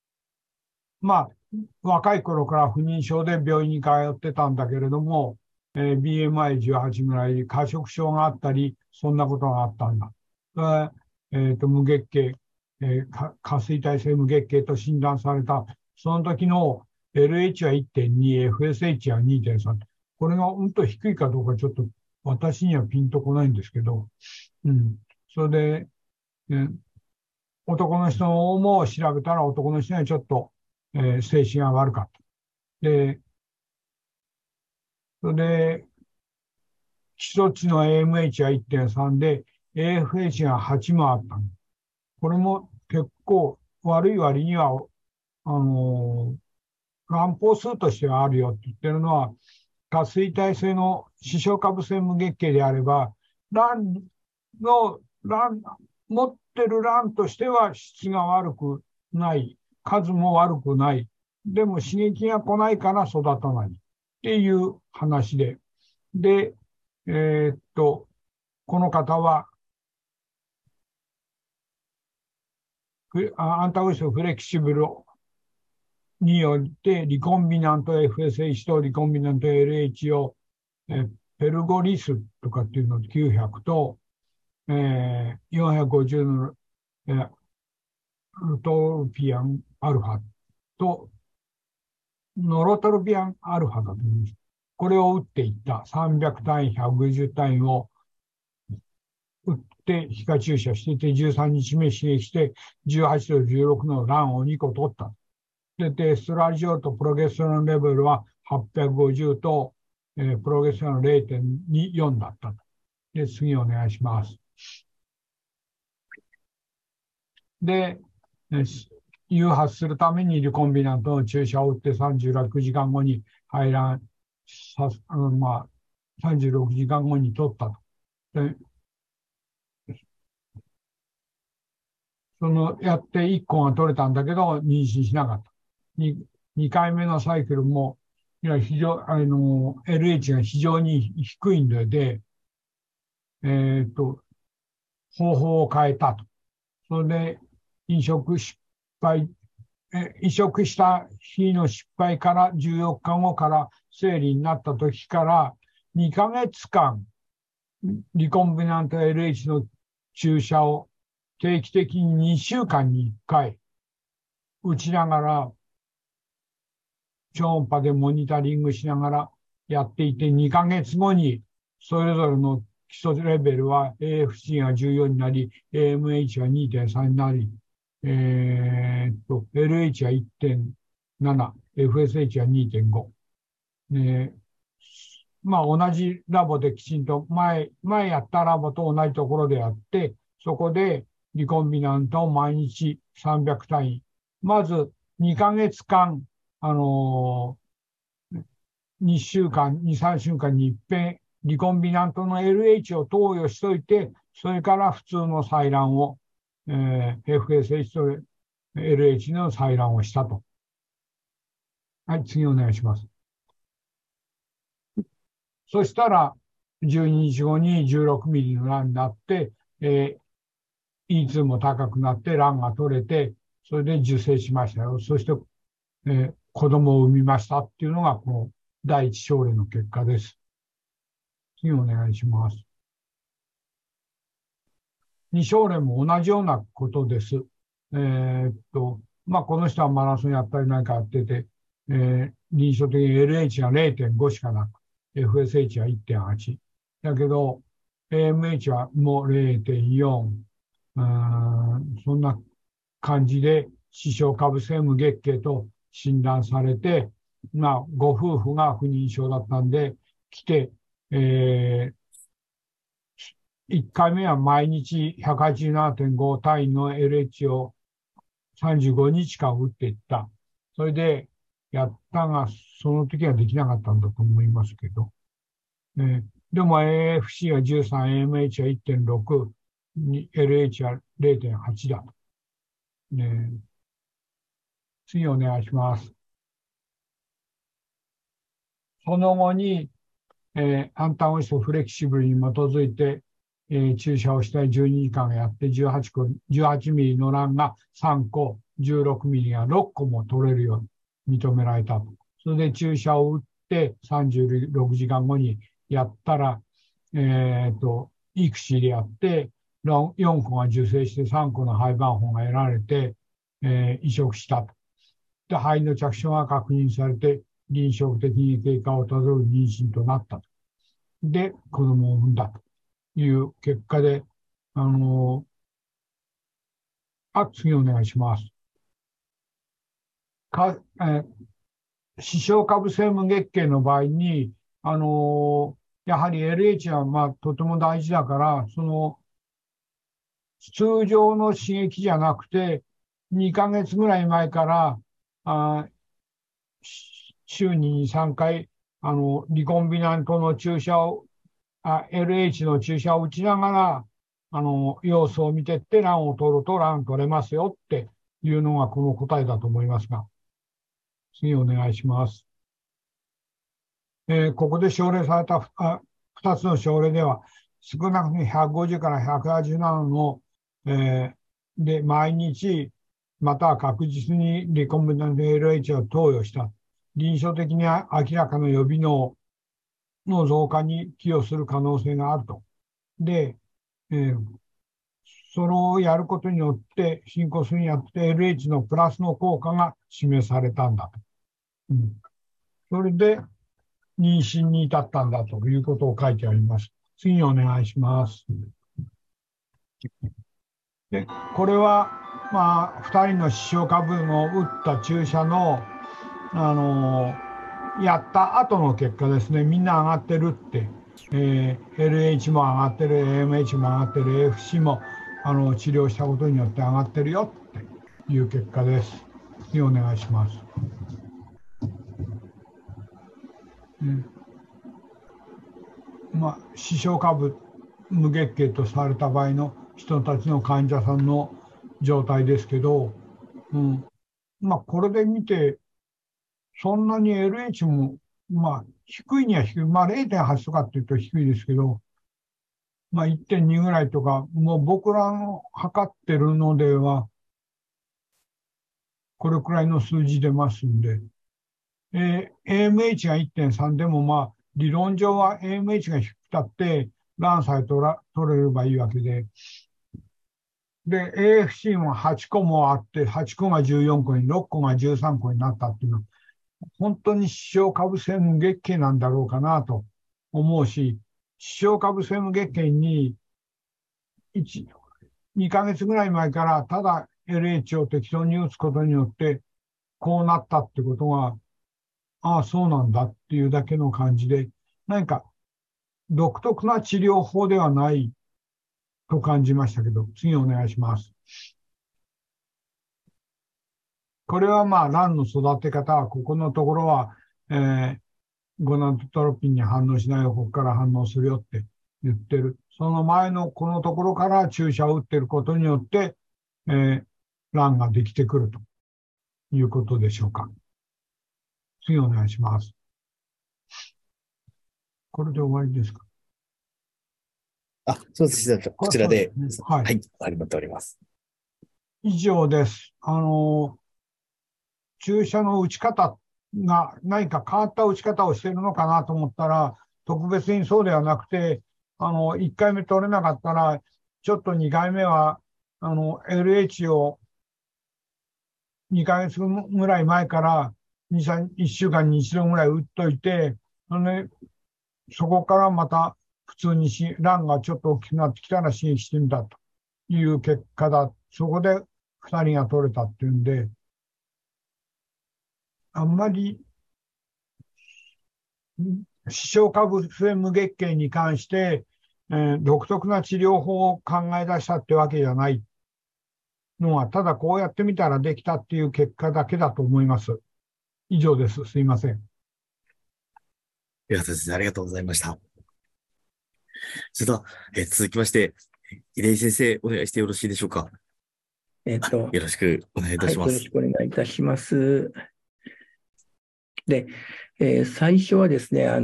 若い頃から不妊症で病院に通ってたんだけれども、BMI18 ぐらい過食症があったり、そんなことがあったんだ。無月経、下垂体性無月経と診断された、その時の LH は 1.2、FSH は 2.3。これがうんと低いかどうかちょっと私にはピンとこないんですけど、それで、男の人も調べたら男の人にはちょっと、精神が悪かった。で、それで、基礎値の AMH は 1.3 で、AFH が8もあった。これも結構悪い割には、卵胞数としてはあるよって言ってるのは、下垂体性の視床下部性無月経であれば、卵、持ってる卵としては質が悪くない、数も悪くない、でも刺激が来ないから育たないっていう話で、この方は、アンタゴニストフレキシブルによってリコンビナント FSH とリコンビナント LH を、ペルゴリスとかっていうの900と、450の、ルトピアンアルファとノロトロピアンアルファだと思います。これを打っていった300単位、150単位を打って皮下注射してて、13日目刺激して、18と16の卵を2個取った。で、エストラジオとプロゲステロンレベルは850と、プロゲステロン 0.24 だったと。で、次お願いします。で、誘発するためにリコンビナントの注射を打って36時間後に排卵36時間後に取ったと。でやって1個が取れたんだけど、妊娠しなかった。2回目のサイクルも、LH が非常に低いんで、方法を変えたと。それで、移植した日の失敗から14日後から生理になった時から2ヶ月間、リコンビナント LH の注射を定期的に2週間に1回打ちながら、超音波でモニタリングしながらやっていて、2ヶ月後にそれぞれの基礎レベルは AFC が14になり、AMH が 2.3 になり、LH は 1.7、FSH は 2.5。まあ同じラボできちんと前やったラボと同じところでやって、そこでリコンビナントを毎日300単位。まず2ヶ月間、2週間、2、3週間に一遍、リコンビナントの LH を投与しといて、それから普通の採卵を、FSH と LH の採卵をしたと。はい、次お願いします。そしたら、12日後に16ミリの卵になって、E2 も高くなって卵が取れて、それで受精しましたよ。そして、子供を産みましたっていうのが、この第一症例の結果です。次お願いします。2症例も同じようなことです。まあ、この人はマラソンやったりなんかやってて、臨床的に LH が 0.5 しかなく、FSH は 1.8。だけど、AMH はもう 0.4。そんな感じで、視床下部性無月経と診断されて、まあ、ご夫婦が不妊症だったんで、来て、1回目は毎日 187.5 単位の LH を35日間打っていった。それでやったが、その時はできなかったんだと思いますけど。でも AFC は13、AMH は 1.6、LH は 0.8 だと。次お願いします。その後に、アンタゴニストフレキシブルに基づいて、注射をしたい12時間やって18ミリの卵が3個、16ミリが6個も取れるように認められたと。それで注射を打って36時間後にやったら、イクシーでやって、4個が受精して3個の胚盤胞が得られて、移植したと。で、胚の着床が確認されて、臨床的に経過をたどる妊娠となったと。で、子供を産んだという結果で、次お願いします。視床下部性無月経の場合に、やはり LH はまあとても大事だから、通常の刺激じゃなくて、2ヶ月ぐらい前から、週に2、3回、リコンビナントの注射を、LH の注射を打ちながら、様子を見てって卵を取ると卵取れますよっていうのがこの答えだと思いますが、次お願いします。ここで奨励された2つの奨励では、少なくとも150から187の、で、毎日、または確実にリコンビナント LH を投与した。臨床的に明らかな予備能の増加に寄与する可能性があると。で、それをやることによって、進行するによって LH のプラスの効果が示されたんだと。それで、妊娠に至ったんだということを書いてあります。次にお願いします。で、これは、まあ、2人の視床下部を打った注射の、やった後の結果ですね。みんな上がってるって。LH も上がってる、AMH も上がってる、AFC も治療したことによって上がってるよっていう結果です。次お願いします。まあ、視床下部無月経とされた場合の人たちの患者さんの状態ですけど、まあ、これで見て、そんなに LH も、まあ、低いには低い。まあ、0.8 とかっていうと低いですけど、まあ、1.2 ぐらいとか、もう僕らの測ってるのでは、これくらいの数字出ますんで、AMH が 1.3 でも、まあ、理論上は AMH が低くたって、ランさえ取れればいいわけで、で、AFC も8個もあって、8個が14個に、6個が13個になったっていうのは、本当に視床下部性無月経なんだろうかなと思うし、視床下部性無月経に2ヶ月ぐらい前からただ LH を適当に打つことによってこうなったってことが、ああ、そうなんだっていうだけの感じで、何か独特な治療法ではないと感じましたけど、次お願いします。これはまあ、卵の育て方は、ここのところは、ゴナドトロピンに反応しないよ、ここから反応するよって言ってる。その前のこのところから注射を打っていることによって、卵ができてくるということでしょうか。次お願いします。これで終わりですか？ そうです。こちらで、 はい。 はい、ありがとうございます。 以上です。注射の打ち方が何か変わった打ち方をしているのかなと思ったら、特別にそうではなくて、1回目取れなかったら、ちょっと2回目は、LH を2ヶ月ぐらい前から1週間に1度ぐらい打っといて、そこからまた普通に卵がちょっと大きくなってきたら刺激してみたという結果だ。そこで2人が取れたっていうんで、あんまり視床下部性無月経に関して、独特な治療法を考え出したってわけじゃないのは、ただこうやってみたらできたっていう結果だけだと思います。以上です。すいません。 ありがとうございました。それでは、続きまして、出井先生、お願いしてよろしいでしょうか。よろしくお願いいたします。 はい、よろしくお願いいたします。で、最初はですね、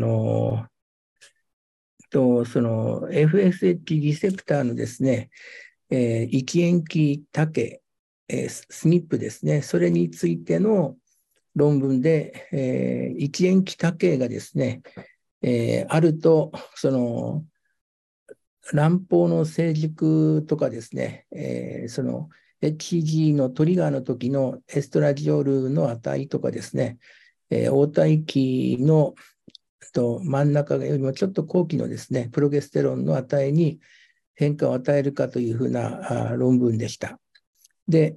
その FSH リセプターのですね、域塩基多形、SNP ですね、それについての論文で、域塩基多形がですね、あると、その卵胞の成熟とかですね、その HCG のトリガーの時のエストラジオールの値とかですね、黄体期の真ん中よりもちょっと後期のですね、プロゲステロンの値に変化を与えるかというふうな論文でした。で、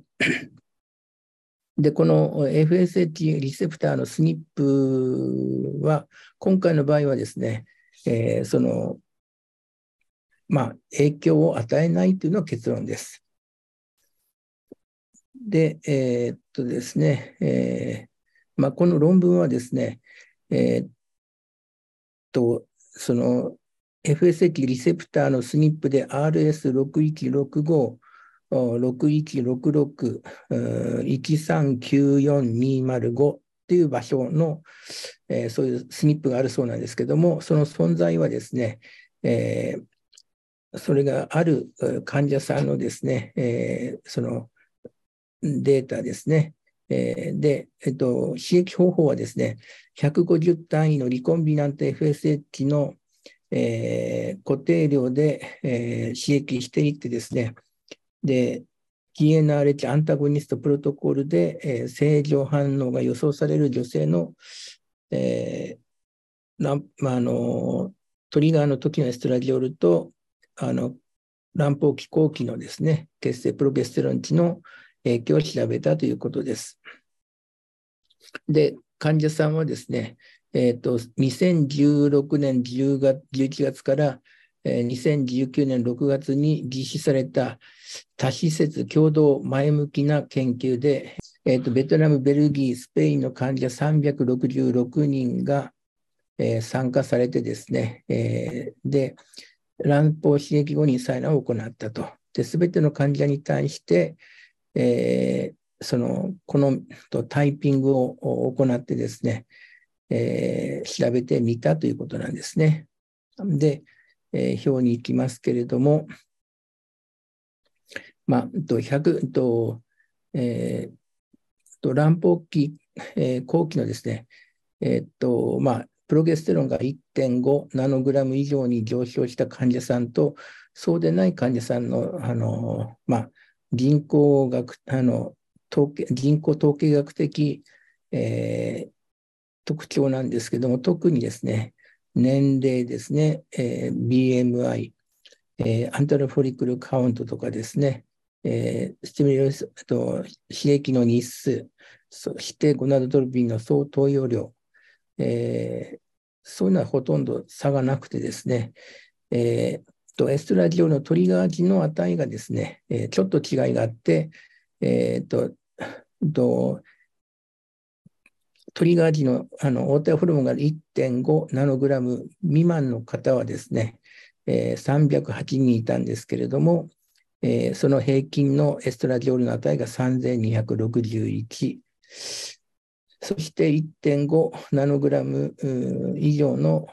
この FSH リセプターの SNP は、今回の場合はですね、その、影響を与えないというのが結論です。で、ですね、この論文はですね、その FSH リセプターの SNP で RS6 域65、6域66、域394-205っていう場所の、そういう SNP があるそうなんですけども、その存在はですね、それがある患者さんのですね、そのデータですね。で、刺激方法はですね、150単位のリコンビナント FSH の、固定量で、刺激していってですね、で、GnRH アンタゴニストプロトコルで、正常反応が予想される女性の、トリガーの時のエストラジオールと、卵胞期後期のですね、血清プロゲステロン値の影響を調べたということです。で、患者さんはですね、2016年11月から、2019年6月に実施された多施設共同前向きな研究で、ベトナム、ベルギー、スペインの患者366人が、参加されてですね、で、卵胞刺激後に採卵を行ったと。で、すべての患者に対して、 このタイピングを行ってですね、調べてみたということなんですね。で、表に行きますけれども、卵胞期、後期のですね、プロゲステロンが 1.5 ナノグラム以上に上昇した患者さんと、そうでない患者さんの、人工統計学的、特徴なんですけども、特にですね、年齢ですね、BMI、アントラフォリクルカウントとかですね、スティミュレース、刺激の日数、そしてゴナドトロピンの総投与量、そういうのはほとんど差がなくてですね、エストラジオのトリガー値の値がですね、ちょっと違いがあって、トリガー値の黄体ホルモンが 1.5 ナノグラム未満の方はですね、308人いたんですけれども、その平均のエストラジオールの値が3261。そして1.5ナノグラム以上の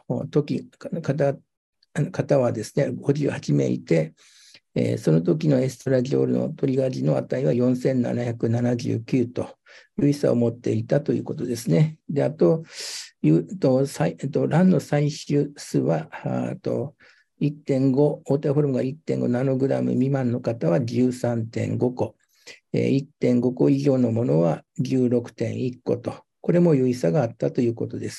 方はですね、58名いて、その時のエストラジオールのトリガー値の値は4779という差を持っていたということですね。で、あと、卵の採取数は、1.5、黄体ホルモンが 1.5 ナノグラム未満の方は 13.5 個、1.5 個以上のものは 16.1 個と、これも有意差があったということです。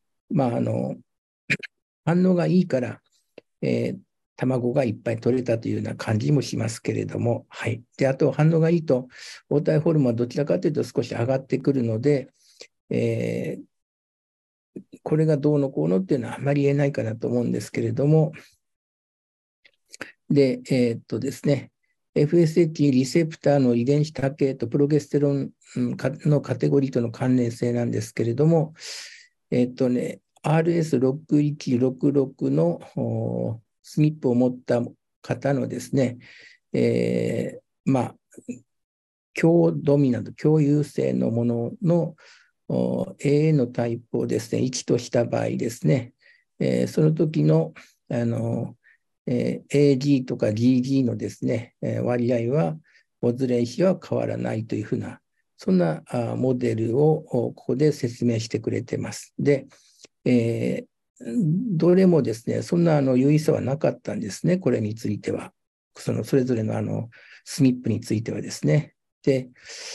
反応がいいから、卵がいっぱい取れたというような感じもしますけれども、はい。で、あと反応がいいと、黄体ホルモンはどちらかというと少し上がってくるので、これがどうのこうのっていうのはあまり言えないかなと思うんですけれども、で、ですね、FSH リセプターの遺伝子多形とプロゲステロンのカテゴリーとの関連性なんですけれども、RS6166 のスミップを持った方のですね、強ドミナント、強優勢のもののA のタイプをですね、1とした場合ですね、その時のAG とか GG のですね、割合は、オズレイ比は変わらないというふうな、そんなモデルをここで説明してくれてます。で、どれもですね、そんな有意差はなかったんですね、これについては。それぞれのスミップについてはですね。で、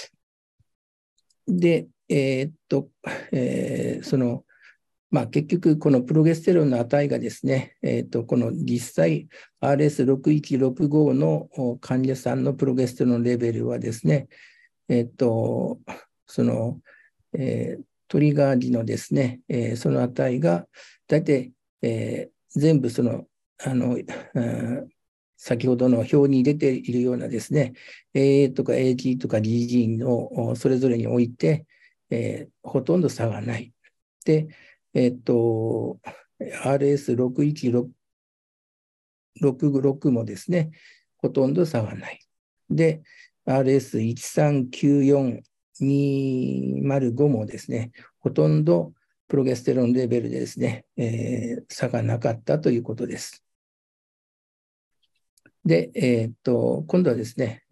結局、このプロゲステロンの値がですね、この実際 RS6165 の患者さんのプロゲステロンレベルはですね、トリガー時のですね、その値が大体、全部先ほどの表に出ているようなですね、AA とか AG とか GG のそれぞれにおいて、ほとんど差がない。で、RS6166 もですね、ほとんど差がない。で、RS1394205 もですね、ほとんどプロゲステロンレベルでですね、差がなかったということです。で、今度はですね、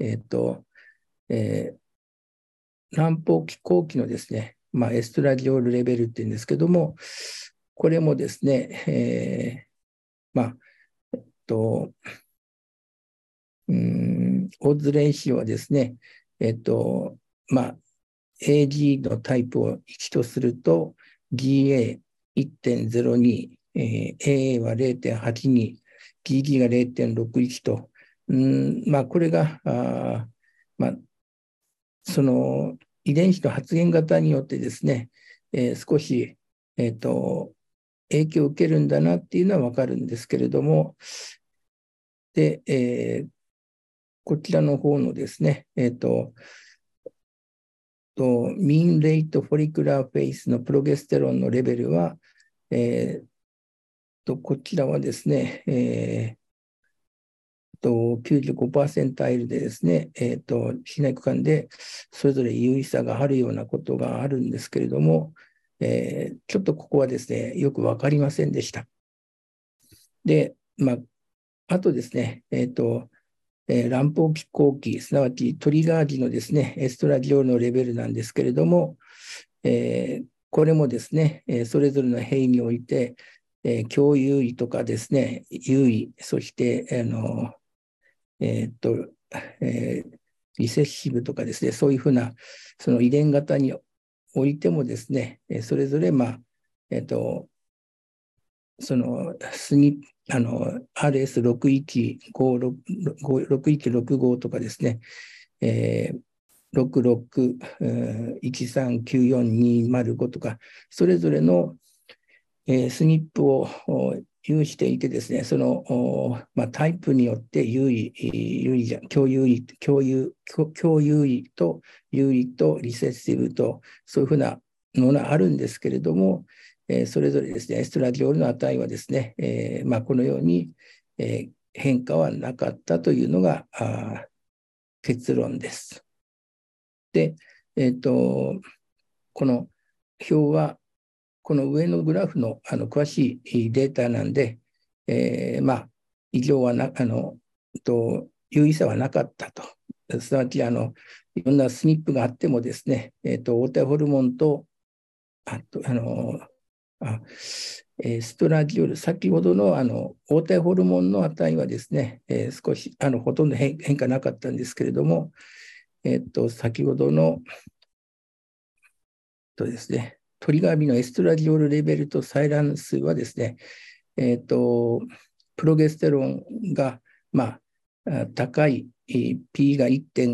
卵胞期後期のですね、エストラジオールレベルっていうんですけども、これもですね、オズレイシオはですね、AG のタイプを1とすると、GA1.02、AA は 0.82、GG が 0.61 と、これが、その遺伝子の発現型によってですね、少し、影響を受けるんだなっていうのはわかるんですけれども、で、こちらの方のですね、ミンレイトフォリクラーフェイスのプロゲステロンのレベルは、こちらはですね、 95%でですね、市内区間でそれぞれ優位差があるようなことがあるんですけれども、ちょっとここはですね、よく分かりませんでした。で、あとですね、乱暴拮抗期、すなわちトリガー時のですね、エストラディオールのレベルなんですけれども、これもですね、それぞれの変異において、強優位とかですね、優位、そしてリセッシブとかですね、そういうふうなその遺伝型においてもですね、それぞれ、そのRS6165 とかですね、66139420とか、それぞれの、スニップを有していてですね、その、タイプによって強優位と有利とリセッシブと、そういうふうなものがあるんですけれども、それぞれですね、エストラディオールの値はですね、このように、変化はなかったというのが結論です。で、この表は、この上のグラフの詳しいデータなんで、異常は有意差はなかったと。すなわちいろんなスニップがあってもですね、黄体ホルモンと、エストラディオール、先ほどの黄体ホルモンの値はですね、少しほとんど変化なかったんですけれども、先ほどのですね、トリガービのエストラディオールレベルと採卵数はですね、プロゲステロンが、高い P が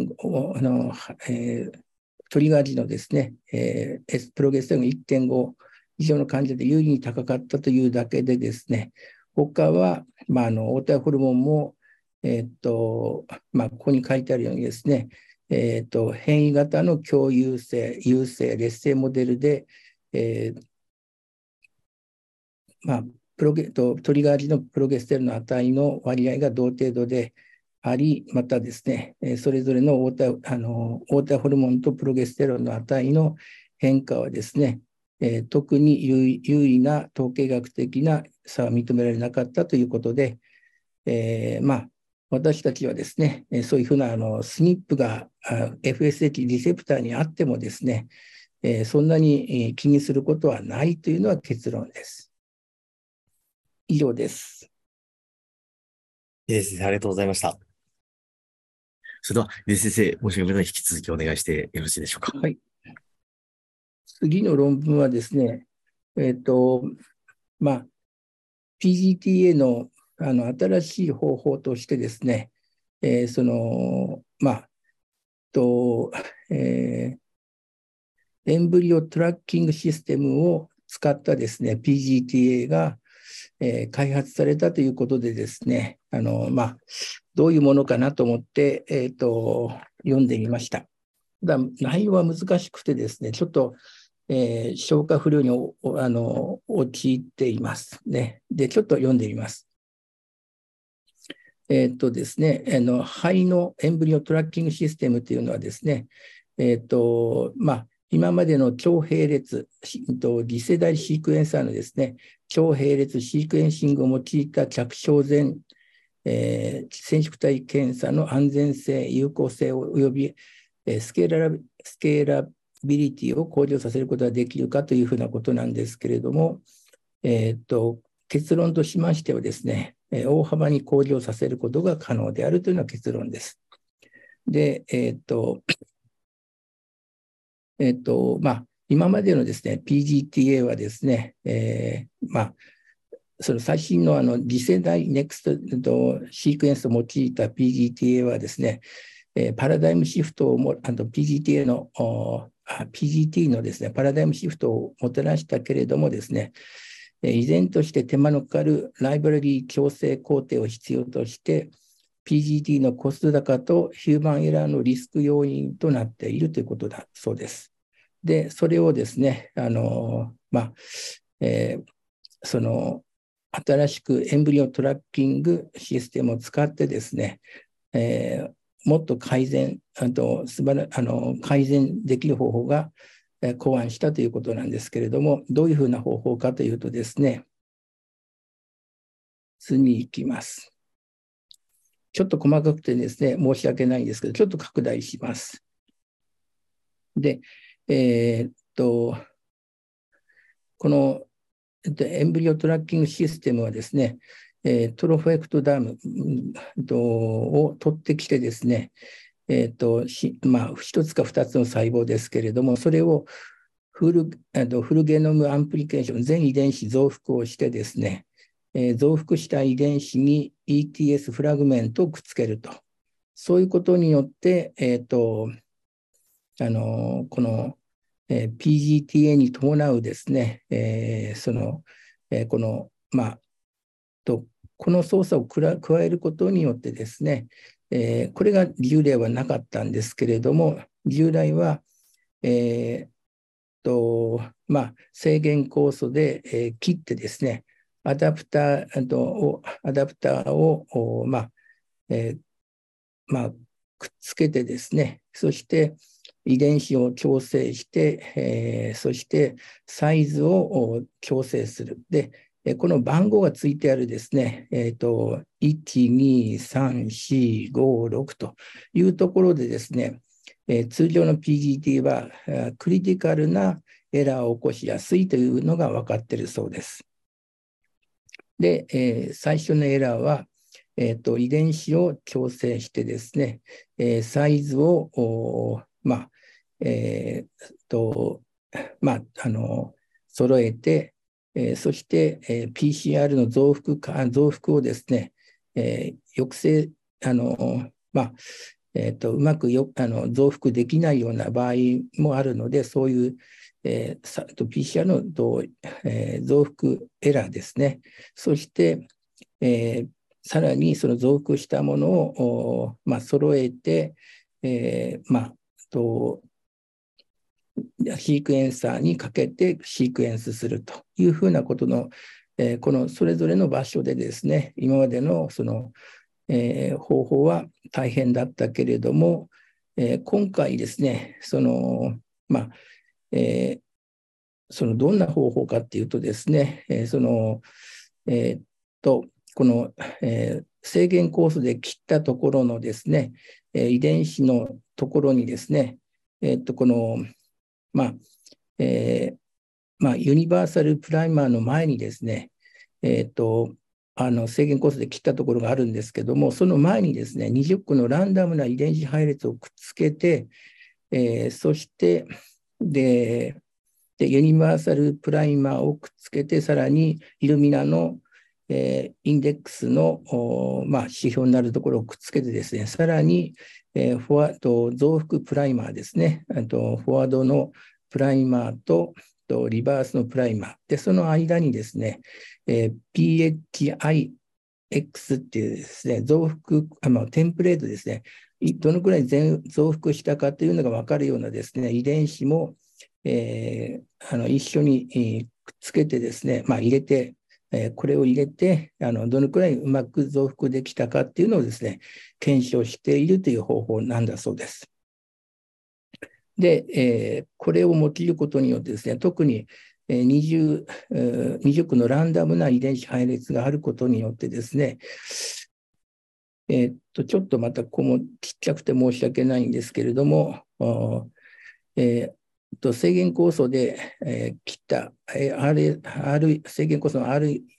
1.5 トリガー時のですね、プロゲステロン1.5以上の患者で有利に高かったというだけでですね、他は、黄体ホルモンも、ここに書いてあるようにですね、変異型の強優性、優性、劣性モデルで、トリガー時のプロゲステロンの値の割合が同程度であり、またですね、それぞれの黄体ホルモンとプロゲステロンの値の変化はですね、特に有意な統計学的な差は認められなかったということで、私たちはですね、そういうふうなスニップがFSH リセプターにあってもですね、そんなに気にすることはないというのは結論です。以上です。 先生、ありがとうございました。それでは、先生、もしよければ引き続きお願いしてよろしいでしょうか。 はい。次の論文はですね、PGTA の新しい方法としてですね、エンブリオトラッキングシステムを使ったですね、PGTA が、開発されたということでですね、どういうものかなと思って、読んでみました。内容は難しくてですね、ちょっと、消化不良に陥っていますね。で、ちょっと読んでみます。ですね、肺のエンブリオトラッキングシステムというのはですね、今までの超並列、次世代シークエンサーのですね、超並列シークエンシングを用いた着床前、染色体検査の安全性、有効性およびスケーラビリティを向上させることができるかというふうなことなんですけれども、結論としましてはですね、大幅に向上させることが可能であるというのが結論です。で、今までのですね、PGTA はですね、その最新の次世代ネクストシークエンスを用いた PGTA はですね、パラダイムシフトをPGT のですね、パラダイムシフトをもたらしたけれどもですね、依然として手間のかかるライブラリー矯正工程を必要として、PGT のコスト高とヒューマンエラーのリスク要因となっているということだそうです。で、それをですね、 新しくエンブリオトラッキングシステムを使ってですね、もっと改善できる方法が考案したということなんですけれども、どういうふうな方法かというとですね、次に行きます。ちょっと細かくてですね、申し訳ないんですけど、ちょっと拡大します。で、このエンブリオトラッキングシステムはですね、トロフェクトダムを取ってきてですね、1つか2つの細胞ですけれども、それをフルゲノムアンプリケーション、全遺伝子増幅をしてですね、増幅した遺伝子に ETS フラグメントをくっつけると。そういうことによって、この、PGTA に伴うですね、この操作を加えることによってですね、これが従来はなかったんですけれども、従来は、制限酵素で、切ってですね、アダプターをくっつけてですね、そして遺伝子を調整して、そしてサイズを調整する。で、この番号がついてあるですね、1、2、3、4、5、6というところでですね、通常の PGT はクリティカルなエラーを起こしやすいというのが分かっているそうです。で、最初のエラーは、遺伝子を調整してですね、サイズを、揃えて、そして、PCR の増幅をですね、抑制、うまく増幅できないような場合もあるので、そういう、PCR の増幅エラーですね。そして、さらにその増幅したものを、揃えて、シークエンサーにかけてシークエンスするというふうなことの、このそれぞれの場所でですね、今までのその、方法は大変だったけれども、今回ですね、どんな方法かっていうとですね、この、制限酵素で切ったところのですね、遺伝子のところにですね、この、ユニバーサルプライマーの前にですね、制限酵素で切ったところがあるんですけども、その前にですね、20個のランダムな遺伝子配列をくっつけて、そしてで、ユニバーサルプライマーをくっつけて、さらにイルミナの、インデックスの、指標になるところをくっつけてですね、さらに、増幅プライマーですね、フォワードのプライマーとリバースのプライマー。で、その間にですね、PHIX っていうですね、増幅、テンプレートですね、どのくらい増幅したかというのが分かるようなですね、遺伝子も、一緒に、くっつけてですね、入れて、これを入れて、どのくらいうまく増幅できたかっていうのをですね、検証しているという方法なんだそうです。で、これを用いることによってですね、特に20個のランダムな遺伝子配列があることによってですね、ちょっとまたここもちっちゃくて申し訳ないんですけれども、制限酵素で、切った、制限酵素の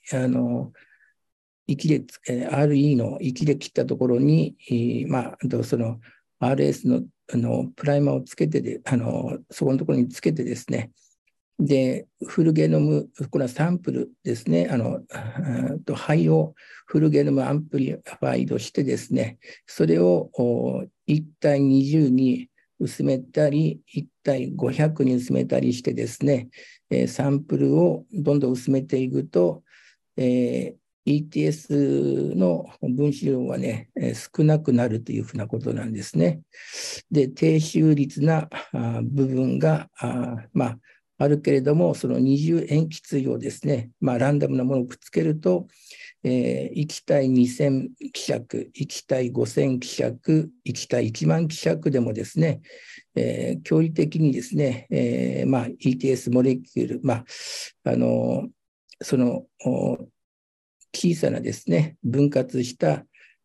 RE の域で切ったところに、その RS のプライマーをつけてそこのところにつけてですね、で、フルゲノム、これはサンプルですね、肺をフルゲノムアンプリファイドしてですね、それを1対20に薄めたり、1対500に薄めたりしてですね、サンプルをどんどん薄めていくと、ETS の分子量はね、少なくなるというふうなことなんですね。で、低周率な部分があるけれども、その二重塩基対をですね、ランダムなものをくっつけると、1対2000希釈、1対5000希釈、1対1万希釈でもですね、驚異的にですね、ETS モレキュール、その小さなですね、分割した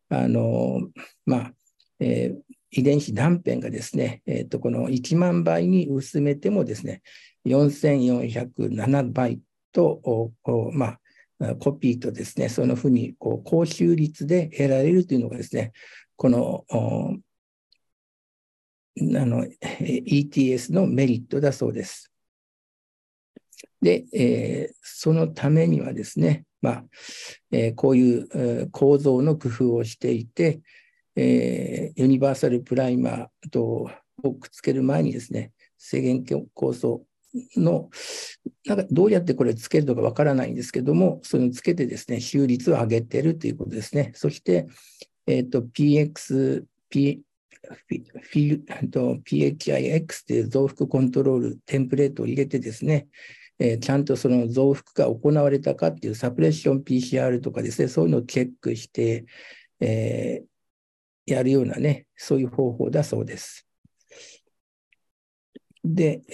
遺伝子断片がですね、この1万倍に薄めてもですね、4407倍と、コピーとですね、そのふうに高収率で得られるというのがですね、このETS のメリットだそうです。で、そのためにはですね、こういう構造の工夫をしていて、ユニバーサルプライマーをくっつける前にですね、正弦構造の、どうやってこれつけるのかわからないんですけども、それをつけてですね、収率を上げているということですね。そして、PHIX という増幅コントロールテンプレートを入れてですね、ちゃんとその増幅が行われたかっていうサプレッション PCR とかですね、そういうのをチェックして、やるようなね、そういう方法だそうです。で、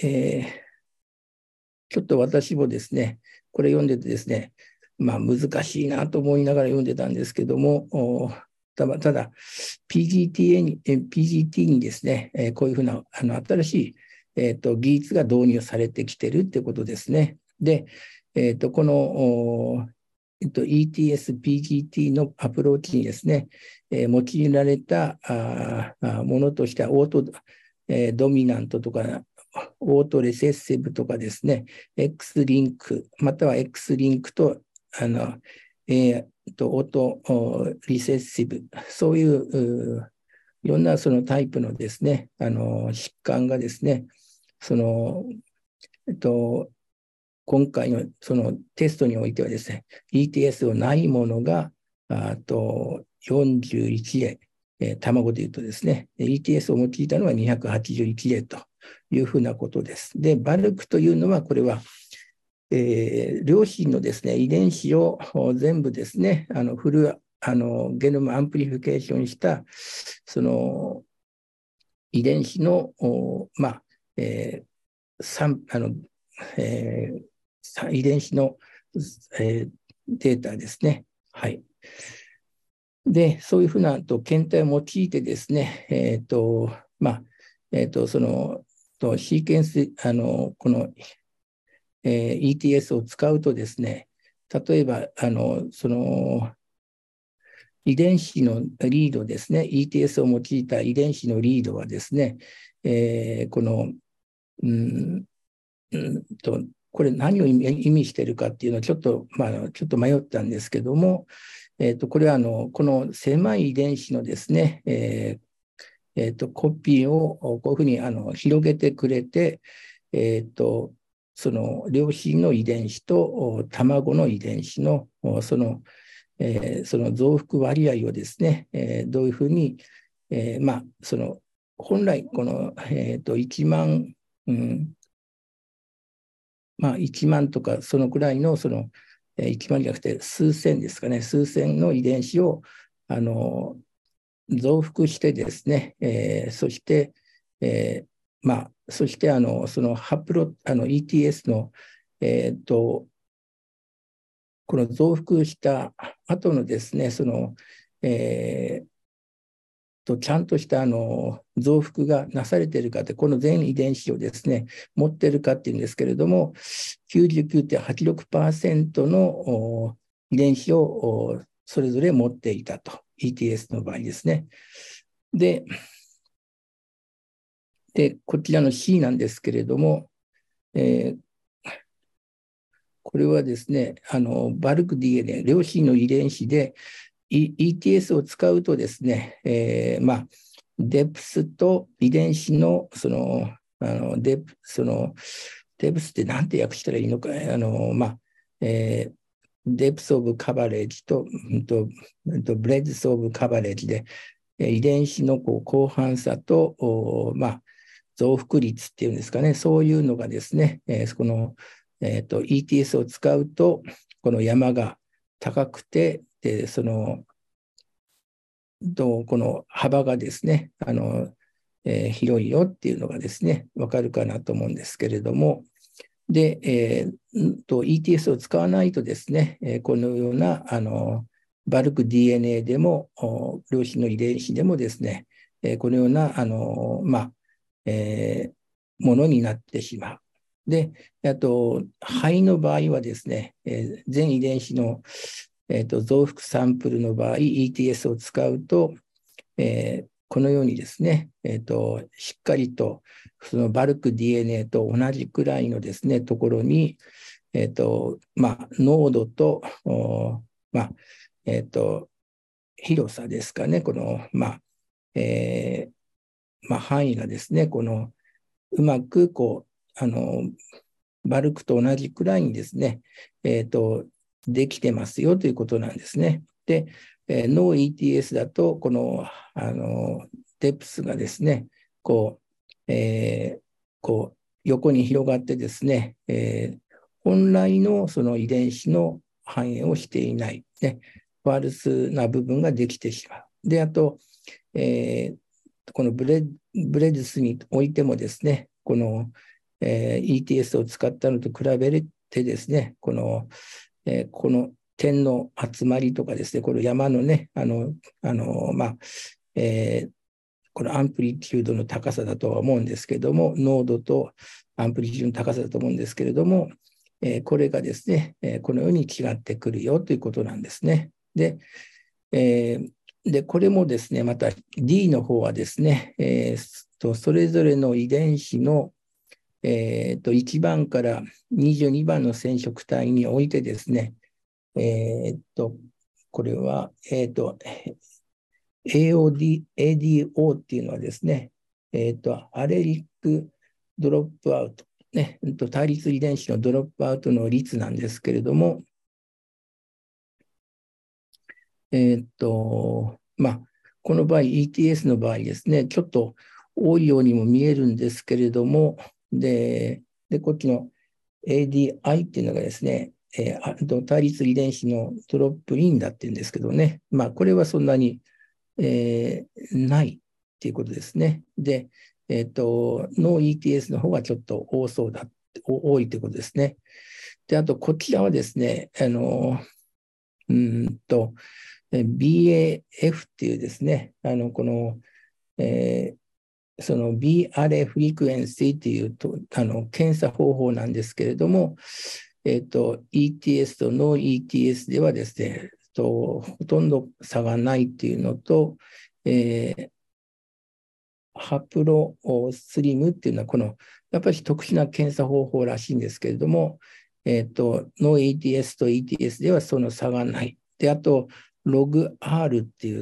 ちょっと私もですね、これ読んでてですね、難しいなと思いながら読んでたんですけども、ただ PGT にですね、こういうふうな新しい、技術が導入されてきているということですね。で、このETS、PGT のアプローチにですね、用いられたものとしては、オート、ドミナントとか、オートレセッシブとかですね、X リンク、または X リンクと、オートリセッシブ、そういういろんなそのタイプのですね、疾患がですね、今回のそのテストにおいてはですね、ETS をないものが41例、卵でいうとですね、ETS を用いたのは281例というふうなことです。で、バルクというのは、これは、両親のですね、遺伝子を全部ですね、フルゲノムアンプリフィケーションした、その遺伝子の、遺伝子の、データですね。はい。で、そういうふうな検体を用いてですね、そのシーケンス、この、ETS を使うとですね、例えば、その遺伝子のリードですね、ETS を用いた遺伝子のリードはですね、この、これ何を意味しているかっていうのをちょっと迷ったんですけども、これはこの狭い遺伝子のですね、コピーをこういうふうに広げてくれて、その両親の遺伝子と卵の遺伝子のその増幅割合をですね、どういうふうに、その本来この、1万、1万とかそのくらいのその1万じゃなくて数千ですかね、数千の遺伝子を増幅してですね、そして、そしてそのハプロETS の、この増幅した後のですね、その、ちゃんとした増幅がなされているかって、この全遺伝子をですね、持っているかっていうんですけれども、99.86% の遺伝子をそれぞれ持っていたと、ETS の場合ですね。で、こちらの C なんですけれども、これはですね、バルク DNA、両親の遺伝子で、ETS を使うとですね、デプスと遺伝子のデプスって何て訳したらいいのか、デプスオブカバレッジとブレッドオブカバレッジで、遺伝子の広範さと、 増幅率っていうんですかね、そういうのがですね、この、ETS を使うと、この山が高くて、でこの幅がですね、広いよっていうのがですね、わかるかなと思うんですけれども、で、ETS を使わないとですね、このようなバルク DNA でも、両親の遺伝子でもですね、このようなものになってしまう。で、あと、肺の場合はですね、全遺伝子の、増幅サンプルの場合、ETS を使うと、このようにですね、しっかりとそのバルク DNA と同じくらいのですね、ところに、濃度と、広さですかね、この、範囲がですね、このうまくバルクと同じくらいにですね、できてますよということなんですね。で、ノー ETS だと、この、デプスがですね、横に広がってですね、本来のその遺伝子の反映をしていない、ね、ファルスな部分ができてしまう。で、あと、このブレディスにおいてもですね、この、ETS を使ったのと比べてですね、この点の集まりとかですね、この山のね、このアンプリテュードの高さだとは思うんですけれども、濃度とアンプリテュードの高さだと思うんですけれども、これがですね、このように違ってくるよということなんですね。で、これもですね、また D の方はですね、それぞれの遺伝子の、1番から22番の染色体においてですね、これは、ADO っていうのはですね、アレリックドロップアウト、ね、対立遺伝子のドロップアウトの率なんですけれども、この場合、ETS の場合ですね、ちょっと多いようにも見えるんですけれども、でこっちの ADI っていうのがですね、対立遺伝子のドロップインだっていうんですけどね、これはそんなに、ないっていうことですね。で、ノー ETS の方がちょっと多いということですね。で、あと、こちらはですね、BAF っていうですね、この、その BRA フリクエンシーっていう検査方法なんですけれども、ETS とノー ETS ではですね、ほとんど差がないっていうのと、ハプロスリムっていうのは、やっぱり特殊な検査方法らしいんですけれども、ノー ETS と ETS ではその差がない。で、あと、ログ R っていう、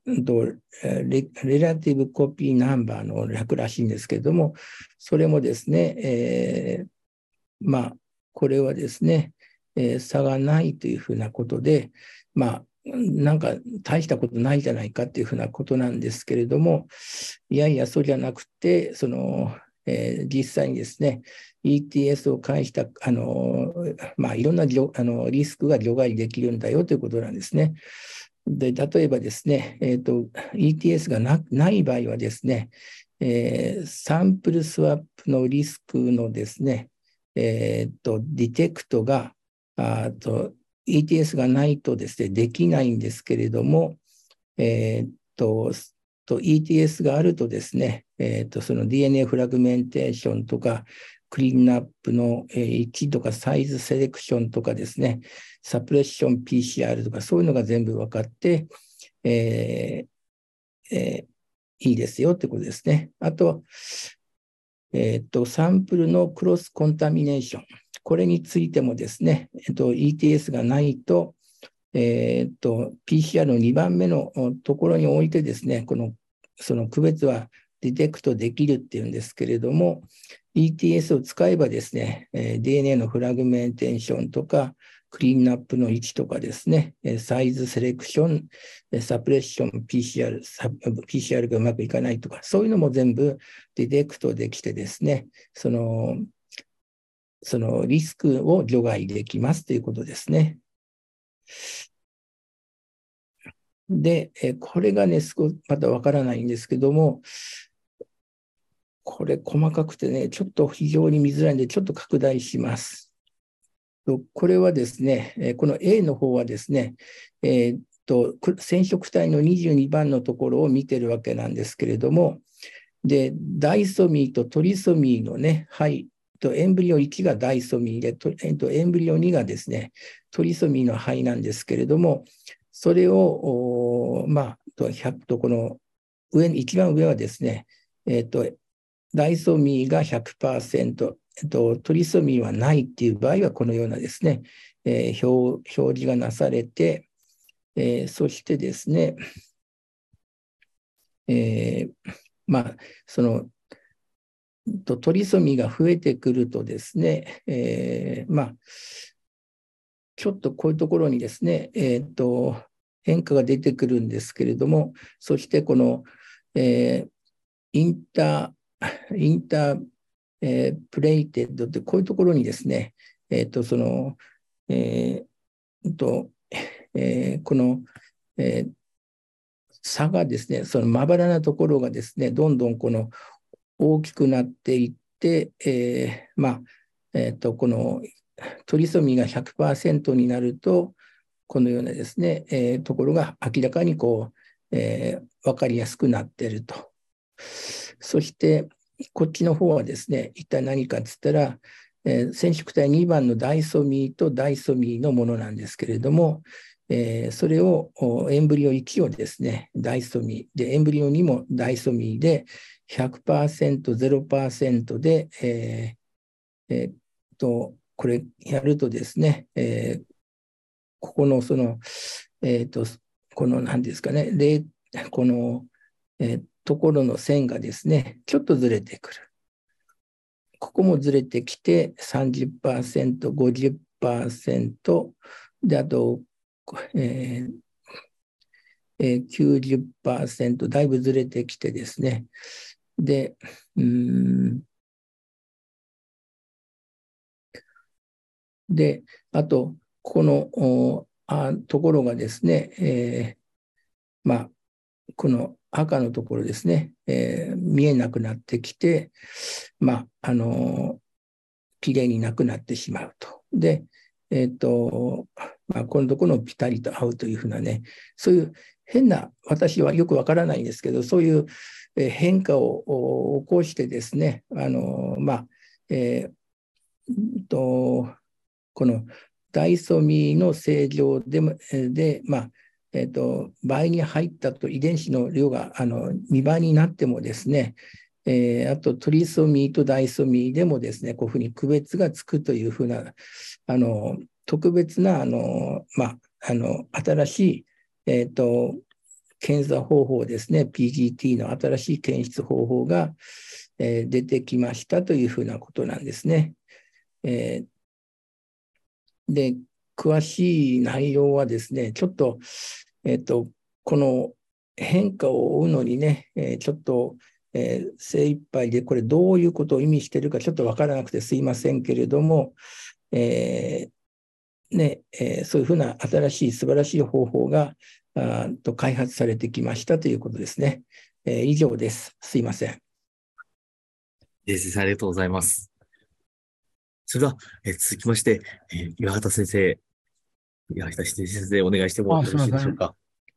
レラティブコピーナンバーの略らしいんですけれども、それもですね、これはですね、差がないというふうなことで、なんか大したことないじゃないかっていうふうなことなんですけれども、いやいや、そうじゃなくて、実際にですね、ETS を介したいろんなリスクが除外できるんだよということなんですね。で、例えばですね、ETS がない場合はですね、サンプルスワップのリスクのですね、ディテクトがETS がないとですね、できないんですけれども、ETS があるとですね、その DNA フラグメンテーションとか、クリーンナップの位置とかサイズセレクションとかですね、サプレッション PCR とかそういうのが全部分かって、いいですよってことですね。あと、サンプルのクロスコンタミネーション。これについてもですね、ETS がないと、PCR の2番目のところにおいてですね、その区別はディテクトできるっていうんですけれども、ETS を使えばですね、DNA のフラグメンテーションとか、 クリーンナップの位置とかですね、サイズセレクション、サプレッション、PCR がうまくいかないとか、そういうのも全部ディテクトできてですね、そのリスクを除外できますということですね。で、これがね、少しまたわからないんですけども、これ細かくてね、ちょっと非常に見づらいんで、ちょっと拡大します。これはですね、この A の方はですね、染色体の22番のところを見てるわけなんですけれども、で、ダイソミーとトリソミーのね、エンブリオ1がダイソミーで、エンブリオ2がですね、トリソミーの肺なんですけれども、それを、この一番上はですね、ダイソミーが 100%、トリソミーはないっていう場合は、このようなですね、表示がなされて、そしてですね、トリソミーが増えてくるとですね、ちょっとこういうところにですね、変化が出てくるんですけれども、そしてこの、インタープレイテッドってこういうところにですね、この、差がですね、そのまばらなところがですね、どんどんこの大きくなっていって、このトリソミーが 100% になると、このようなですね、ところが明らかにこう、分かりやすくなっていると。そして、こっちの方はですね、一体何かっつったら、染色体2番のダイソミーとダイソミーのものなんですけれども、それをエンブリオ1をですね、ダイソミーで、エンブリオ2もダイソミーで 100%、0% で、これやるとですね、ここのその、この何ですかね、この、ところの線がですね、ちょっとずれてくる。ここもずれてきて 30%、50%、で、あと、90%、だいぶずれてきてですね。で、で、あと、このところがですね、この赤のところですね、見えなくなってきて、きれいになくなってしまうと。で、このところのピタリと合うというふうなね、そういう変な、私はよくわからないんですけど、そういう変化を起こしてですね、このダイソミーの正常で、倍に入ったと遺伝子の量が2倍になってもですね、あとトリソミーとダイソミーでもですね、こういうふうに区別がつくというふうな特別な新しい、検査方法ですね、PGT の新しい検出方法が、出てきましたというふうなことなんですね。で、詳しい内容はですね、ちょっと、この変化を追うのにね、ちょっと、精一杯で、これどういうことを意味しているかちょっとわからなくてすいませんけれども、そういうふうな新しい素晴らしい方法が開発されてきましたということですね。以上です。すいません。 先生、ありがとうございます。それでは、続きまして、岩畑先生、お願いしてもよろしいでしょうか。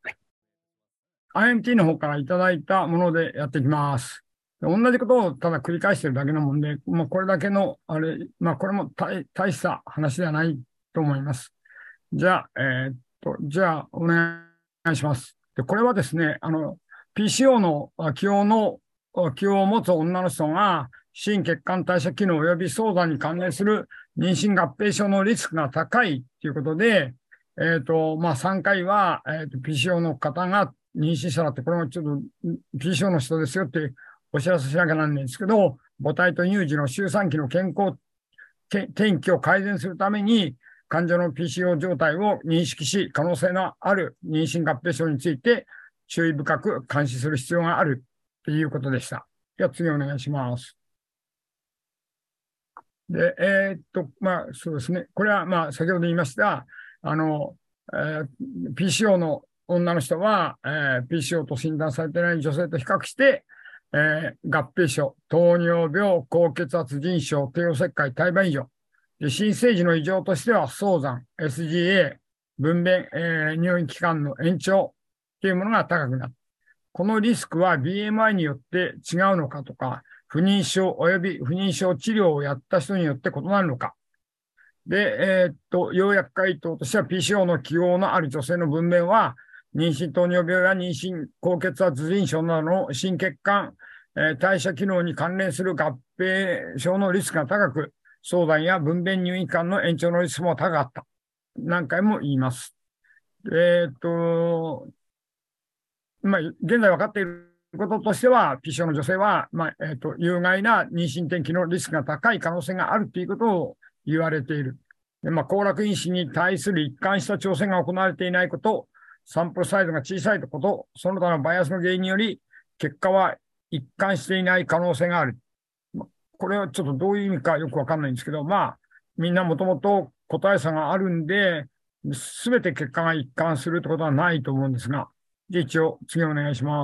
IMT の方からいただいたものでやっていきます。同じことをただ繰り返しているだけなもんで、これだけの、これも大した話ではないと思います。じゃあ、お願いします。で、これはですね、PCO の気をを持つ女の人が、心血管代謝機能及び早産に関連する妊娠合併症のリスクが高いということで、3回は、PCO の方が妊娠したらって、これもちょっと PCO の人ですよってお知らせしなきゃなんないんですけど、母体と乳児の周産期の健康、天気を改善するために、 患者の PCO 状態を認識し、可能性のある妊娠合併症について注意深く監視する必要があるということでした。では次お願いします。で、そうですね。これは、先ほど言いました、PCO の女の人は、PCO と診断されていない女性と比較して、合併症、糖尿病、高血圧、腎症、帝王切開、胎盤異常。で、新生児の異常としては、早産、SGA、分娩、入院期間の延長というものが高くなる。このリスクは BMI によって違うのかとか、不妊症及び不妊症治療をやった人によって異なるのか。で、要約回答としては PCO の既往のある女性の分娩は、妊娠糖尿病や妊娠高血圧腎症などの心血管、代謝機能に関連する合併症のリスクが高く、早産や分娩入院間の延長のリスクも高かった。何回も言います。現在分かっていることとしては、PCO の女性は、有害な妊娠転機のリスクが高い可能性があるということを言われている。で、行楽因子に対する一貫した調整が行われていないこと、サンプルサイズが小さいこと、その他のバイアスの原因により、結果は一貫していない可能性がある。これはちょっとどういう意味かよくわかんないんですけど、みんなもともと個体差があるんで、すべて結果が一貫するってことはないと思うんですが、一応、次お願いします。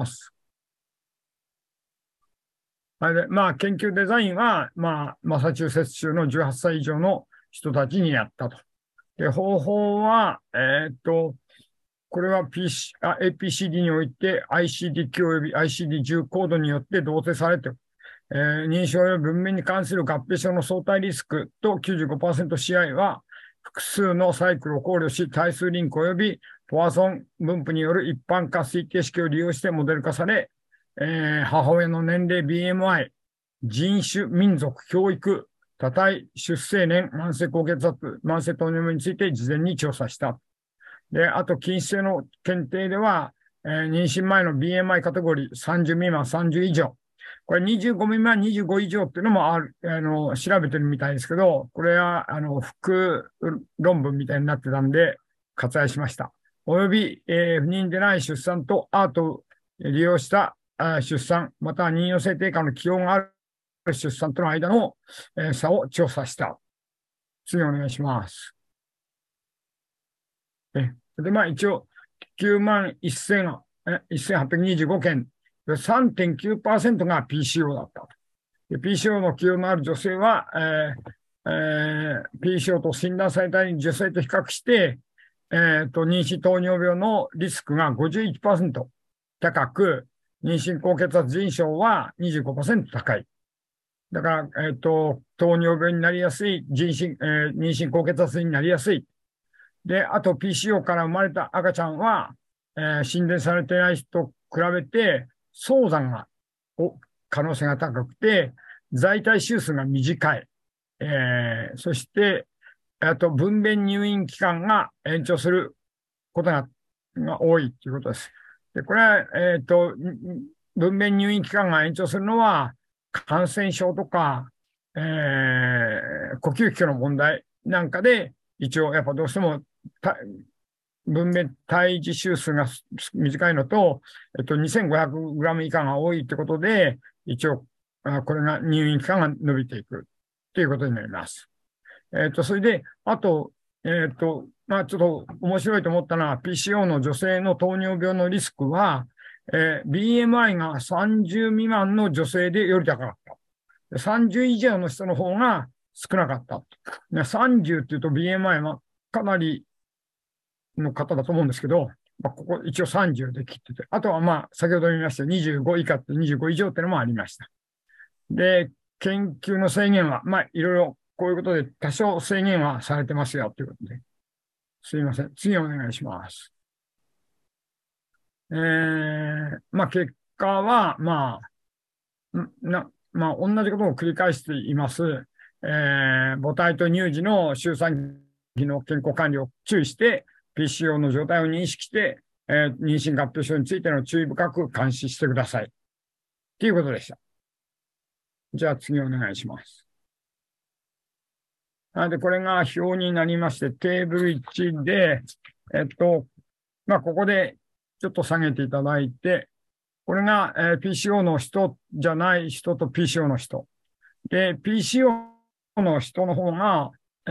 で、研究デザインは、マサチューセッツ州の18歳以上の人たちにやったと。で、方法は、これはAPCD において ICD-9 及び ICD-10 コードによって同定されている。認証や分娩に関する合併症の相対リスクと 95%CI は、複数のサイクルを考慮し、対数リンク及びポワソン分布による一般化推定式を利用してモデル化され、母親の年齢、BMI、人種、民族、教育、多体、出生年、慢性高血圧、慢性糖尿病について事前に調査した。で、あと、近視性の検定では、妊娠前の BMI カテゴリー30未満、30以上。これ25未満、25以上っていうのも調べてるみたいですけど、これは、副論文みたいになってたんで、割愛しました。および、不妊でない出産とアートを利用した出産、または妊用性低下の既往がある出産との間の差を調査した。次お願いします。で、一応、91,825件、3.9% が PCO だった。PCO の既往のある女性は、PCO と診断された女性と比較して、妊娠糖尿病のリスクが 51% 高く、妊娠高血圧腎症は 25% 高い。だから、糖尿病になりやすい、妊娠高血圧になりやすい。で、あと PCO から生まれた赤ちゃんは、診断されていない人と比べて、早産が、可能性が高くて、在胎周数が短い。そして、あと、分娩入院期間が延長することが多いということです。で、これは、分娩入院期間が延長するのは、感染症とか、呼吸器の問題なんかで、一応、やっぱどうしても、分娩胎児周数が短いのと、2500グラム以下が多いってことで、一応、これが入院期間が伸びていくということになります。それで、あと、ちょっと面白いと思ったのは、PCO の女性の糖尿病のリスクは、BMI が30未満の女性でより高かった。30以上の人の方が少なかった。30っていうと BMI はかなりの方だと思うんですけど、ここ一応30で切ってて、あとは先ほど言いました25以下って25以上っていうのもありました。で、研究の制限は、いろいろこういうことで多少制限はされてますよということで。すいません。次お願いします。結果は、同じことを繰り返しています。母体と乳児の周産期の健康管理を注意して、PCO の状態を認識して、妊娠合併症についての注意深く監視してください。ということでした。じゃあ次お願いします。 で、これが表になりまして、テーブル1で、ここでちょっと下げていただいて、これが、PCO の人じゃない人と PCO の人。で、PCO の人の方が、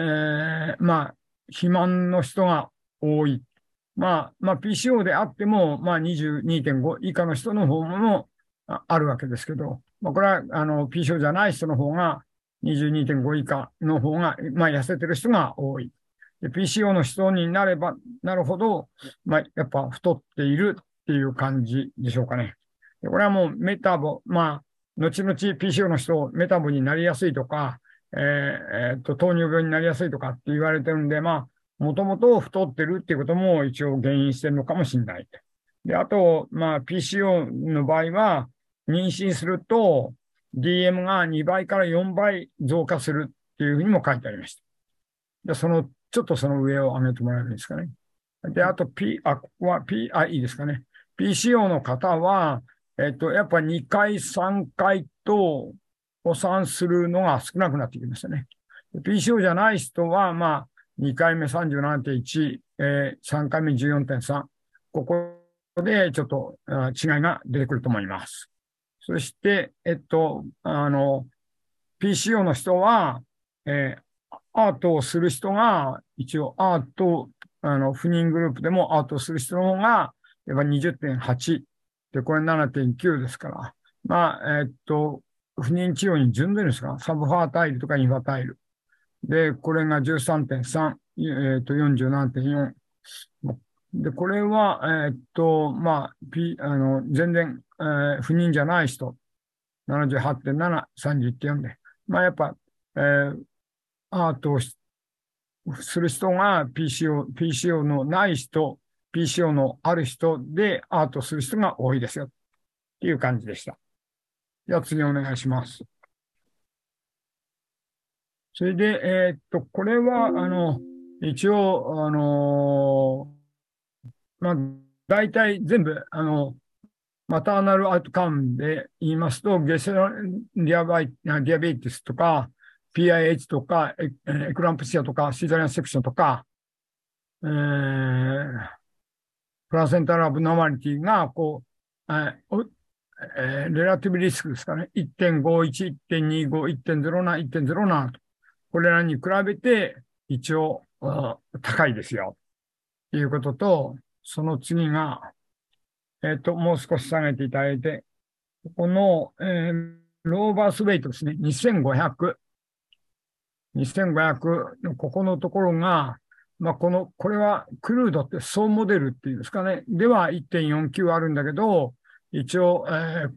肥満の人が多い。PCO であっても、22.5 以下の人の方もあるわけですけど、これは、PCO じゃない人の方が、22.5 以下の方が、痩せてる人が多い。で、PCO の人になればなるほど、やっぱ太っているっていう感じでしょうかね。で、これはもうメタボ、後々 PCO の人、メタボになりやすいとか、糖尿病になりやすいとかって言われてるんで、もともと太ってるっていうことも一応原因してるのかもしれない。で、あと、PCO の場合は、妊娠すると DM が2倍から4倍増加するっていうふうにも書いてありました。で、ちょっとその上を上げてもらえるんですかね。で、あとここはいいですかね。PCO の方は、やっぱ2回、3回と、補算するのが少なくなってきましたね。PCO じゃない人は、2回目 37.1、3回目 14.3。ここでちょっと違いが出てくると思います。そして、PCO の人は、アートをする人が、一応アート、不妊グループでもアートをする人の方が、やっぱ 20.8。で、これ 7.9 ですから。不妊治療に準ずるんですか？サブファータイルとかインファタイル。で、これが 13.3、47.4。で、これは、全然、不妊じゃない人、78.7、31.4で。やっぱ、アートをする人が PCO のない人、PCO のある人でアートする人が多いですよ。っていう感じでした。じゃあ次お願いします。それで、これは、一応、大体全部、マターナルアウトカムで言いますと、ゲセロディアベイティスとか、PIH とか、エクランプシアとか、シザリアンセクションとか、プラセンタルアブノーマリティが、レラティブリスクですかね。1.51、1.25、1.07、1.07と。これらに比べて、一応、高いですよ。ということと、その次が、もう少し下げていただいて、この、ローバースウェイトですね。2500。2500のここのところが、これはクルードって総モデルっていうんですかね。では1.49あるんだけど、一応、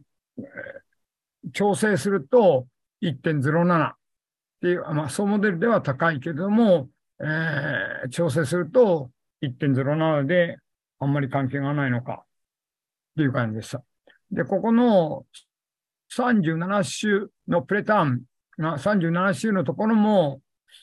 調整すると 1.07 っていう、総モデルでは高いけれども、調整すると 1.07 であんまり関係がないのかっていう感じでした。で、ここの37週のプレターンが37週のところも、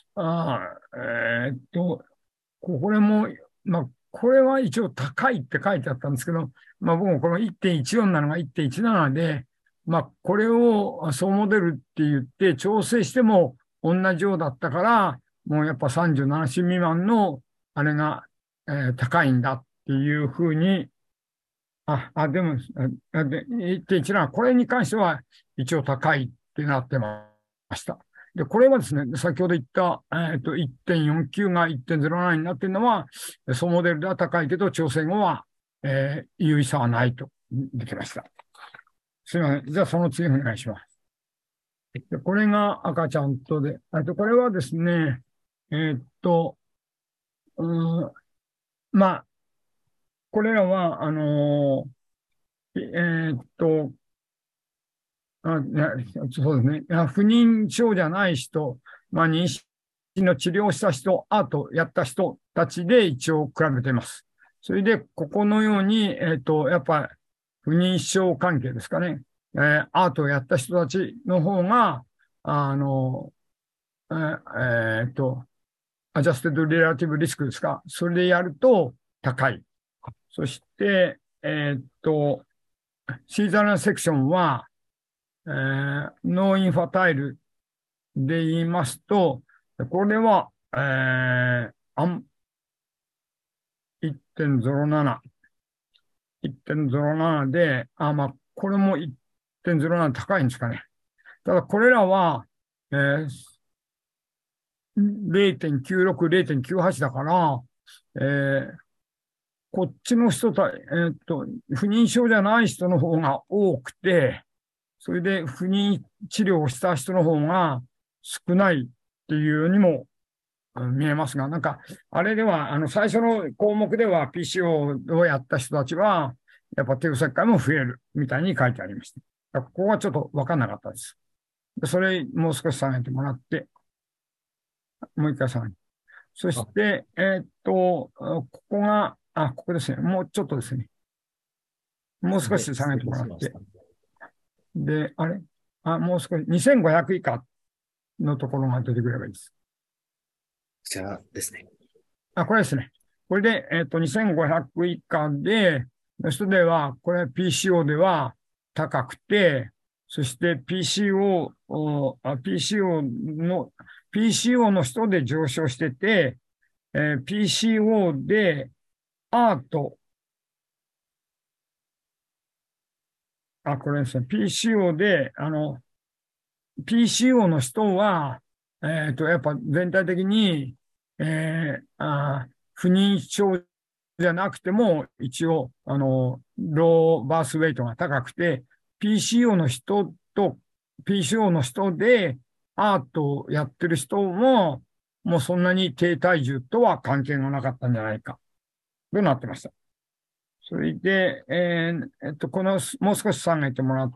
これも、これは一応高いって書いてあったんですけど、僕もこの 1.14 なのが 1.17 で、これを総モデルって言って調整しても同じようだったから、もうやっぱ37週未満のあれが、高いんだっていうふうに、でも、1.17、これに関しては一応高いってなってました。で、これはですね、先ほど言った、1.49 が 1.07 になっているのは、総モデルでは高いけど、調整後は、有意差はないとできました。すみません。じゃあ、その次お願いします。で、これが赤ちゃんとで、これはですね、これらは、そうですね。不妊症じゃない人、妊娠の治療した人、アートやった人たちで一応比べています。それで、ここのように、やっぱ不妊症関係ですかね。アートをやった人たちの方が、アジャステッドリラティブリスクですか。それでやると高い。そして、シーザリアンセクションは、ノーインファタイルで言いますと、 これは、1.07。1.07 で、これも1.07高いんですかね。ただ、これらは、0.96、0.98だから、こっちの人不妊症じゃない人の方が多くて、それで不妊治療をした人の方が少ないっていうようにも見えますが、なんか、あれでは、最初の項目では PCO をやった人たちは、やっぱ帝王切開も増えるみたいに書いてありました。ここはちょっとわかんなかったです。それ、もう少し下げてもらって、もう一回下げて。そして、ここが、ここですね。もうちょっとですね。もう少し下げてもらって。で、もう少し、2500以下のところが出てくればいいです。 こちらですね。 これですね。これで、2500以下で、の人では、これ PCO では高くて、そして PCO の人で上昇してて、PCO でアート、これですね。PCO で、PCO の人は、やっぱ全体的に、不妊症じゃなくても、一応、ローバースウェイトが高くて、PCO の人でアートをやってる人も、もうそんなに低体重とは関係がなかったんじゃないか、となってました。それで、もう少し下げてもらって、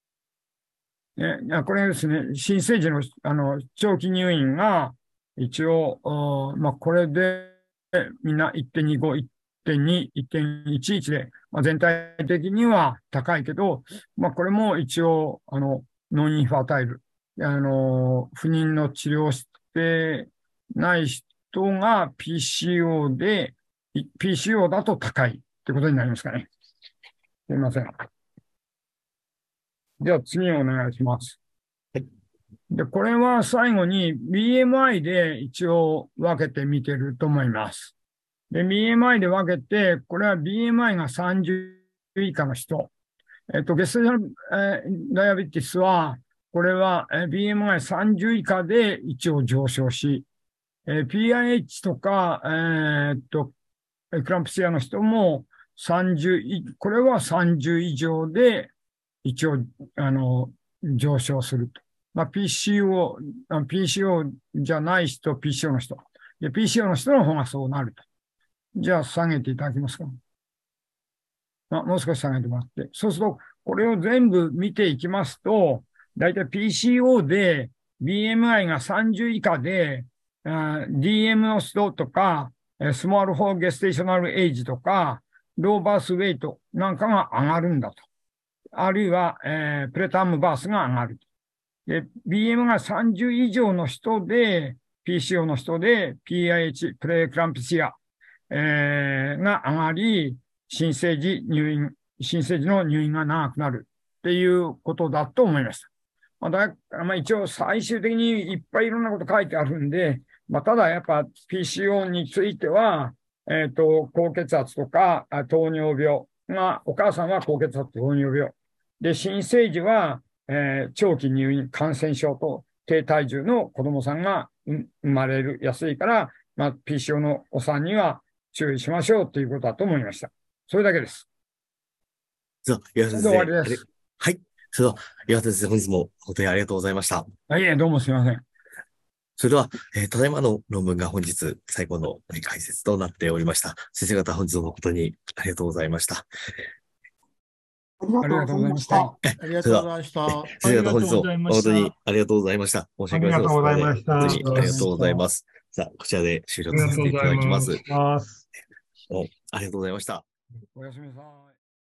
これですね、新生児の、長期入院が、一応、これで、みんな1.25、1.2、1.11で、全体的には高いけど、これも一応、ノンインファータイル、不妊の治療をしてない人が PCO だと高いってことになりますかね。すいません。では次お願いします。で、これは最後に BMI で一応分けてみてると思います。で、BMI で分けて、これは BMI が30以下の人。ゲストダイアベティスは、これは BMI30 以下で一応上昇し、PIH とか、エクランプシアの人もこれは30以上で一応、上昇すると。PCO じゃない人、PCO の人。で、PCO の人の方がそうなると。じゃあ、下げていただけますか。もう少し下げてもらって。そうすると、これを全部見ていきますと、だいたい PCO で BMI が30以下で、DM の人とか、スモールフォーゲステーショナルエイジとか、ローバースウェイトなんかが上がるんだと。あるいは、プレタームバースが上がる。で、BM が30以上の人で、PCO の人で、PIH、プレエクランプシア、が上がり、新生児の入院が長くなるっていうことだと思いました。一応最終的にいっぱいいろんなこと書いてあるんで、ただやっぱ PCO については、高血圧とか糖尿病が、お母さんは高血圧糖尿病。で、新生児は、長期入院、感染症と低体重の子供さんが生まれるやすいから、PCO のお産には注意しましょうということだと思いました。それだけです。 そう、岩田先生。 終わりです。 はい。岩田先生、本日も本当にありがとうございました。 はい、どうもすみません。 それでは、ただいまの論文が本日最後の解説となっておりました。先生方、本日も誠にありがとうございました。 ありがとうございました。ありがとうございました。 先生方、本日も誠にありがとうございました。申し訳ございません。 ありがとうございました。 本当にありがとうございます。こちらで終了させていただきます。ありがとうございました。 おやすみなさい。